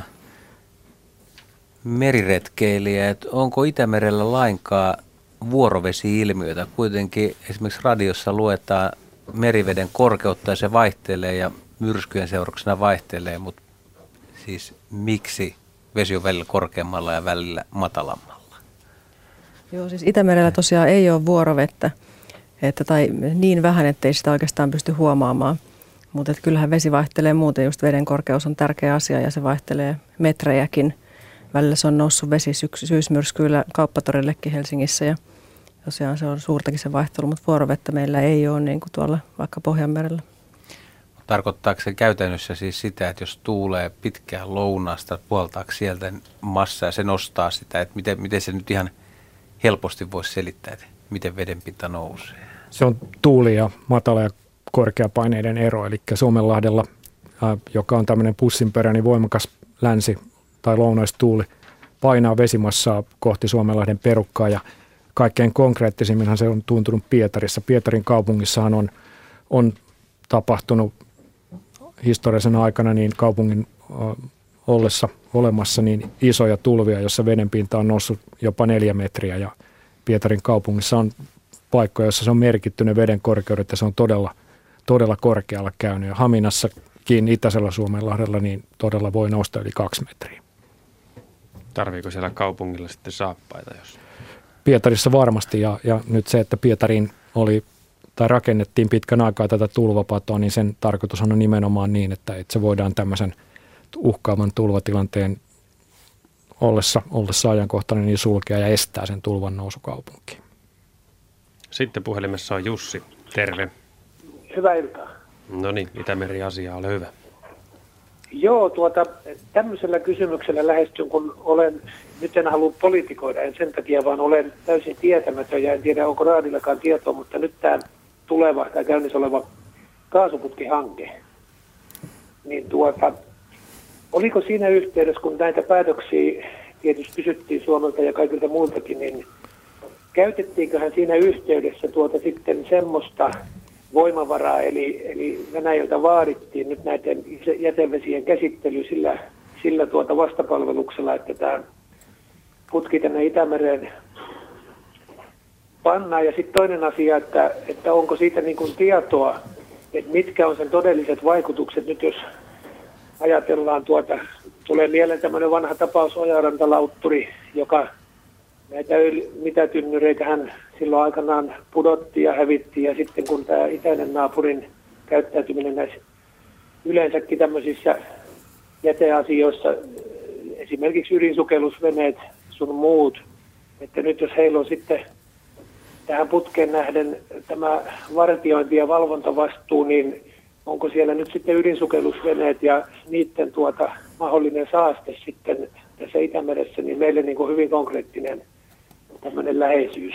meriretkeilijää. Että onko Itämerellä lainkaan vuorovesi-ilmiötä? Kuitenkin esimerkiksi radiossa luetaan meriveden korkeutta ja se vaihtelee ja myrskyjen seurauksena vaihtelee, mutta siis miksi vesi on välillä korkeammalla ja välillä matalammalla? Joo, siis Itämerellä tosiaan ei ole vuorovettä, tai niin vähän, ettei sitä oikeastaan pysty huomaamaan. Mutta kyllähän vesi vaihtelee muuten, just veden korkeus on tärkeä asia ja se vaihtelee metrejäkin. Välillä se on noussut vesi syysmyrskyillä Kauppatorillekin Helsingissä ja tosiaan se on suurtakin se vaihtelu, mutta vuorovettä meillä ei ole niin kuin tuolla vaikka Pohjanmerellä. Tarkoittaako se käytännössä siis sitä, että jos tuulee pitkään lounaasta, puoltaako sieltä massa ja se nostaa sitä, että miten se nyt ihan helposti voisi selittää, että miten vedenpinta nousee? Se on tuuli ja matala ja korkeapaineiden ero, eli Suomenlahdella, joka on tämmöinen pussinperäinen voimakas länsi- tai lounaistuuli, painaa vesimassaa kohti Suomenlahden perukkaa ja kaikkein konkreettisimminhan se on tuntunut Pietarissa. Pietarin kaupungissahan on tapahtunut historiallisena aikana niin kaupungin ollessa olemassa niin isoja tulvia, jossa vedenpinta on noussut jopa 4 metriä ja Pietarin kaupungissa on paikkoja, joissa se on merkitty ne veden korkeudet ja se on todella korkealla käynyt. Ja Haminassakin itäisellä Suomenlahdella niin todella voi nousta yli 2 metriä. Tarviiko siellä kaupungilla sitten saappaita? Pietarissa varmasti ja nyt se, että Pietariin rakennettiin pitkän aikaa tätä tulvapatoa, niin sen tarkoitus on nimenomaan niin, että se voidaan tämmöisen uhkaavan tulvatilanteen ollessa ajankohtainen niin sulkea ja estää sen tulvan nousu kaupunkiin. Sitten puhelimessa on Jussi. Terve. Hyvää iltaa. No niin, Itämeri-asia, ole hyvä. Joo, tämmöisellä kysymyksellä lähestyn, kun nyt en halua politikoida, en sen takia, vaan olen täysin tietämätön ja en tiedä, onko raadillakaan tietoa, mutta nyt tämä tuleva tai käynnissä oleva kaasuputkihanke, niin oliko siinä yhteydessä, kun näitä päätöksiä tietysti kysyttiin Suomelta ja kaikilta muiltakin, niin käytettiinköhän siinä yhteydessä sitten semmoista voimavaraa, eli Venäjältä vaadittiin nyt näiden jätevesien käsittely sillä vastapalveluksella, että tämä putki tänne Itämereen pannaan. Ja sitten toinen asia, että onko siitä niin kuin tietoa, että mitkä on sen todelliset vaikutukset nyt, jos ajatellaan tulee mieleen tämmöinen vanha tapaus Ojarantalautturi, joka näitä mitätynnyreitä hän silloin aikanaan pudotti ja hävitti, ja sitten kun tämä itäinen naapurin käyttäytyminen näissä yleensäkin tämmöisissä jäteasioissa, esimerkiksi ydinsukellusveneet sun muut, että nyt jos heillä on sitten tähän putkeen nähden tämä vartiointi- ja valvontavastuu, niin onko siellä nyt sitten ydinsukellusveneet ja niiden mahdollinen saaste sitten tässä Itämeressä, niin meille niin kuin hyvin konkreettinen tämmöinen läheisyys.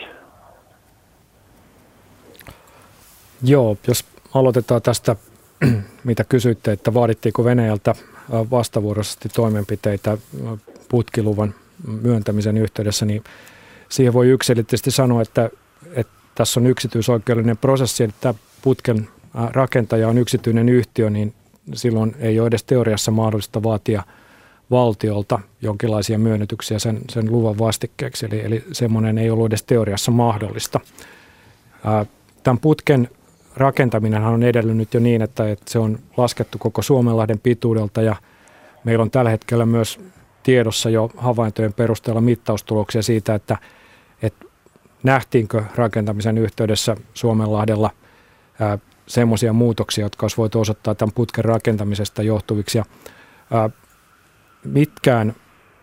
Joo, jos aloitetaan tästä, mitä kysyitte, että vaadittiinko Venäjältä vastavuoroisesti toimenpiteitä putkiluvan myöntämisen yhteydessä, niin siihen voi yksilöllisesti sanoa, että tässä on yksityisoikeudellinen prosessi, että putken rakentaja on yksityinen yhtiö, niin silloin ei ole edes teoriassa mahdollista vaatia valtiolta jonkinlaisia myönnytyksiä sen luvan vastikkeeksi, eli semmoinen ei ollut edes teoriassa mahdollista. Tämän putken rakentaminen on edellynyt jo niin, että se on laskettu koko Suomenlahden pituudelta ja meillä on tällä hetkellä myös tiedossa jo havaintojen perusteella mittaustuloksia siitä, että nähtiinkö rakentamisen yhteydessä Suomenlahdella semmoisia muutoksia, jotka olisi voitu osoittaa tämän putken rakentamisesta johtuviksi. Ja mitkään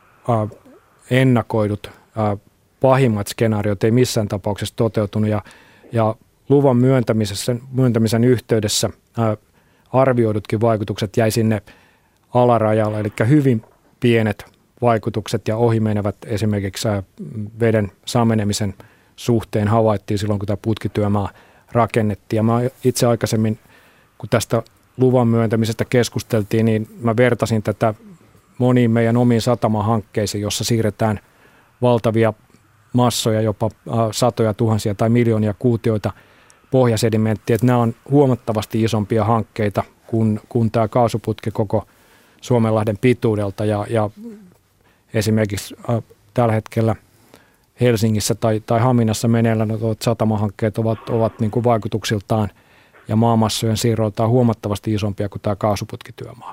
ennakoidut pahimmat skenaariot ei missään tapauksessa toteutunut ja luvan myöntämisen yhteydessä arvioidutkin vaikutukset jäi sinne alarajalle, eli hyvin pienet vaikutukset ja ohimenevät esimerkiksi veden samenemisen suhteen havaittiin silloin, kun tämä putkityömaa rakennettiin. Ja mä itse aikaisemmin, kun tästä luvan myöntämisestä keskusteltiin, niin mä vertasin tätä moniin meidän omiin satamahankkeisiin, jossa siirretään valtavia massoja, jopa satoja tuhansia tai miljoonia kuutioita pohjasedimenttiä. Että nämä on huomattavasti isompia hankkeita kuin tämä kaasuputki koko Suomenlahden pituudelta ja esimerkiksi tällä hetkellä Helsingissä tai Haminassa meneillään satamahankkeet ovat niin kuin vaikutuksiltaan ja maamassojen siirroiltaan huomattavasti isompia kuin tämä kaasuputkityömaa.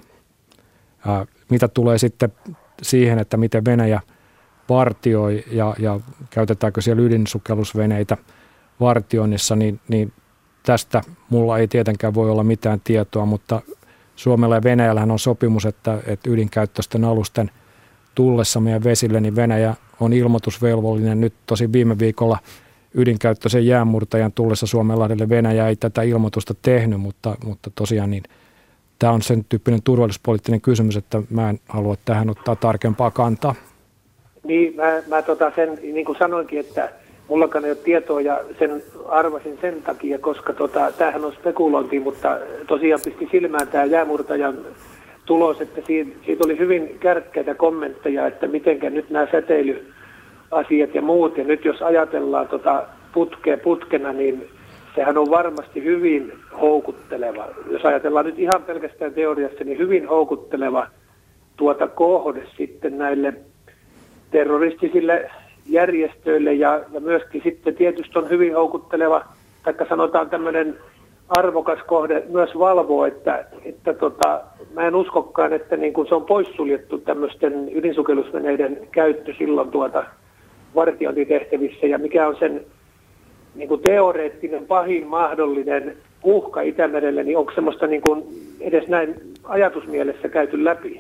Mitä tulee sitten siihen, että miten Venäjä vartioi ja käytetäänkö siellä ydinsukellusveneitä vartioinnissa, niin tästä mulla ei tietenkään voi olla mitään tietoa, mutta Suomella ja Venäjällähän on sopimus, että ydinkäyttöisten alusten tullessa meidän vesille, niin Venäjä on ilmoitusvelvollinen. Nyt tosi viime viikolla ydinkäyttöisen jäänmurtajan tullessa Suomenlahdelle Venäjä ei tätä ilmoitusta tehnyt, mutta tosiaan niin tämä on sen tyyppinen turvallisuuspoliittinen kysymys, että mä en halua tähän ottaa tarkempaa kantaa. Niin, mä sen niin kuin sanoinkin, että mullakaan ei ole tietoa ja sen arvasin sen takia, koska tämähän on spekulointi, mutta tosiaan pisti silmään tämä jäämurtajan tulos, että siitä oli hyvin kärkkäitä kommentteja, että mitenkä nyt nämä säteilyasiat ja muut, ja nyt jos ajatellaan putkena, niin sehän on varmasti hyvin houkutteleva. Jos ajatellaan nyt ihan pelkästään teoriassa, niin hyvin houkutteleva kohde sitten näille terroristisille järjestöille ja myöskin sitten tietysti on hyvin houkutteleva, taikka sanotaan tämmöinen arvokas kohde myös valvoa, että mä en uskokaan, että niin kuin se on poissuljettu tämmöisten ydinsukellusveneiden käyttö silloin vartiointitehtävissä ja mikä on sen niin kuin teoreettinen pahin mahdollinen uhka Itämerelle, niin onko semmoista niin kuin edes näin ajatusmielessä käyty läpi?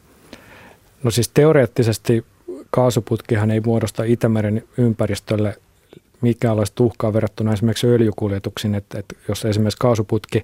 No siis teoreettisesti kaasuputkihan ei muodosta Itämeren ympäristölle minkäänlaista uhkaa verrattuna esimerkiksi öljykuljetuksiin, että jos esimerkiksi kaasuputki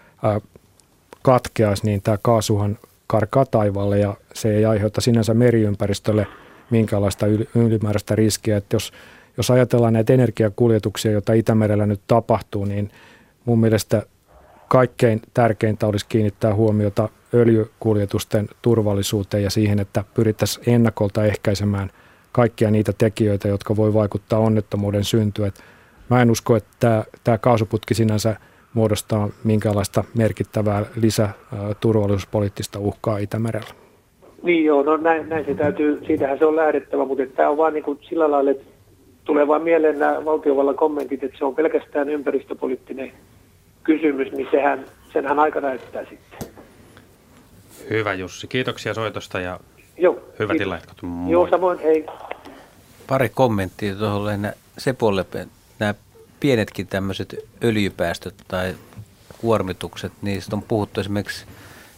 katkeaisi, niin tämä kaasuhan karkaa taivaalle ja se ei aiheuta sinänsä meriympäristölle minkäänlaista ylimääräistä riskiä. Että jos ajatellaan näitä energiakuljetuksia, joita Itämerellä nyt tapahtuu, niin mun mielestä kaikkein tärkeintä olisi kiinnittää huomiota öljykuljetusten turvallisuuteen ja siihen, että pyrittäisiin ennakolta ehkäisemään kaikkia niitä tekijöitä, jotka voi vaikuttaa onnettomuuden syntyyn. Mä en usko, että tämä kaasuputki sinänsä muodostaa minkäänlaista merkittävää lisäturvallisuuspoliittista uhkaa Itämerellä. Niin joo, no näin se täytyy, siitähän se on lähdettävä, mutta tämä on vaan niin kuin sillä lailla, että tulee vaan mieleen nämä valtiovallan kommentit, että se on pelkästään ympäristöpoliittinen kysymys, niin senhän aika näyttää sitten. Hyvä Jussi, kiitoksia soitosta ja hyvät illanjatkot. Joo, samoin, hei. Pari kommenttia tuohon Sepolle. Nämä pienetkin tämmöiset öljypäästöt tai kuormitukset, niistä on puhuttu esimerkiksi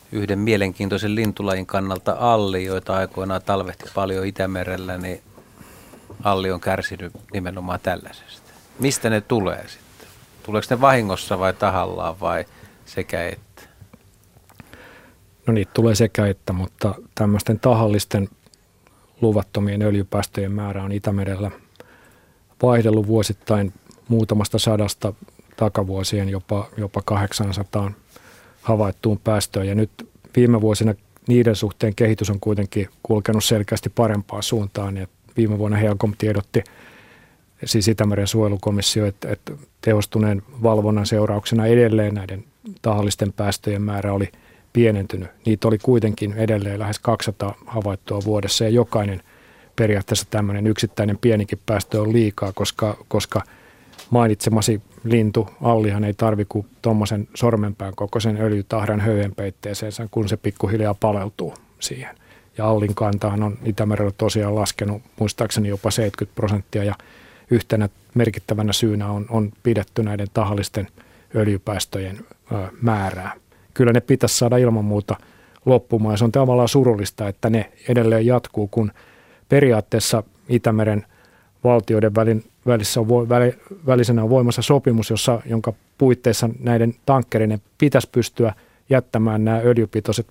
yhden mielenkiintoisen lintulajin kannalta alli, joita aikoinaan talvehti paljon Itämerellä, niin alli on kärsinyt nimenomaan tällaisesta. Mistä ne tulee sitten? Tuleeko ne vahingossa vai tahallaan vai sekä että? No niitä tulee sekä että, mutta tämmöisten tahallisten luvattomien öljypäästöjen määrä on Itämerellä vaihdellut vuosittain muutamasta sadasta takavuosien jopa 800 havaittuun päästöön. Ja nyt viime vuosina niiden suhteen kehitys on kuitenkin kulkenut selkeästi parempaan suuntaan. Ja viime vuonna HELCOM tiedotti, siis Itämeren suojelukomissio, että tehostuneen valvonnan seurauksena edelleen näiden tahallisten päästöjen määrä oli pienentynyt. Niitä oli kuitenkin edelleen lähes 200 havaittua vuodessa ja jokainen periaatteessa tämmöinen yksittäinen pienikin päästö on liikaa, koska mainitsemasi lintu, allihan ei tarvi kuin tuommoisen sormenpään kokoisen öljytahran höyhenpeitteeseensä, kun se pikkuhiljaa paleltuu siihen. Ja allin kantahan on Itämerellä tosiaan laskenut muistaakseni jopa 70% ja yhtenä merkittävänä syynä on pidetty näiden tahallisten öljypäästöjen määrää. Kyllä ne pitäisi saada ilman muuta loppumaan ja se on tavallaan surullista, että ne edelleen jatkuu, kun periaatteessa Itämeren valtioiden välisenä on voimassa sopimus, jonka puitteissa näiden tankkereiden pitäisi pystyä jättämään nämä öljypitoiset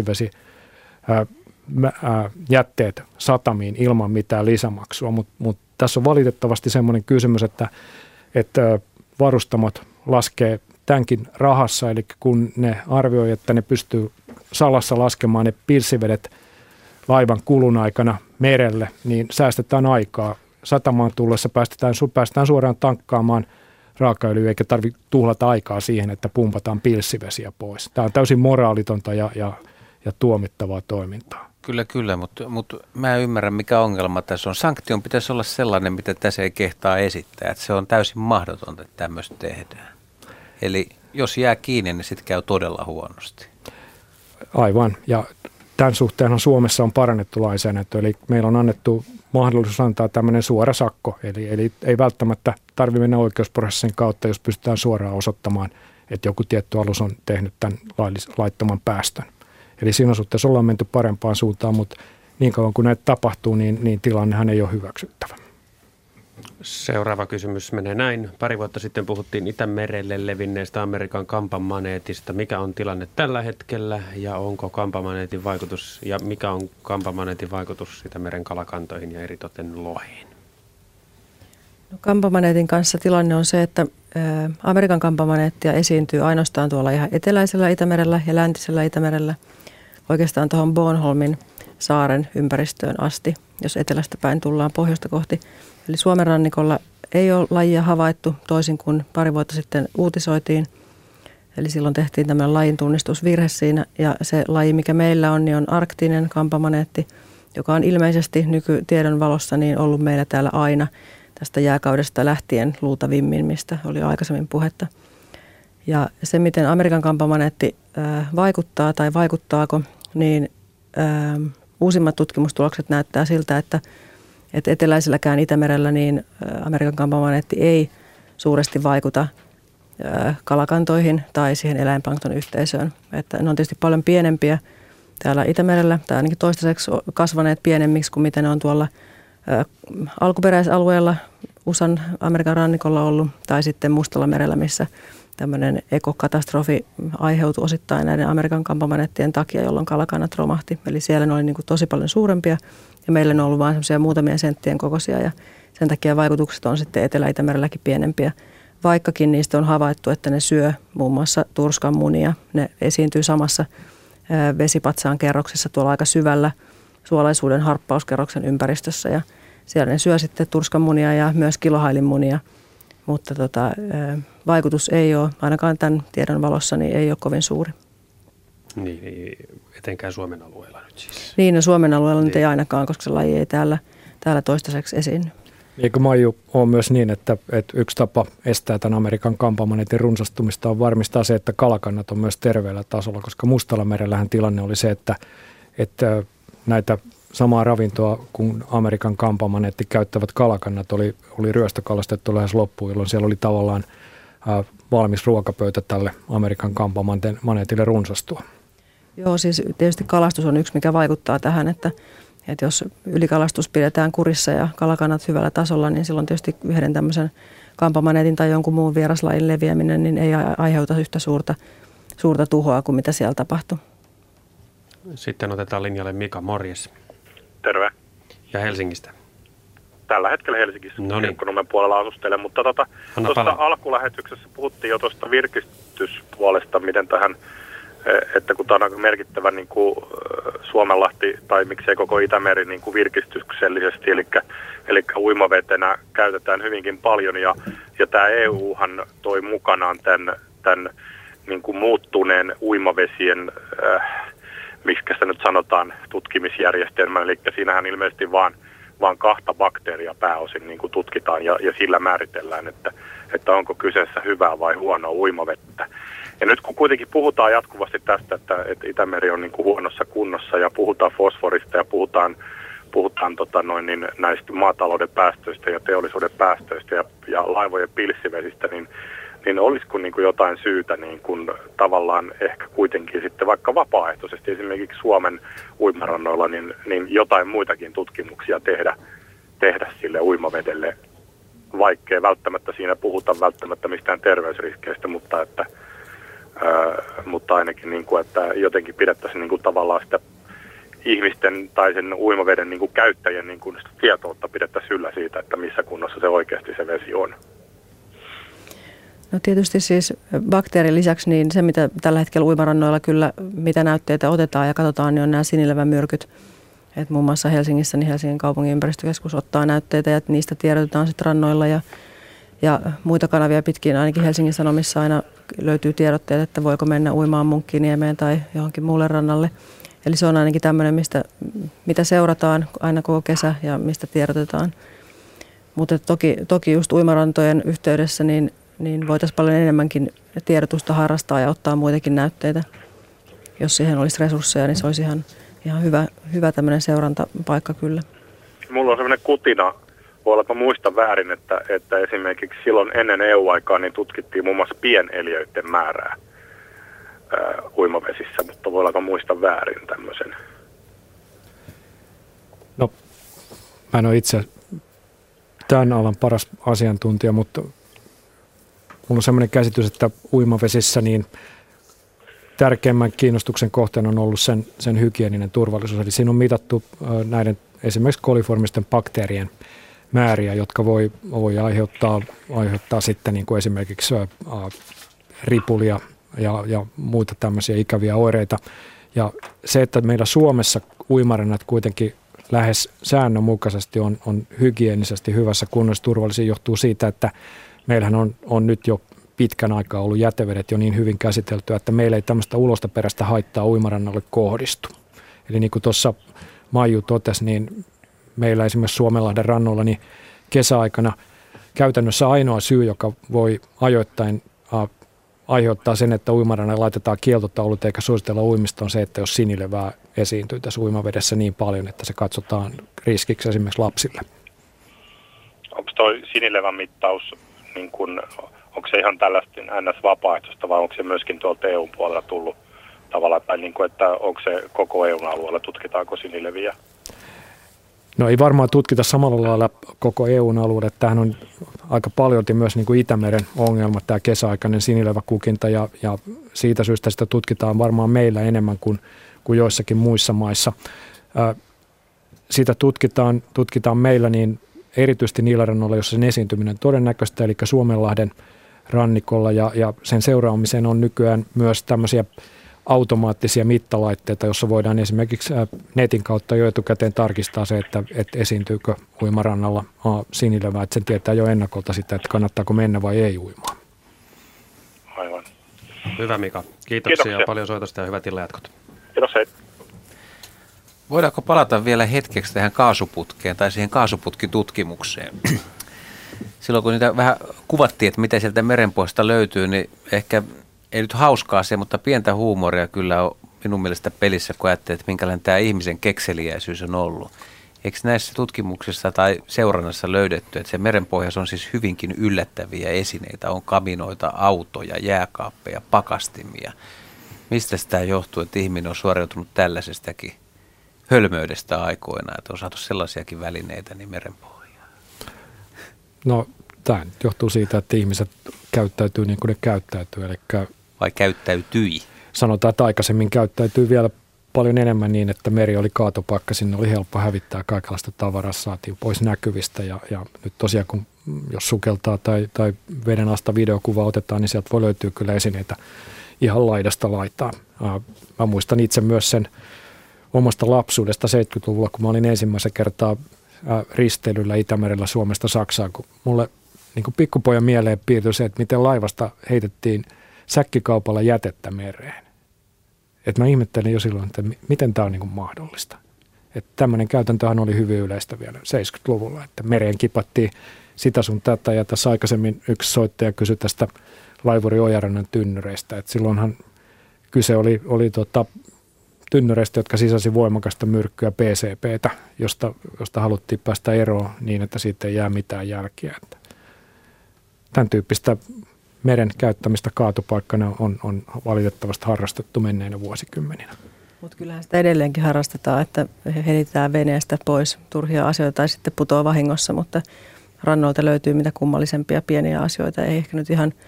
pilsivesijätteet satamiin ilman mitään lisämaksua. Mutta tässä on valitettavasti semmoinen kysymys, että varustamot laskee tämänkin rahassa, eli kun ne arvioi, että ne pystyy salassa laskemaan ne pilsivedet laivan kulun aikana merelle, niin säästetään aikaa. Satamaan tullessa päästään suoraan tankkaamaan raakaöljyä, eikä tarvitse tuhlata aikaa siihen, että pumpataan pilssivesiä pois. Tämä on täysin moraalitonta ja tuomittavaa toimintaa. Kyllä, mutta mä ymmärrän, mikä ongelma tässä on. Sanktion pitäisi olla sellainen, mitä tässä ei kehtaa esittää. Että se on täysin mahdotonta, että tämmöistä tehdään. Eli jos jää kiinni, niin sitten käy todella huonosti. Aivan, ja tämän suhteenhan Suomessa on parannettu lainsäädäntö, eli meillä on annettu mahdollisuus antaa tämmöinen suora sakko, eli ei välttämättä tarvitse mennä oikeusprosessin kautta, jos pystytään suoraan osoittamaan, että joku tietty alus on tehnyt tämän laittoman päästön. Eli siinä suhteessa ollaan menty parempaan suuntaan, mutta niin kauan kuin näitä tapahtuu, niin tilannehan ei ole hyväksyttävä. Seuraava kysymys menee näin. Pari vuotta sitten puhuttiin Itämerelle levinneestä Amerikan kampamaneetista. Mikä on tilanne tällä hetkellä ja onko kampamaneetin vaikutus ja mikä on kampamaneetin vaikutus Itämeren kalakantoihin ja eritoten loheen? No, kampamaneetin kanssa tilanne on se, että Amerikan kampamaneettia esiintyy ainoastaan tuolla ihan eteläisellä Itämerellä ja läntisellä Itämerellä. Oikeastaan tuohon Bornholmin saaren ympäristöön asti, jos etelästä päin tullaan pohjoista kohti. Eli Suomen rannikolla ei ole lajia havaittu toisin kuin pari vuotta sitten uutisoitiin. Eli silloin tehtiin tämmöinen lajin tunnistusvirhe siinä ja se laji, mikä meillä on, niin on arktinen kampamaneetti, joka on ilmeisesti nykytiedon valossa niin ollut meillä täällä aina tästä jääkaudesta lähtien luultavimmin, mistä oli aikaisemmin puhetta. Ja se, miten Amerikan kampamaneetti vaikuttaa tai vaikuttaako, niin uusimmat tutkimustulokset näyttää siltä, että eteläiselläkään Itämerellä niin Amerikan kampamaneetti ei suuresti vaikuta kalakantoihin tai siihen eläinplankton-yhteisöön. Että ne on tietysti paljon pienempiä täällä Itämerellä, tai ainakin toistaiseksi kasvaneet pienemmiksi kuin mitä ne on tuolla alkuperäisalueella USAn Amerikan rannikolla ollut, tai sitten Mustalla merellä, missä tämmöinen ekokatastrofi aiheutui osittain näiden Amerikan kampamaneettien takia, jolloin kalakannat romahti. Eli siellä ne oli niin kuin tosi paljon suurempia ja meillä ne on ollut vain semmoisia muutamia senttien kokoisia ja sen takia vaikutukset on sitten Etelä-Itämerelläkin pienempiä. Vaikkakin niistä on havaittu, että ne syö muun muassa turskan munia. Ne esiintyy samassa vesipatsaan kerroksessa tuolla aika syvällä suolaisuuden harppauskerroksen ympäristössä ja siellä ne syö sitten turskan munia ja myös kilohailin munia. Mutta vaikutus ei ole, ainakaan tämän tiedon valossa, niin ei ole kovin suuri. Niin, etenkään Suomen alueella nyt siis. Niin, no Suomen alueella nyt ei ainakaan, koska se laji ei täällä toistaiseksi esiinny. Eikö Maiju ole myös niin, että yksi tapa estää tämän Amerikan kampamaneetin runsastumista on varmistaa se, että kalakannat on myös terveellä tasolla, koska Mustalla merellähän tilanne oli se, että näitä samaa ravintoa kuin Amerikan kampamaneetti käyttävät kalakannat oli ryöstökalastettu lähes loppuun, jolloin siellä oli tavallaan valmis ruokapöytä tälle Amerikan kampamaneetille runsastua. Joo, siis tietysti kalastus on yksi, mikä vaikuttaa tähän, että jos ylikalastus pidetään kurissa ja kalakannat hyvällä tasolla, niin silloin tietysti yhden tämmöisen kampamanetin tai jonkun muun vieraslajin leviäminen niin ei aiheuta yhtä suurta tuhoa kuin mitä siellä tapahtuu. Sitten otetaan linjalle Mika, morjes. Terve. Ja Helsingistä? Tällä hetkellä Helsingissä, Kirkkonummen puolella asustelen, mutta tuossa alkulähetyksessä puhuttiin jo tuosta virkistyspuolesta, miten tähän, että kun tämä on aika merkittävä niin kuin Suomenlahti tai miksei koko Itämeri niin kuin virkistyksellisesti, eli uimavetenä käytetään hyvinkin paljon ja tämä EUhan toi mukanaan tämän niin kuin muuttuneen uimavesien miksi sitä nyt sanotaan, tutkimisjärjestelmän, eli siinähän ilmeisesti vaan 2 bakteeria pääosin niin kuin tutkitaan ja sillä määritellään, että onko kyseessä hyvää vai huonoa uimavettä. Ja nyt kun kuitenkin puhutaan jatkuvasti tästä, että Itämeri on niin kuin huonossa kunnossa ja puhutaan fosforista ja puhutaan näistä maatalouden päästöistä ja teollisuuden päästöistä ja laivojen pilssivesistä, niin olisiko niin kuin jotain syytä niin kuin tavallaan ehkä kuitenkin sitten vaikka vapaaehtoisesti esimerkiksi Suomen uimarannoilla niin jotain muitakin tutkimuksia tehdä sille uimavedelle, vaikkei välttämättä siinä puhuta välttämättä mistään terveysriskeistä, mutta ainakin niin kuin, että jotenkin pidettäisiin niin kuin tavallaan sitä ihmisten tai sen uimaveden niin kuin käyttäjien niin kuin tietoutta pidettäisiin yllä siitä, että missä kunnossa se oikeasti se vesi on. No tietysti siis bakteerin lisäksi niin se, mitä tällä hetkellä uimarannoilla kyllä, mitä näytteitä otetaan ja katsotaan, niin on nämä sinilevämyrkyt. Et muun muassa Helsingissä niin Helsingin kaupungin ympäristökeskus ottaa näytteitä ja niistä tiedotetaan sitten rannoilla ja muita kanavia pitkin. Ainakin Helsingin Sanomissa aina löytyy tiedotteet, että voiko mennä uimaan Munkkiniemeen tai johonkin muulle rannalle. Eli se on ainakin tämmöinen, mitä seurataan aina koko kesä ja mistä tiedotetaan. Mutta toki just uimarantojen yhteydessä niin voitaisiin paljon enemmänkin tiedotusta harrastaa ja ottaa muitakin näytteitä. Jos siihen olisi resursseja, niin se olisi ihan hyvä tämmöinen seurantapaikka kyllä. Mulla on sellainen kutina, voi olla, että muistan väärin, että esimerkiksi silloin ennen EU-aikaa niin tutkittiin muun muassa pieneliöiden määrää uimavesissä, mutta voi olla, että muistan väärin tämmöisen. No, mä en ole itse tämän alan paras asiantuntija, mutta mulla on sellainen käsitys, että uimavesissä niin tärkeimmän kiinnostuksen kohteena on ollut sen hygieninen turvallisuus. Eli siinä on mitattu näiden esimerkiksi koliformisten bakteerien määriä, jotka voi aiheuttaa sitten niin kuin esimerkiksi ripulia ja muita tämmöisiä ikäviä oireita. Ja se, että meillä Suomessa uimarannat kuitenkin lähes säännönmukaisesti on hygienisesti hyvässä kunnossa turvallisia, johtuu siitä, että meillähän on nyt jo pitkän aikaa ollut jätevedet jo niin hyvin käsiteltyä, että meillä ei tämmöistä ulostaperäistä haittaa uimarannalle kohdistu. Eli niin kuin tuossa Maiju totesi, niin meillä esimerkiksi Suomenlahden rannoilla niin kesäaikana käytännössä ainoa syy, joka voi ajoittain aiheuttaa sen, että uimarannalle laitetaan kieltotaulut eikä suositella uimista, on se, että jos sinilevää esiintyy tässä uimavedessä niin paljon, että se katsotaan riskiksi esimerkiksi lapsille. Onko toi sinilevän mittaus, niin kun, onko se ihan tällaista NS-vapaaehtoista vai onko se myöskin tuolta EUn puolella tullut tavallaan, tai niin kuin, että onko se koko EUn alueella, tutkitaanko sinileviä? No ei varmaan tutkita samalla lailla koko EUn alueella. Tämähän on aika paljolti myös niin kuin Itämeren ongelma, tämä kesäaikainen sinileväkukinta, ja siitä syystä sitä tutkitaan varmaan meillä enemmän kuin joissakin muissa maissa. Sitä tutkitaan meillä niin erityisesti niillä rannoilla, jossa sen esiintyminen on todennäköistä, eli Suomenlahden rannikolla, ja sen seuraamiseen on nykyään myös tämmöisiä automaattisia mittalaitteita, jossa voidaan esimerkiksi netin kautta jo etukäteen tarkistaa se, että esiintyykö uimarannalla sinilevää, että sen tietää jo ennakolta sitä, että kannattaako mennä vai ei uimaan. Aivan. Hyvä Mika. Kiitoksia. Paljon soitosta ja hyvät illanjatkot. Kiitos, hei. Voidaanko palata vielä hetkeksi tähän kaasuputkeen tai siihen kaasuputkitutkimukseen? Silloin kun niitä vähän kuvattiin, että mitä sieltä merenpohjasta löytyy, niin ehkä ei nyt hauskaa se, mutta pientä huumoria kyllä on minun mielestä pelissä, kun ajattelee, että minkälainen tämä ihmisen kekseliäisyys on ollut. Eikö näissä tutkimuksissa tai seurannassa löydetty, että se merenpohjassa on siis hyvinkin yllättäviä esineitä, on kaminoita, autoja, jääkaappeja, pakastimia. Mistä sitä johtuu, että ihminen on suoriutunut tällaisestakin hölmöydestä aikoina, että on saatu sellaisiakin välineitä niin merenpohjaan? No, tämä johtuu siitä, että ihmiset käyttäytyy niin kuin ne käyttäytyy. Vai käyttäytyi? Sanotaan, että aikaisemmin käyttäytyy vielä paljon enemmän niin, että meri oli kaatopaikka, sinne oli helppo hävittää kaikenlaista tavaraa, saatiin pois näkyvistä ja nyt tosiaan kun jos sukeltaa tai veden asta videokuva otetaan, niin sieltä voi löytyä kyllä esineitä ihan laidasta laitaan. Mä muistan itse myös sen omasta lapsuudesta 70-luvulla, kun mä olin ensimmäisen kertaa risteilyllä Itämerellä Suomesta Saksaan, kun mulle niin kuin pikkupojan mieleen piirtyi se, että miten laivasta heitettiin säkkikaupalla jätettä mereen. Et mä ihmettelin jo silloin, että miten tämä on niin kuin mahdollista. Että tämmöinen käytäntöhän oli hyvin yleistä vielä 70-luvulla, että mereen kipattiin sitä sun tätä. Ja tässä aikaisemmin yksi soittaja kysyi tästä Laivuri Ojarannan tynnyreistä. Että silloinhan kyse oli tynnyreistä, jotka sisälsi voimakasta myrkkyä PCPtä, josta haluttiin päästä eroon niin, että siitä ei jää mitään jälkiä. Että tämän tyyppistä meren käyttämistä kaatopaikkana on valitettavasti harrastettu menneinä vuosikymmeninä. Mutta kyllähän sitä edelleenkin harrastetaan, että heitetään veneestä pois turhia asioita tai sitten putoaa vahingossa, mutta rannoilta löytyy mitä kummallisempia pieniä asioita. Ei ehkä nyt ihan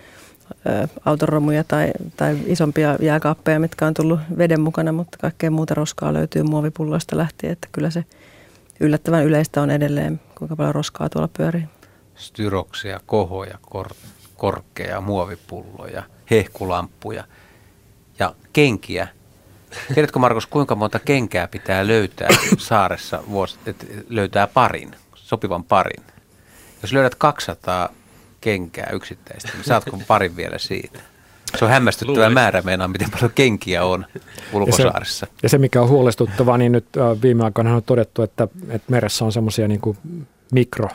autoromuja tai isompia jääkaappeja, mitkä on tullut veden mukana, mutta kaikkea muuta roskaa löytyy muovipulloista lähtien, että kyllä se yllättävän yleistä on edelleen, kuinka paljon roskaa tuolla pyörii. Styroksia, kohoja, korkkeja, muovipulloja, hehkulamppuja ja kenkiä. Tiedätkö, Markus, kuinka monta kenkää pitää löytää saaressa, että löytää parin, sopivan parin? Jos löydät 200 kenkää yksittäistä, niin saatko parin vielä siitä? Se on hämmästyttävä määrä meinaa, miten paljon kenkiä on ulkosaaressa. Ja se mikä on huolestuttavaa, niin nyt viime aikoina on todettu, että meressä on semmoisia niin kuin mikro-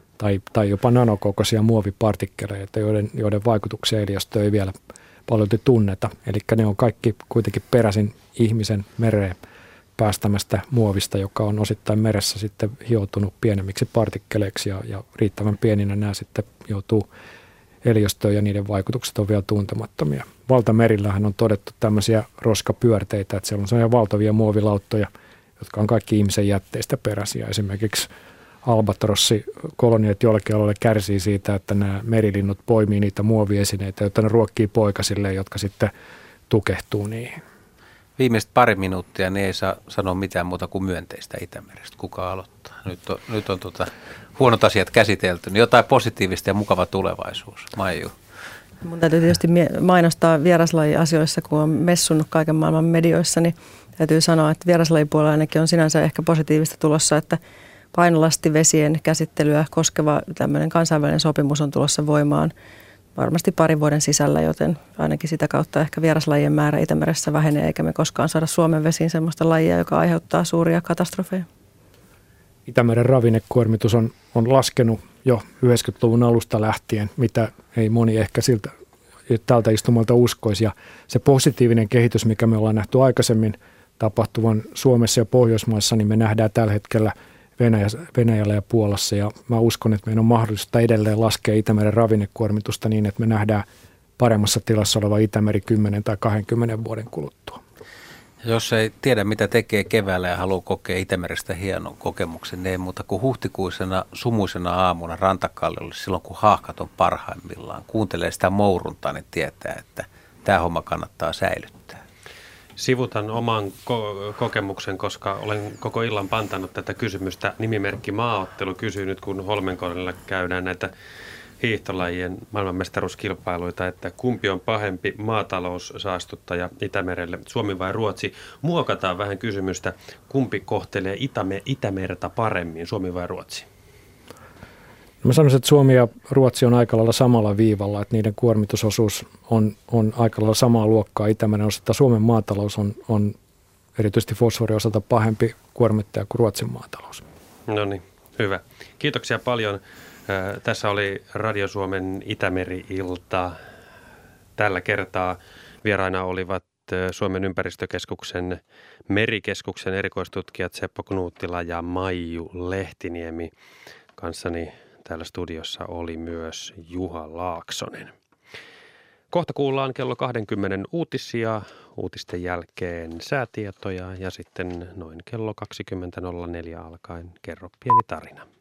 tai jopa nanokokoisia muovipartikkeleita, joiden vaikutuksia eliöstöä ei vielä paljon tunneta. Eli ne on kaikki kuitenkin peräisin ihmisen mereen päästämästä muovista, joka on osittain meressä sitten hioutunut pienemmiksi partikkeleiksi ja riittävän pieninä nämä sitten joutuu eliöstöön ja niiden vaikutukset on vielä tuntemattomia. Valtamerillähän on todettu tämmöisiä roskapyörteitä, että siellä on sellaisia valtavia muovilauttoja, jotka on kaikki ihmisen jätteistä peräisiä. Esimerkiksi albatrossi-koloniat jollakin alueella kärsii siitä, että nämä merilinnut poimii niitä muoviesineitä, joita ne ruokkii poikasille, jotka sitten tukehtuu niihin. Viimeiset pari minuuttia ne ei saa sanoa mitään muuta kuin myönteistä Itämerestä. Kuka aloittaa? Nyt on huonot asiat käsitelty. Niin jotain positiivista ja mukava tulevaisuus. Maiju. Mun täytyy tietysti mainostaa vieraslaji-asioissa, kun on messunut kaiken maailman medioissa, niin täytyy sanoa, että vieraslajipuolella ainakin on sinänsä ehkä positiivista tulossa, että painolastivesien käsittelyä koskeva tämmöinen kansainvälinen sopimus on tulossa voimaan varmasti 2 vuoden sisällä, joten ainakin sitä kautta ehkä vieraslajien määrä Itämeressä vähenee, eikä me koskaan saada Suomen vesiin semmoista lajia, joka aiheuttaa suuria katastrofeja. Itämeren ravinnekuormitus on laskenut jo 90-luvun alusta lähtien, mitä ei moni ehkä tältä istumalta uskoisi. Ja se positiivinen kehitys, mikä me ollaan nähty aikaisemmin tapahtuvan Suomessa ja Pohjoismaissa, niin me nähdään tällä hetkellä Venäjällä ja Puolassa, ja mä uskon, että meidän on mahdollista edelleen laskea Itämeren ravinnekuormitusta niin, että me nähdään paremmassa tilassa oleva Itämeri 10 tai 20 vuoden kuluttua. Jos ei tiedä, mitä tekee keväällä ja haluaa kokea Itämerestä hienon kokemuksen, niin ei muuta kuin huhtikuisena sumuisena aamuna rantakalliolle silloin, kun haahkat on parhaimmillaan. Kuuntelee sitä mouruntaa, niin tietää, että tämä homma kannattaa säilyttää. Sivutan oman kokemuksen, koska olen koko illan pantanut tätä kysymystä. Nimimerkki Maaottelu kysyy nyt, kun Holmenkollilla käydään näitä hiihtolajien maailmanmestaruuskilpailuita, että kumpi on pahempi maataloussaastuttaja Itämerelle, Suomi vai Ruotsi? Muokataan vähän kysymystä, kumpi kohtelee Itämerta paremmin, Suomi vai Ruotsi? Mä sanoisin, että Suomi ja Ruotsi on aika lailla samalla viivalla, että niiden kuormitusosuus on aika lailla samaa luokkaa Itämeren osalta. Suomen maatalous on erityisesti fosforin osalta pahempi kuormittaja kuin Ruotsin maatalous. No niin, hyvä. Kiitoksia paljon. Tässä oli Radio Suomen Itämeri-ilta. Tällä kertaa vieraina olivat Suomen ympäristökeskuksen merikeskuksen erikoistutkijat Seppo Knuuttila ja Maiju Lehtiniemi. Kanssani täällä studiossa oli myös Juha Laaksonen. Kohta kuullaan kello 20 uutisia, uutisten jälkeen säätietoja ja sitten noin kello 20.04 alkaen Kerro pieni tarina.